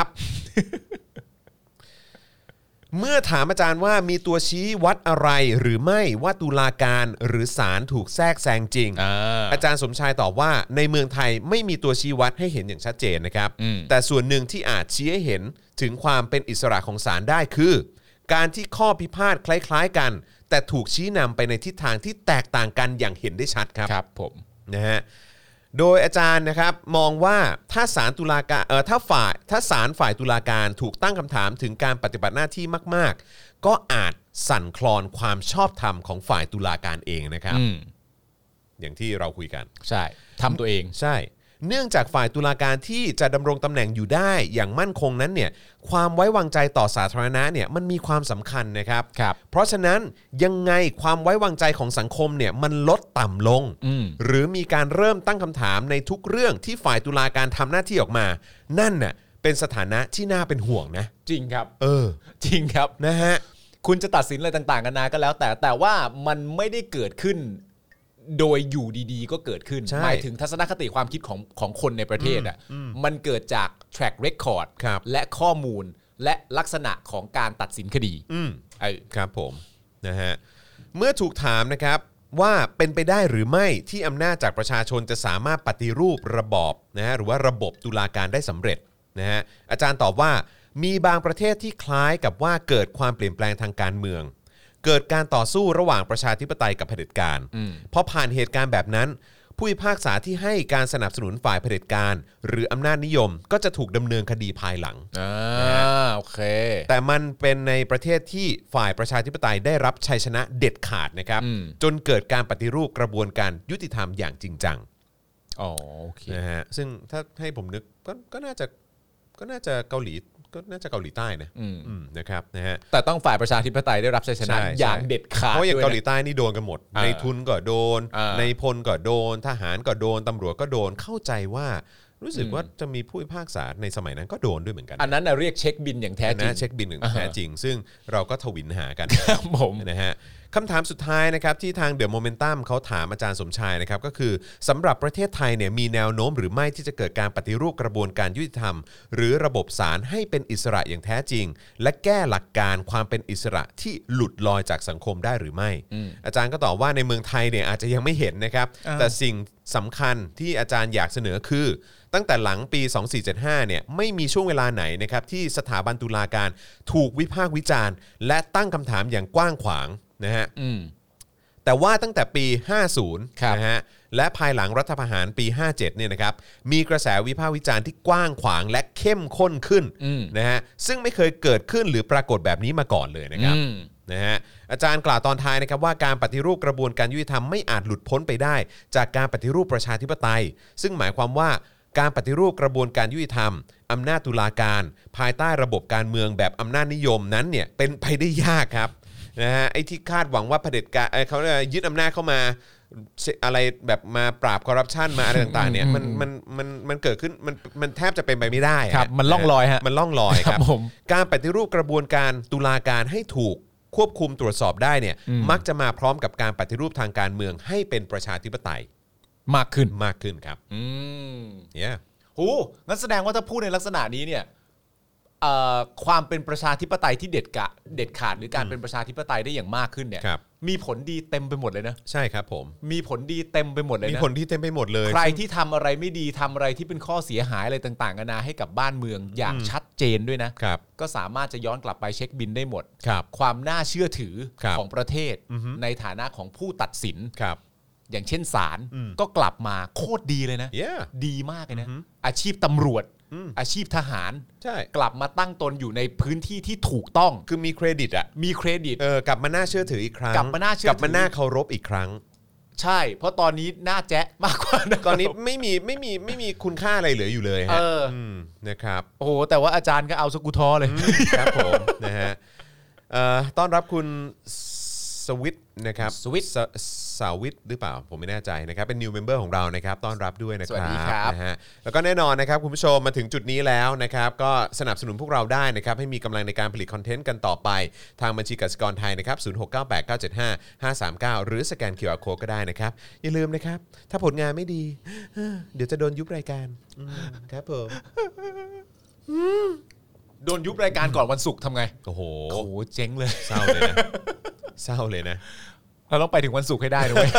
เมื่อถามอาจารย์ว่ามีตัวชี้วัดอะไรหรือไม่ว่าตุลาการหรือศาลถูกแทรกแซงจริง อาจารย์สมชายตอบว่าในเมืองไทยไม่มีตัวชี้วัดให้เห็นอย่างชัดเจนนะครับแต่ส่วนหนึ่งที่อาจชี้ให้เห็นถึงความเป็นอิสระของศาลได้คือการที่ข้อพิพาทคล้ายๆกันแต่ถูกชี้นำไปในทิศทางที่แตกต่างกันอย่างเห็นได้ชัดครับครับผมนะฮะโดยอาจารย์นะครับมองว่าถ้าศาลตุลาการถ้าศาลฝ่ายตุลาการถูกตั้งคำถามถึงการปฏิบัติหน้าที่มากๆก็อาจสั่นคลอนความชอบธรรมของฝ่ายตุลาการเองนะครับอย่างที่เราคุยกันใช่ทำตัวเองใช่เนื่องจากฝ่ายตุลาการที่จะดำรงตำแหน่งอยู่ได้อย่างมั่นคงนั้นเนี่ยความไว้วางใจต่อสาธารณะเนี่ยมันมีความสำคัญนะครับเพราะฉะนั้นยังไงความไว้วางใจของสังคมเนี่ยมันลดต่ำลงหรือมีการเริ่มตั้งคำถามในทุกเรื่องที่ฝ่ายตุลาการทำหน้าที่ออกมานั่นน่ะเป็นสถานะที่น่าเป็นห่วงนะจริงครับจริงครับนะฮะคุณจะตัดสินอะไรต่างๆกันนาก็แล้วแต่ว่ามันไม่ได้เกิดขึ้นโดยอยู่ดีๆก็เกิดขึ้นหมายถึงทัศนคติความคิดของคนในประเทศอ่ะมันเกิดจาก track record และข้อมูลและลักษณะของการตัดสินคดีครับผมนะฮะเมื่อถูกถามนะครับว่าเป็นไปได้หรือไม่ที่อำนาจจากประชาชนจะสามารถปฏิรูประบอบนะฮะหรือว่าระบบตุลาการได้สำเร็จนะฮะอาจารย์ตอบว่ามีบางประเทศที่คล้ายกับว่าเกิดความเปลี่ยนแปลงทางการเมืองเกิดการต่อสู้ระหว่างประชาธิปไตยกับเผด็จการพอผ่านเหตุการณ์แบบนั้นผู้พิพากษาที่ให้การสนับสนุนฝ่ายเผด็จการหรืออำนาจนิยมก็จะถูกดำเนินคดีภายหลังโอเคแต่มันเป็นในประเทศที่ฝ่ายประชาธิปไตยได้รับชัยชนะเด็ดขาดนะครับจนเกิดการปฏิรูปกระบวนการยุติธรรมอย่างจริงจังโอเคนะฮะซึ่งถ้าให้ผมนึกก็น่าจะเกาหลีก็น่าจะเกาหลีใต้นะครับนะฮะแต่ต้องฝ่ายประชาธิปไตยได้รับชัยชนะอย่างเด็ดขาดเพราะอย่างเกาหลีใต้นี่โดนกันหมดในทุนก็โดนในพลก็โดนทหารก็โดนตำรวจก็โดนเข้าใจว่ารู้สึกว่าจะมีผู้พิพากษาในสมัยนั้นก็โดนด้วยเหมือนกันอันนั้นเรียกเช็คบินอย่างแท้จริงเช็คบินอย่างแท้จริงซึ่งเราก็ทวินหากันผมนะฮะคำถามสุดท้ายนะครับที่ทางเดอะโมเมนตัมเขาถามอาจารย์สมชายนะครับก็คือสำหรับประเทศไทยเนี่ยมีแนวโน้มหรือไม่ที่จะเกิดการปฏิรูปกระบวนการยุติธรรมหรือระบบศาลให้เป็นอิสระอย่างแท้จริงและแก้หลักการความเป็นอิสระที่หลุดลอยจากสังคมได้หรือไม่อาจารย์ก็ตอบว่าในเมืองไทยเนี่ยอาจจะยังไม่เห็นนะครับแต่สิ่งสำคัญที่อาจารย์อยากเสนอคือตั้งแต่หลังปี 2475 เนี่ยไม่มีช่วงเวลาไหนนะครับที่สถาบันตุลาการถูกวิพากษ์วิจารณ์และตั้งคำถามอย่างกว้างขวางนะฮะแต่ว่าตั้งแต่ปี 50 นะฮะและภายหลังรัฐประหารปี 57 เนี่ยนะครับมีกระแสวิพากษ์วิจารณ์ที่กว้างขวางและเข้มข้นขึ้นนะฮะซึ่งไม่เคยเกิดขึ้นหรือปรากฏแบบนี้มาก่อนเลยนะครับนะฮะอาจารย์กล่าวตอนท้ายนะครับว่าการปฏิรูปกระบวนการยุติธรรมไม่อาจหลุดพ้นไปได้จากการปฏิรูปประชาธิปไตยซึ่งหมายความว่าการปฏิรูปกระบวนการยุติธรรมอำนาจตุลาการภายใต้ระบบการเมืองแบบอำนาจนิยมนั้นเนี่ยเป็นไปได้ยากครับนะฮะไอ้ที่คาดหวังว่าเผด็จการเขายึดอำนาจเข้ามาอะไรแบบมาปราบคอร์รัปชันมาอะไรต่างๆเนี่ยมันเกิดขึ้นมันแทบจะเป็นไปไม่ได้ครับมันล่องลอยฮะมันล่องลอยครับการปฏิรูปกระบวนการตุลาการให้ถูกควบคุมตรวจสอบได้เนี่ยมักจะมาพร้อมกับการปฏิรูปทางการเมืองให้เป็นประชาธิปไตยมากขึ้นครับเนี่ยโหงั้นแสดงว่าถ้าพูดในลักษณะนี้เนี่ยความเป็นประชาธิปไตยที่เด็ดขาดหรือการเป็นประชาธิปไตยได้อย่างมากขึ้นเนี่ยมีผลดีเต็มไปหมดเลยนะใช่ครับผมมีผลดีเต็มไปหมดเลยนะมีผลที่เต็มไปหมดเลยใครที่ทำอะไรไม่ดีทำอะไรที่เป็นข้อเสียหายอะไรต่างๆกันานาให้กับบ้านเมืองอย่างชัดเจนด้วยนะก็สามารถจะย้อนกลับไปเช็คบินได้หมดความน่าเชื่อถือของประเทศในฐานะของผู้ตัดสินอย่างเช่นศาลก็กลับมาโคตรดีเลยนะดีมากเลยนะอาชีพตำรวจอาชีพทหารกลับมาตั้งตนอยู่ในพื้นที่ที่ถูกต้องคือมีเครดิตมีเครดิตกลับมาน่าเชื่อถืออีกครั้งกลับมาน่าเชื่อถือกลับมาน่าเคารพอีกครั้งใช่เพราะตอนนี้น่าแจ๊ะมากกว่าตอนนี้ไม่มีคุณค่าอะไรเหลืออยู่เลยฮะนะครับโอ้โหแต่ว่าอาจารย์ก็เอาสกูทอเลยครับผมนะฮะต้อนรับคุณสวิตนะครับสวิตสาวิทหรือเปล่าผมไม่แน่ใจนะครับเป็น new member ของเรานะครับต้อนรับด้วยนะคสวัรัสดีครับนะฮะแล้วก็แน่นอนนะครับคุณผู้ชมมาถึงจุดนี้แล้วนะครับก็สนับสนุนพวกเราได้นะครับให้มีกำลังในการผลิตคอนเทนต์กันต่อไปทางบัญชีกสิกรไทยนะครับ0698975539หรือสแกน QR Code ก็ได้นะครับอย่าลืมนะครับถ้าผลงานไม่ดีเดี๋ยวจะโดนยุบรายการครับผมโดนยุบรายการก่อนวันศุกร์ทำไงโอ้โหโอ้โหเจ๊งเลยเศร้าเลยนะเศร้าเลยนะเราต้องไปถึงวันศุกร์ให้ได้นะเว้ย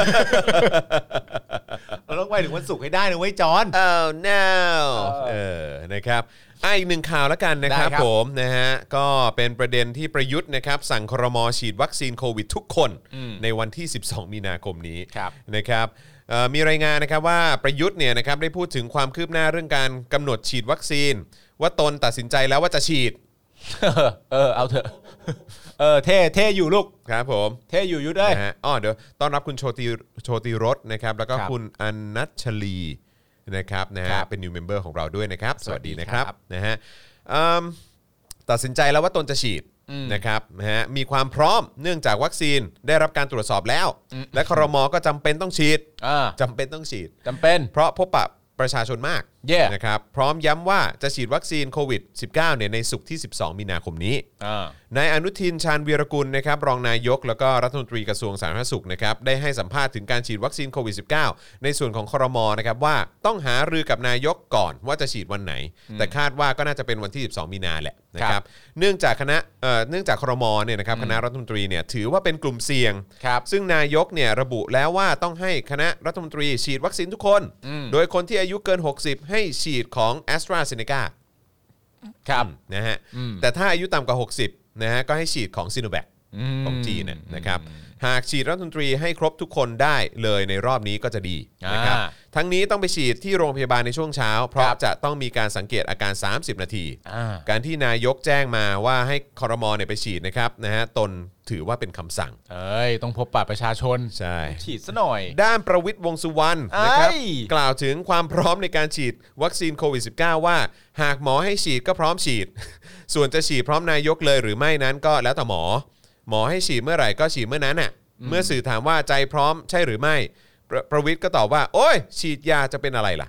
เราต้องไปถึงวันศุกร์ให้ได้นะเว้ยจอน Oh no นะครับอีกหนึ่งข่าวแล้วกันนะครับได้ครับผมนะฮะก็เป็นประเด็นที่ประยุทธ์นะครับสั่งครม.ฉีดวัคซีนโควิดทุกคนในวันที่ 12 มีนาคมนี้ครับนะครับมีรายงานนะครับว่าประยุทธ์เนี่ยนะครับได้พูดถึงความคืบหน้าเรื่องการกำหนดฉีดวัคซีนว่าตนตัดสินใจแล้วว่าจะฉีดเอาเถอะเท่อยู่ลูกครับผมเท่อยู่ยุทธเอ้ยนะฮะเดี๋ยวต้อนรับคุณโชติรสนะครับแล้วก็ครับคุณอนัชลีนะครับนะฮะครับเป็น new member ของเราด้วยนะครับสวัสดีนะครับครับนะฮะตัดสินใจแล้วว่าตนจะฉีดนะครับนะฮะมีความพร้อมเนื่องจากวัคซีนได้รับการตรวจสอบแล้ว และครม.ก็จำเป็นต้องฉีด จำเป็นต้องฉีดจำเป็นเพราะพบปะประชาชนมาก Yeah นะครับพร้อมย้ำว่าจะฉีดวัคซีนโควิด -19 เนี่ยในศุกร์ที่ 12 มีนาคมนี้นายอนุทินชาญวีรกุลนะครับรองนายกแล้วก็รัฐมนตรีกระทรวงสาธารณสุขนะครับได้ให้สัมภาษณ์ถึงการฉีดวัคซีนโควิด -19 ในส่วนของครม.นะครับว่าต้องหารือกับนายกก่อนว่าจะฉีดวันไหน แต่คาดว่าก็น่าจะเป็นวันที่ 12 มีนาแหละนะครับเนื่องจากครม.เนี่ยนะครับคณะรัฐมนตรีเนี่ยถือว่าเป็นกลุ่มเสี่ยงครับซึ่งนายกเนี่ยระบุแล้วว่าต้องให้คณะรัฐมนตรีฉีดวัคซีนทุกคน โดยคนที่อายุเกิน 60 ให้ฉีดของ AstraZeneca ครับนะฮะแต่ถ้าอายุต่ำกว่า 60 นะฮะก็ให้ฉีดของ Sinovac ของจีนนะครับหากฉีดรัฐมนตรีให้ครบทุกคนได้เลยในรอบนี้ก็จะดีนะครับทั้งนี้ต้องไปฉีดที่โรงพยาบาลในช่วงเช้าเพราะจะต้องมีการสังเกตอาการ 30 นาที การที่นายกแจ้งมาว่าให้ครม.เนี่ยไปฉีดนะครับนะฮะตนถือว่าเป็นคำสั่งต้องพบปะประชาชนใช่ฉีดซะหน่อยด้านประวิตรวงษ์สุวรรณนะครับเอ้ยกล่าวถึงความพร้อมในการฉีดวัคซีนโควิด -19 ว่าหากหมอให้ฉีดก็พร้อมฉีด ส่วนจะฉีดพร้อมนายกเลยหรือไม่นั้นก็แล้วแต่หมอให้ฉีดเมื่อไหร่ก็ฉีดเมื่อนั้นน่ะเมื่อสื่อถามว่าใจพร้อมใช่หรือไม่ประวิตรก็ตอบว่าโอ้ยฉีดยาจะเป็นอะไรล่ะ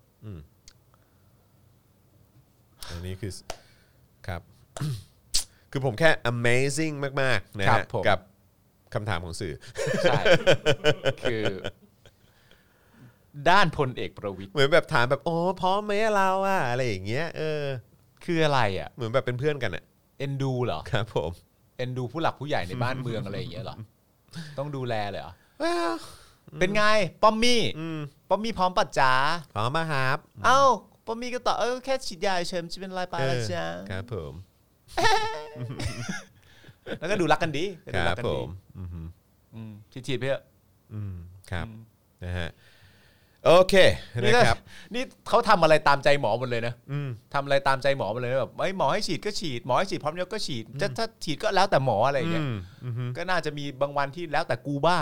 อันนี้คือครับ คือผมแค่ amazing มากๆนะครัฮะบผมกับคำถามของสื่อใช่ คือ ด้านพลเอกประวิตรเหมือนแบบถามแบบโอ้พร้อมไหมเราอะอะไรอย่างเงี้ยคืออะไรอ่ะเหมือนแบบเป็นเพื่อนกันอะเอ็นดูเหรอครับผมเอ็นดูผู้หลักผู้ใหญ่ในบ้านเมืองอะไรอย่างเงี้ยเหรอ ต้องดูแลเลยเหรอ well เป็นไงป้อมมี่ป้อมมี่พร้อมปัดจ๋าพร้อมมาครับเอ้าป้อมมี่ก็ตอบแค่ฉีดยาเฉยจะเป็นไรไปละจ้าครับผมแล้วก็ดูรักกันดีคดูรัรับ กกันผดีมฉีดๆไปเถอะครับนะฮะโอเคนะครับนี่เขาทำอะไรตามใจหมอหมดเลยนะทำอะไรตามใจหมอหมดเลยนะแบบหมอให้ฉีดก็ฉีดหมอให้ฉีดพร้อมเดียวก็ฉีดถ้าฉีดก็แล้วแต่หมออะไรอย่างเงี้ยก็น่าจะมีบางวันที่แล้วแต่กูบ้าง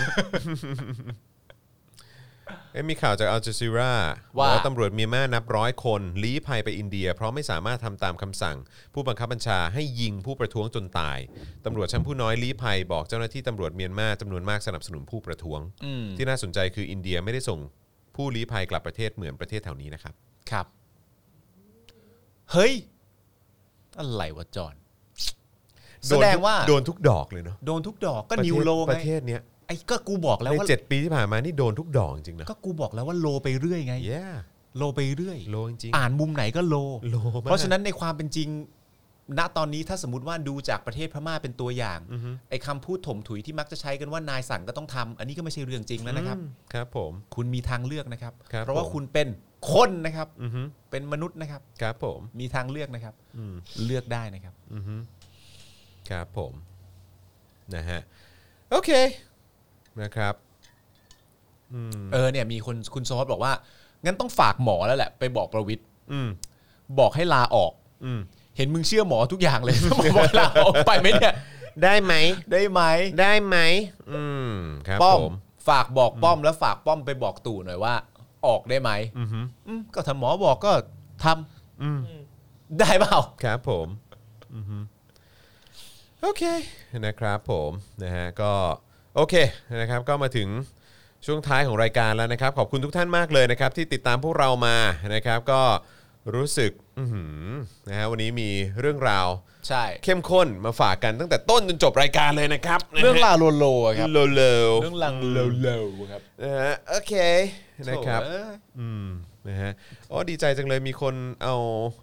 มีข่าวจากอัลจาซีราว่าตำรวจเมียนมานับร้อยคนลี้ภัยไปอินเดียเพราะไม่สามารถทำตามคำสั่งผู้บังคับบัญชาให้ยิงผู้ประท้วงจนตายตำรวจชั้นผู้น้อยลี้ภัยบอกเจ้าหน้าที่ตำรวจเมียนมาจำนวนมากสนับสนุนผู้ประท้วงที่น่าสนใจคืออินเดียไม่ได้ส่งผู้ลี้ภัยกลับประเทศเหมือนประเทศแถวนี้นะครับครับ เฮ้ย อะไรวะจอนแสดงว่าโดนทุกดอกเลยเนาะโดนทุกดอกก็นิวโลปไงระเทศเนี้ยไอ้ก็กูบอกแล้วในว่า 7 ปีที่ผ่านมานี่โดนทุกดอกจริงๆนะก็กูบอกแล้วว่าโลไปเรื่อยไง yeah โลไปเรื่อยโลจริงอ่านมุมไหนก็โลโลมากเพราะฉะนั้นในความเป็นจริง ณตอนนี้ถ้าสมมติว่าดูจากประเทศพม่าเป็นตัวอย่างไอ้คำพูดถมถุยที่มักจะใช้กันว่านายสั่งก็ต้องทำอันนี้ก็ไม่ใช่เรื่องจริงแล้วนะครับครับผมคุณมีทางเลือกนะครับครับเพราะว่าผมคุณเป็นคนนะครับเป็นมนุษย์นะครับครับผมมีทางเลือกนะครับเลือกได้นะครับครับผมนะฮะโอเคนะครับเนี่ยมีคุณโซฮอตบอกว่างั้นต้องฝากหมอแล้วแหละไปบอกประวิตรบอกให้ลาออกเห็นมึงเชื่อหมอทุกอย่างเลย หมอบอกลาออกไปไหมเนี่ยได้ไหมได้ไหมได้ไหมครับป้อมผมฝากบอกป้อมแล้วฝากป้อมไปบอกตู่หน่อยว่า ออกได้ไหมก็ถ้าหมอบอกก็ทำได้เปล่าครับผมโอเคนะครับผมนะฮะก็โอเคนะครับก็มาถึงช่วงท้ายของรายการแล้วนะครับขอบคุณทุกท่านมากเลยนะครับที่ติดตามพวกเรามานะครับก็รู้สึกนะฮะวันนี้มีเรื่องราวใช่เข้มข้นมาฝากกันตั้งแต่ต้นจนจบรายการเลยนะครับนะฮะเรื่องราวโลครับโลโลเรื่องราวโลครับนะฮะโอเคนะครับโถ่นะฮะอ๋อดีใจจังเลยมีคนเอา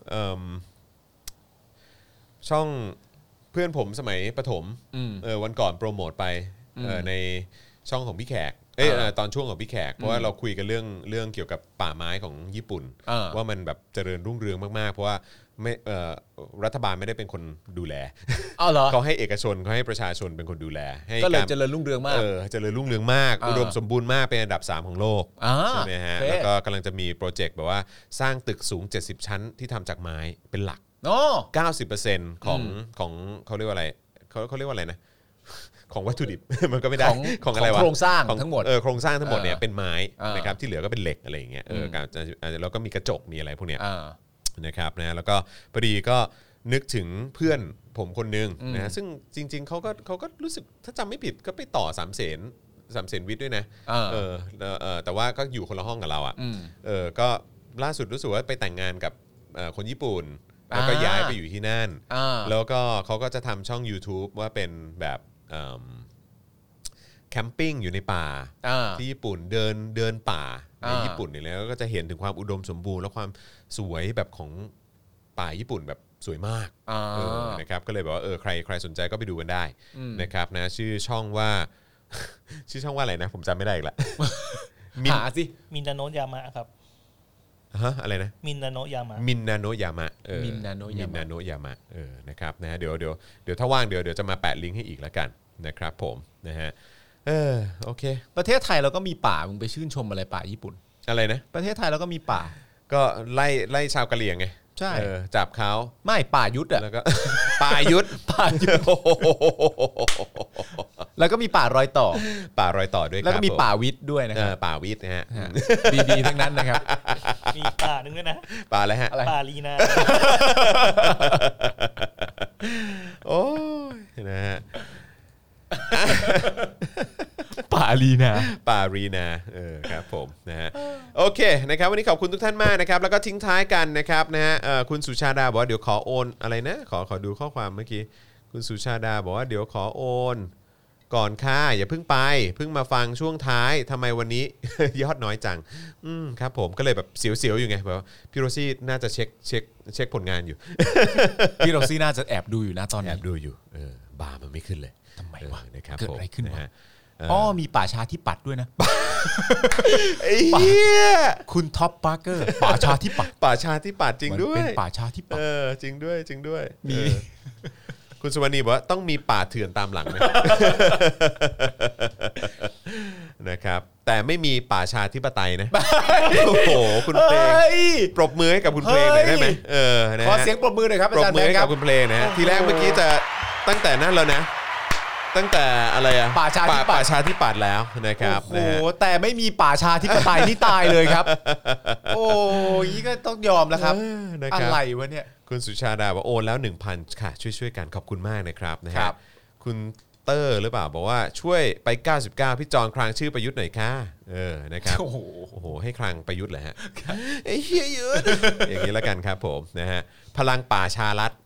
ช่องเพื่อนผมสมัยประถมวันก่อนโปรโมทไปในช่องของพี่แขกตอนช่วงของพี่แขกเพราะว่าเราคุยกันเรื่องเกี่ยวกับป่าไม้ของญี่ปุ่นว่ามันแบบเจริญรุ่งเรืองมากๆเพราะว่าไม่รัฐบาลไม่ได้เป็นคนดูแลเหรอเขาให้เอกชนเขาให้ประชาชนเป็นคนดูแลให้ก็เลยเจริญรุ่งเรืองมากเจริญรุ่งเรืองมากอุดมสมบูรณ์มากเป็นอันดับ3ของโลกใช่ไหมฮะโอเคแล้วก็กำลังจะมีโปรเจกต์แบบว่าสร้างตึกสูง70ชั้นที่ทำจากไม้เป็นหลักโอ้ 90% ของเขาเรียกว่าอะไรเขาเรียกว่าอะไรนะของวัตถุดิบ มันก็ไม่ได้ของอะไรวะโครงสร้างทั้งหมดโครงสร้างทั้งหมดเนี่ยเป็นไม้นะครับที่เหลือก็เป็นเหล็กอะไรอย่างเงี้ยแล้วก็มีกระจกมีอะไรพวกเนี้ยนะครับนะแล้วก็พอดีก็นึกถึงเพื่อนผมคนนึงนะซึ่งจริงๆเขาก็รู้สึกถ้าจำไม่ผิดก็ไปต่อ3 เสนวิทย์ด้วยนะแต่ว่าก็อยู่คนละห้องกับเราอ่ะก็ล่าสุดรู้สึกว่าไปแต่งงานกับคนญี่ปุ่นแล้วก็ย้ายไปอยู่ที่นั่นแล้วก็เขาก็จะทำช่อง YouTube ว่าเป็นแบบแคมปิ้งอยู่ในป่าที่ญี่ปุ่นเดินป่าในญี่ปุ่นเนี่ยแล้วก็จะเห็นถึงความอุดมสมบูรณ์และความสวยแบบของป่าญี่ปุ่นแบบสวยมากนะครับก็เลยบอกว่าใครสนใจก็ไปดูกันได้นะครับนะชื่อช่องว่าอะไรนะผมจำไม่ได้อีกละหาสิมินนาโนะยามะครับอะไรนะมินนาโนะยามะมินนาโนะยามะมินนาโนะยามะนะครับนะเดี๋ยวถ้าว่างเดี๋ยวจะมาแปะลิงก์ให้อีกแล้วกันนะครับผมนะฮะโอเคประเทศไทยเราก็มีป่ามึงไปชื่นชมอะไรป่าญี่ปุ่นอะไรนะประเทศไทยเราก็มีป่าก็ไล่ชาวกะเหรี่ยงไงใช่จับเขาไม่ป่ายุทธอ่ะแล้วก็ ป่ายุทธแล้วก็มีป่ารอยต่อด้วยแล้วก็มีป่าวิทย์ด้วยนะครับป่าวิทย์นะฮะดีๆทั้งนั้นนะครับมีป่าหนึ่งด้วยนะป่าอะไรฮะป่าลีนาโอ้ยนะฮะป่ารีนาครับผมนะฮะโอเคนะครับวันนี้ขอบคุณทุกท่านมากนะครับแล้วก็ทิ้งท้ายกันนะครับนะฮะคุณสุชาดาบอกว่าเดี๋ยวขอโอนอะไรนะขอดูข้อความเมื่อกี้คุณสุชาดาบอกว่าเดี๋ยวขอโอนก่อนค่ะอย่าเพิ่งไปเพิ่งมาฟังช่วงท้ายทำไมวันนี้ ยอดน้อยจังครับผมก็เลยแบบเสียวๆอยู่ไงแบบพี่โรซี่น่าจะเช็คผลงานอยู่พี่โรซี่น่าจะแอบดูอยู่นะตอนนี้แอบดูอยู่บาร์มันไม่ขึ้นเลยทำไมวะนะครับเกิดอะไรขึ้นวะอ๋อมีป่าชาที่ปัดด้วยนะไอ้เหี้ยคุณท็อปปาร์เกอร์ป่าชาที่ปัดจริงด้วยเป็นป่าชาที่ปัดจริงด้วยมีคุณสุวรรณีบอกว่าต้องมีป่าเถื่อนตามหลังนะ นะครับแต่ไม่มีป่าชาธิปไตยนะโอ้โหคุณเพลงปรบมือให้กับคุณเพลงหน่อยได้ไหมขอเสียงปรบมือหน่อยครับอาจารย์แบงค์ครับปรบมือให้กับคุณเพลงนะทีแรกเมื่อกี้จะตั้งแต่นั้นแล้วนะตั้งแต่อะไรอะป่าชาธิปัตย์แล้วนะครับโอ้โหแต่ไม่มีป่าชาธิปไตยนี่ตายเลยครับโอ้ยก็ต้องยอมแล้วครับอะไรวะเนี่ยคุณสุชาดาบอกโอนแล้ว 1,000 ค่ะช่วยกันขอบคุณมากนะครับนะครับคุณเตอร์หรือเปล่าบอกว่าช่วยไป99พี่จอนครางชื่อประยุทธ์หน่อยค่ะนะครับโอ้โหให้ครางประยุทธ์เหรอฮะไอ้เหี้ยเยอะอย่างนี้แล้วกันครับผมนะฮะพลังป่าชารัฐ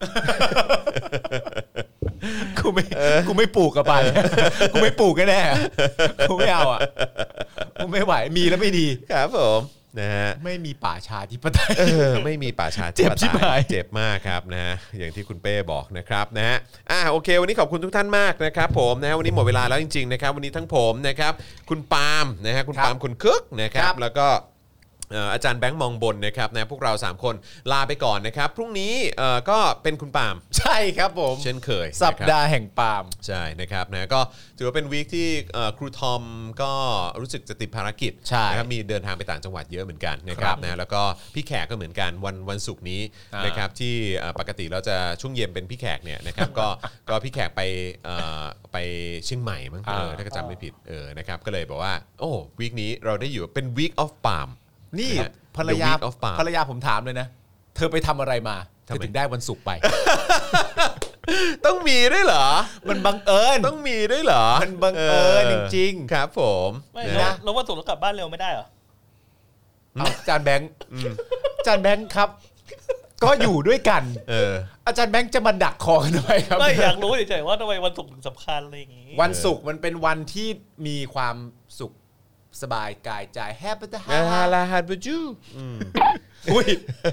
กูไม่ปลูกกับไปกูไม่ปลูกกันแน่กูไม่เอาอ่ะกูไม่ไหวมีแล้วไม่ดีครับผมนะฮะไม่มีป่าชาธิปไตยไม่มีป่าชาธิปไตยเจ็บมากครับนะฮะอย่างที่คุณเป้บอกนะครับนะฮะโอเควันนี้ขอบคุณทุกท่านมากนะครับผมนะวันนี้หมดเวลาแล้วจริงๆนะครับวันนี้ทั้งผมนะครับคุณปาล์มนะฮะคุณปาล์มคุณคึกนะครับแล้วก็อาจารย์แบงค์มองบนนะครับนะพวกเรา3คนลาไปก่อนนะครับพรุ่งนี้ก็เป็นคุณปาล์มใช่ครับผมเช่นเคยสัปดาห์แห่งปาล์มใช่นะครับนะก็ถือว่าเป็นวีคที่ครูทอมก็รู้สึกจะติดภารกิจนะครับมีเดินทางไปต่างจังหวัดเยอะเหมือนกันนะครับนะแล้วก็พี่แขกก็เหมือนกันวันศุกร์นี้นะครับที่ปกติเราจะช่วงเย็นเป็นพี่แขกเนี่ยนะครับก็พี่แขกไปเชียงใหม่มั้งถ้าจำไม่ผิดนะครับก็เลยบอกว่าโอ้วีคนี้เราได้อยู่เป็น week of palm นี่ภรรยาผมถามเลยนะเธอไปทำอะไรมาเธอถึงได้วันศุกร์ไปต้องมีด้วยเหรอมันบังเอิญต้องมีด้วยเหรอมันบังเอิญจริงครับผมไม่นะแล้ววันศุกร์เรากลับบ้านเร็วไม่ได้เหรอๆเอาอาจารย์แบงค์อาจารย์แบงค์ครับ ก็อยู่ด้วยกัน อาจารย์แบงค์จะมาดักคอกันทำไมครับไม่อยากรู้เฉยๆว่าทำไมวันศุกร์ถึงสำคัญอะไรอย่างงี้วันศุกร์มันเป็นวันที่มีความสุขสบายกายใจแฮปปี้ฮาลาฮัดบูจูอุ้ย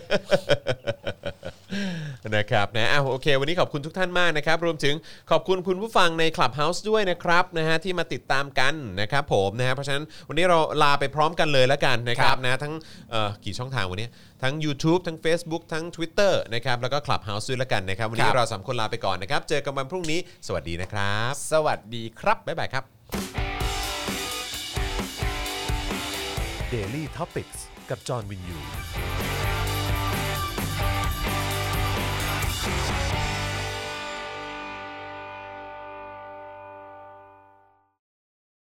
นะครับนะโอเควันนี้ขอบคุณทุกท่านมากนะครับรวมถึงขอบคุณคุณผู้ฟังใน Clubhouse ด้วยนะครับนะฮะที่มาติดตามกันนะครับผมนะฮะเพราะฉะนั้นวันนี้เราลาไปพร้อมกันเลยแล้วกันนะครับนะทั้งกี่ช่องทางวันนี้ทั้ง YouTube ทั้ง Facebook ทั้ง Twitter นะครับแล้วก็ Clubhouse ด้วยแล้วกันนะครับวันนี้เรา3คนลาไปก่อนนะครับเจอกันวันพรุ่งนี้สวัสดีนะครับสวัสดีครับบ๊ายบายครับ Daily Topics กับจอห์นวินยู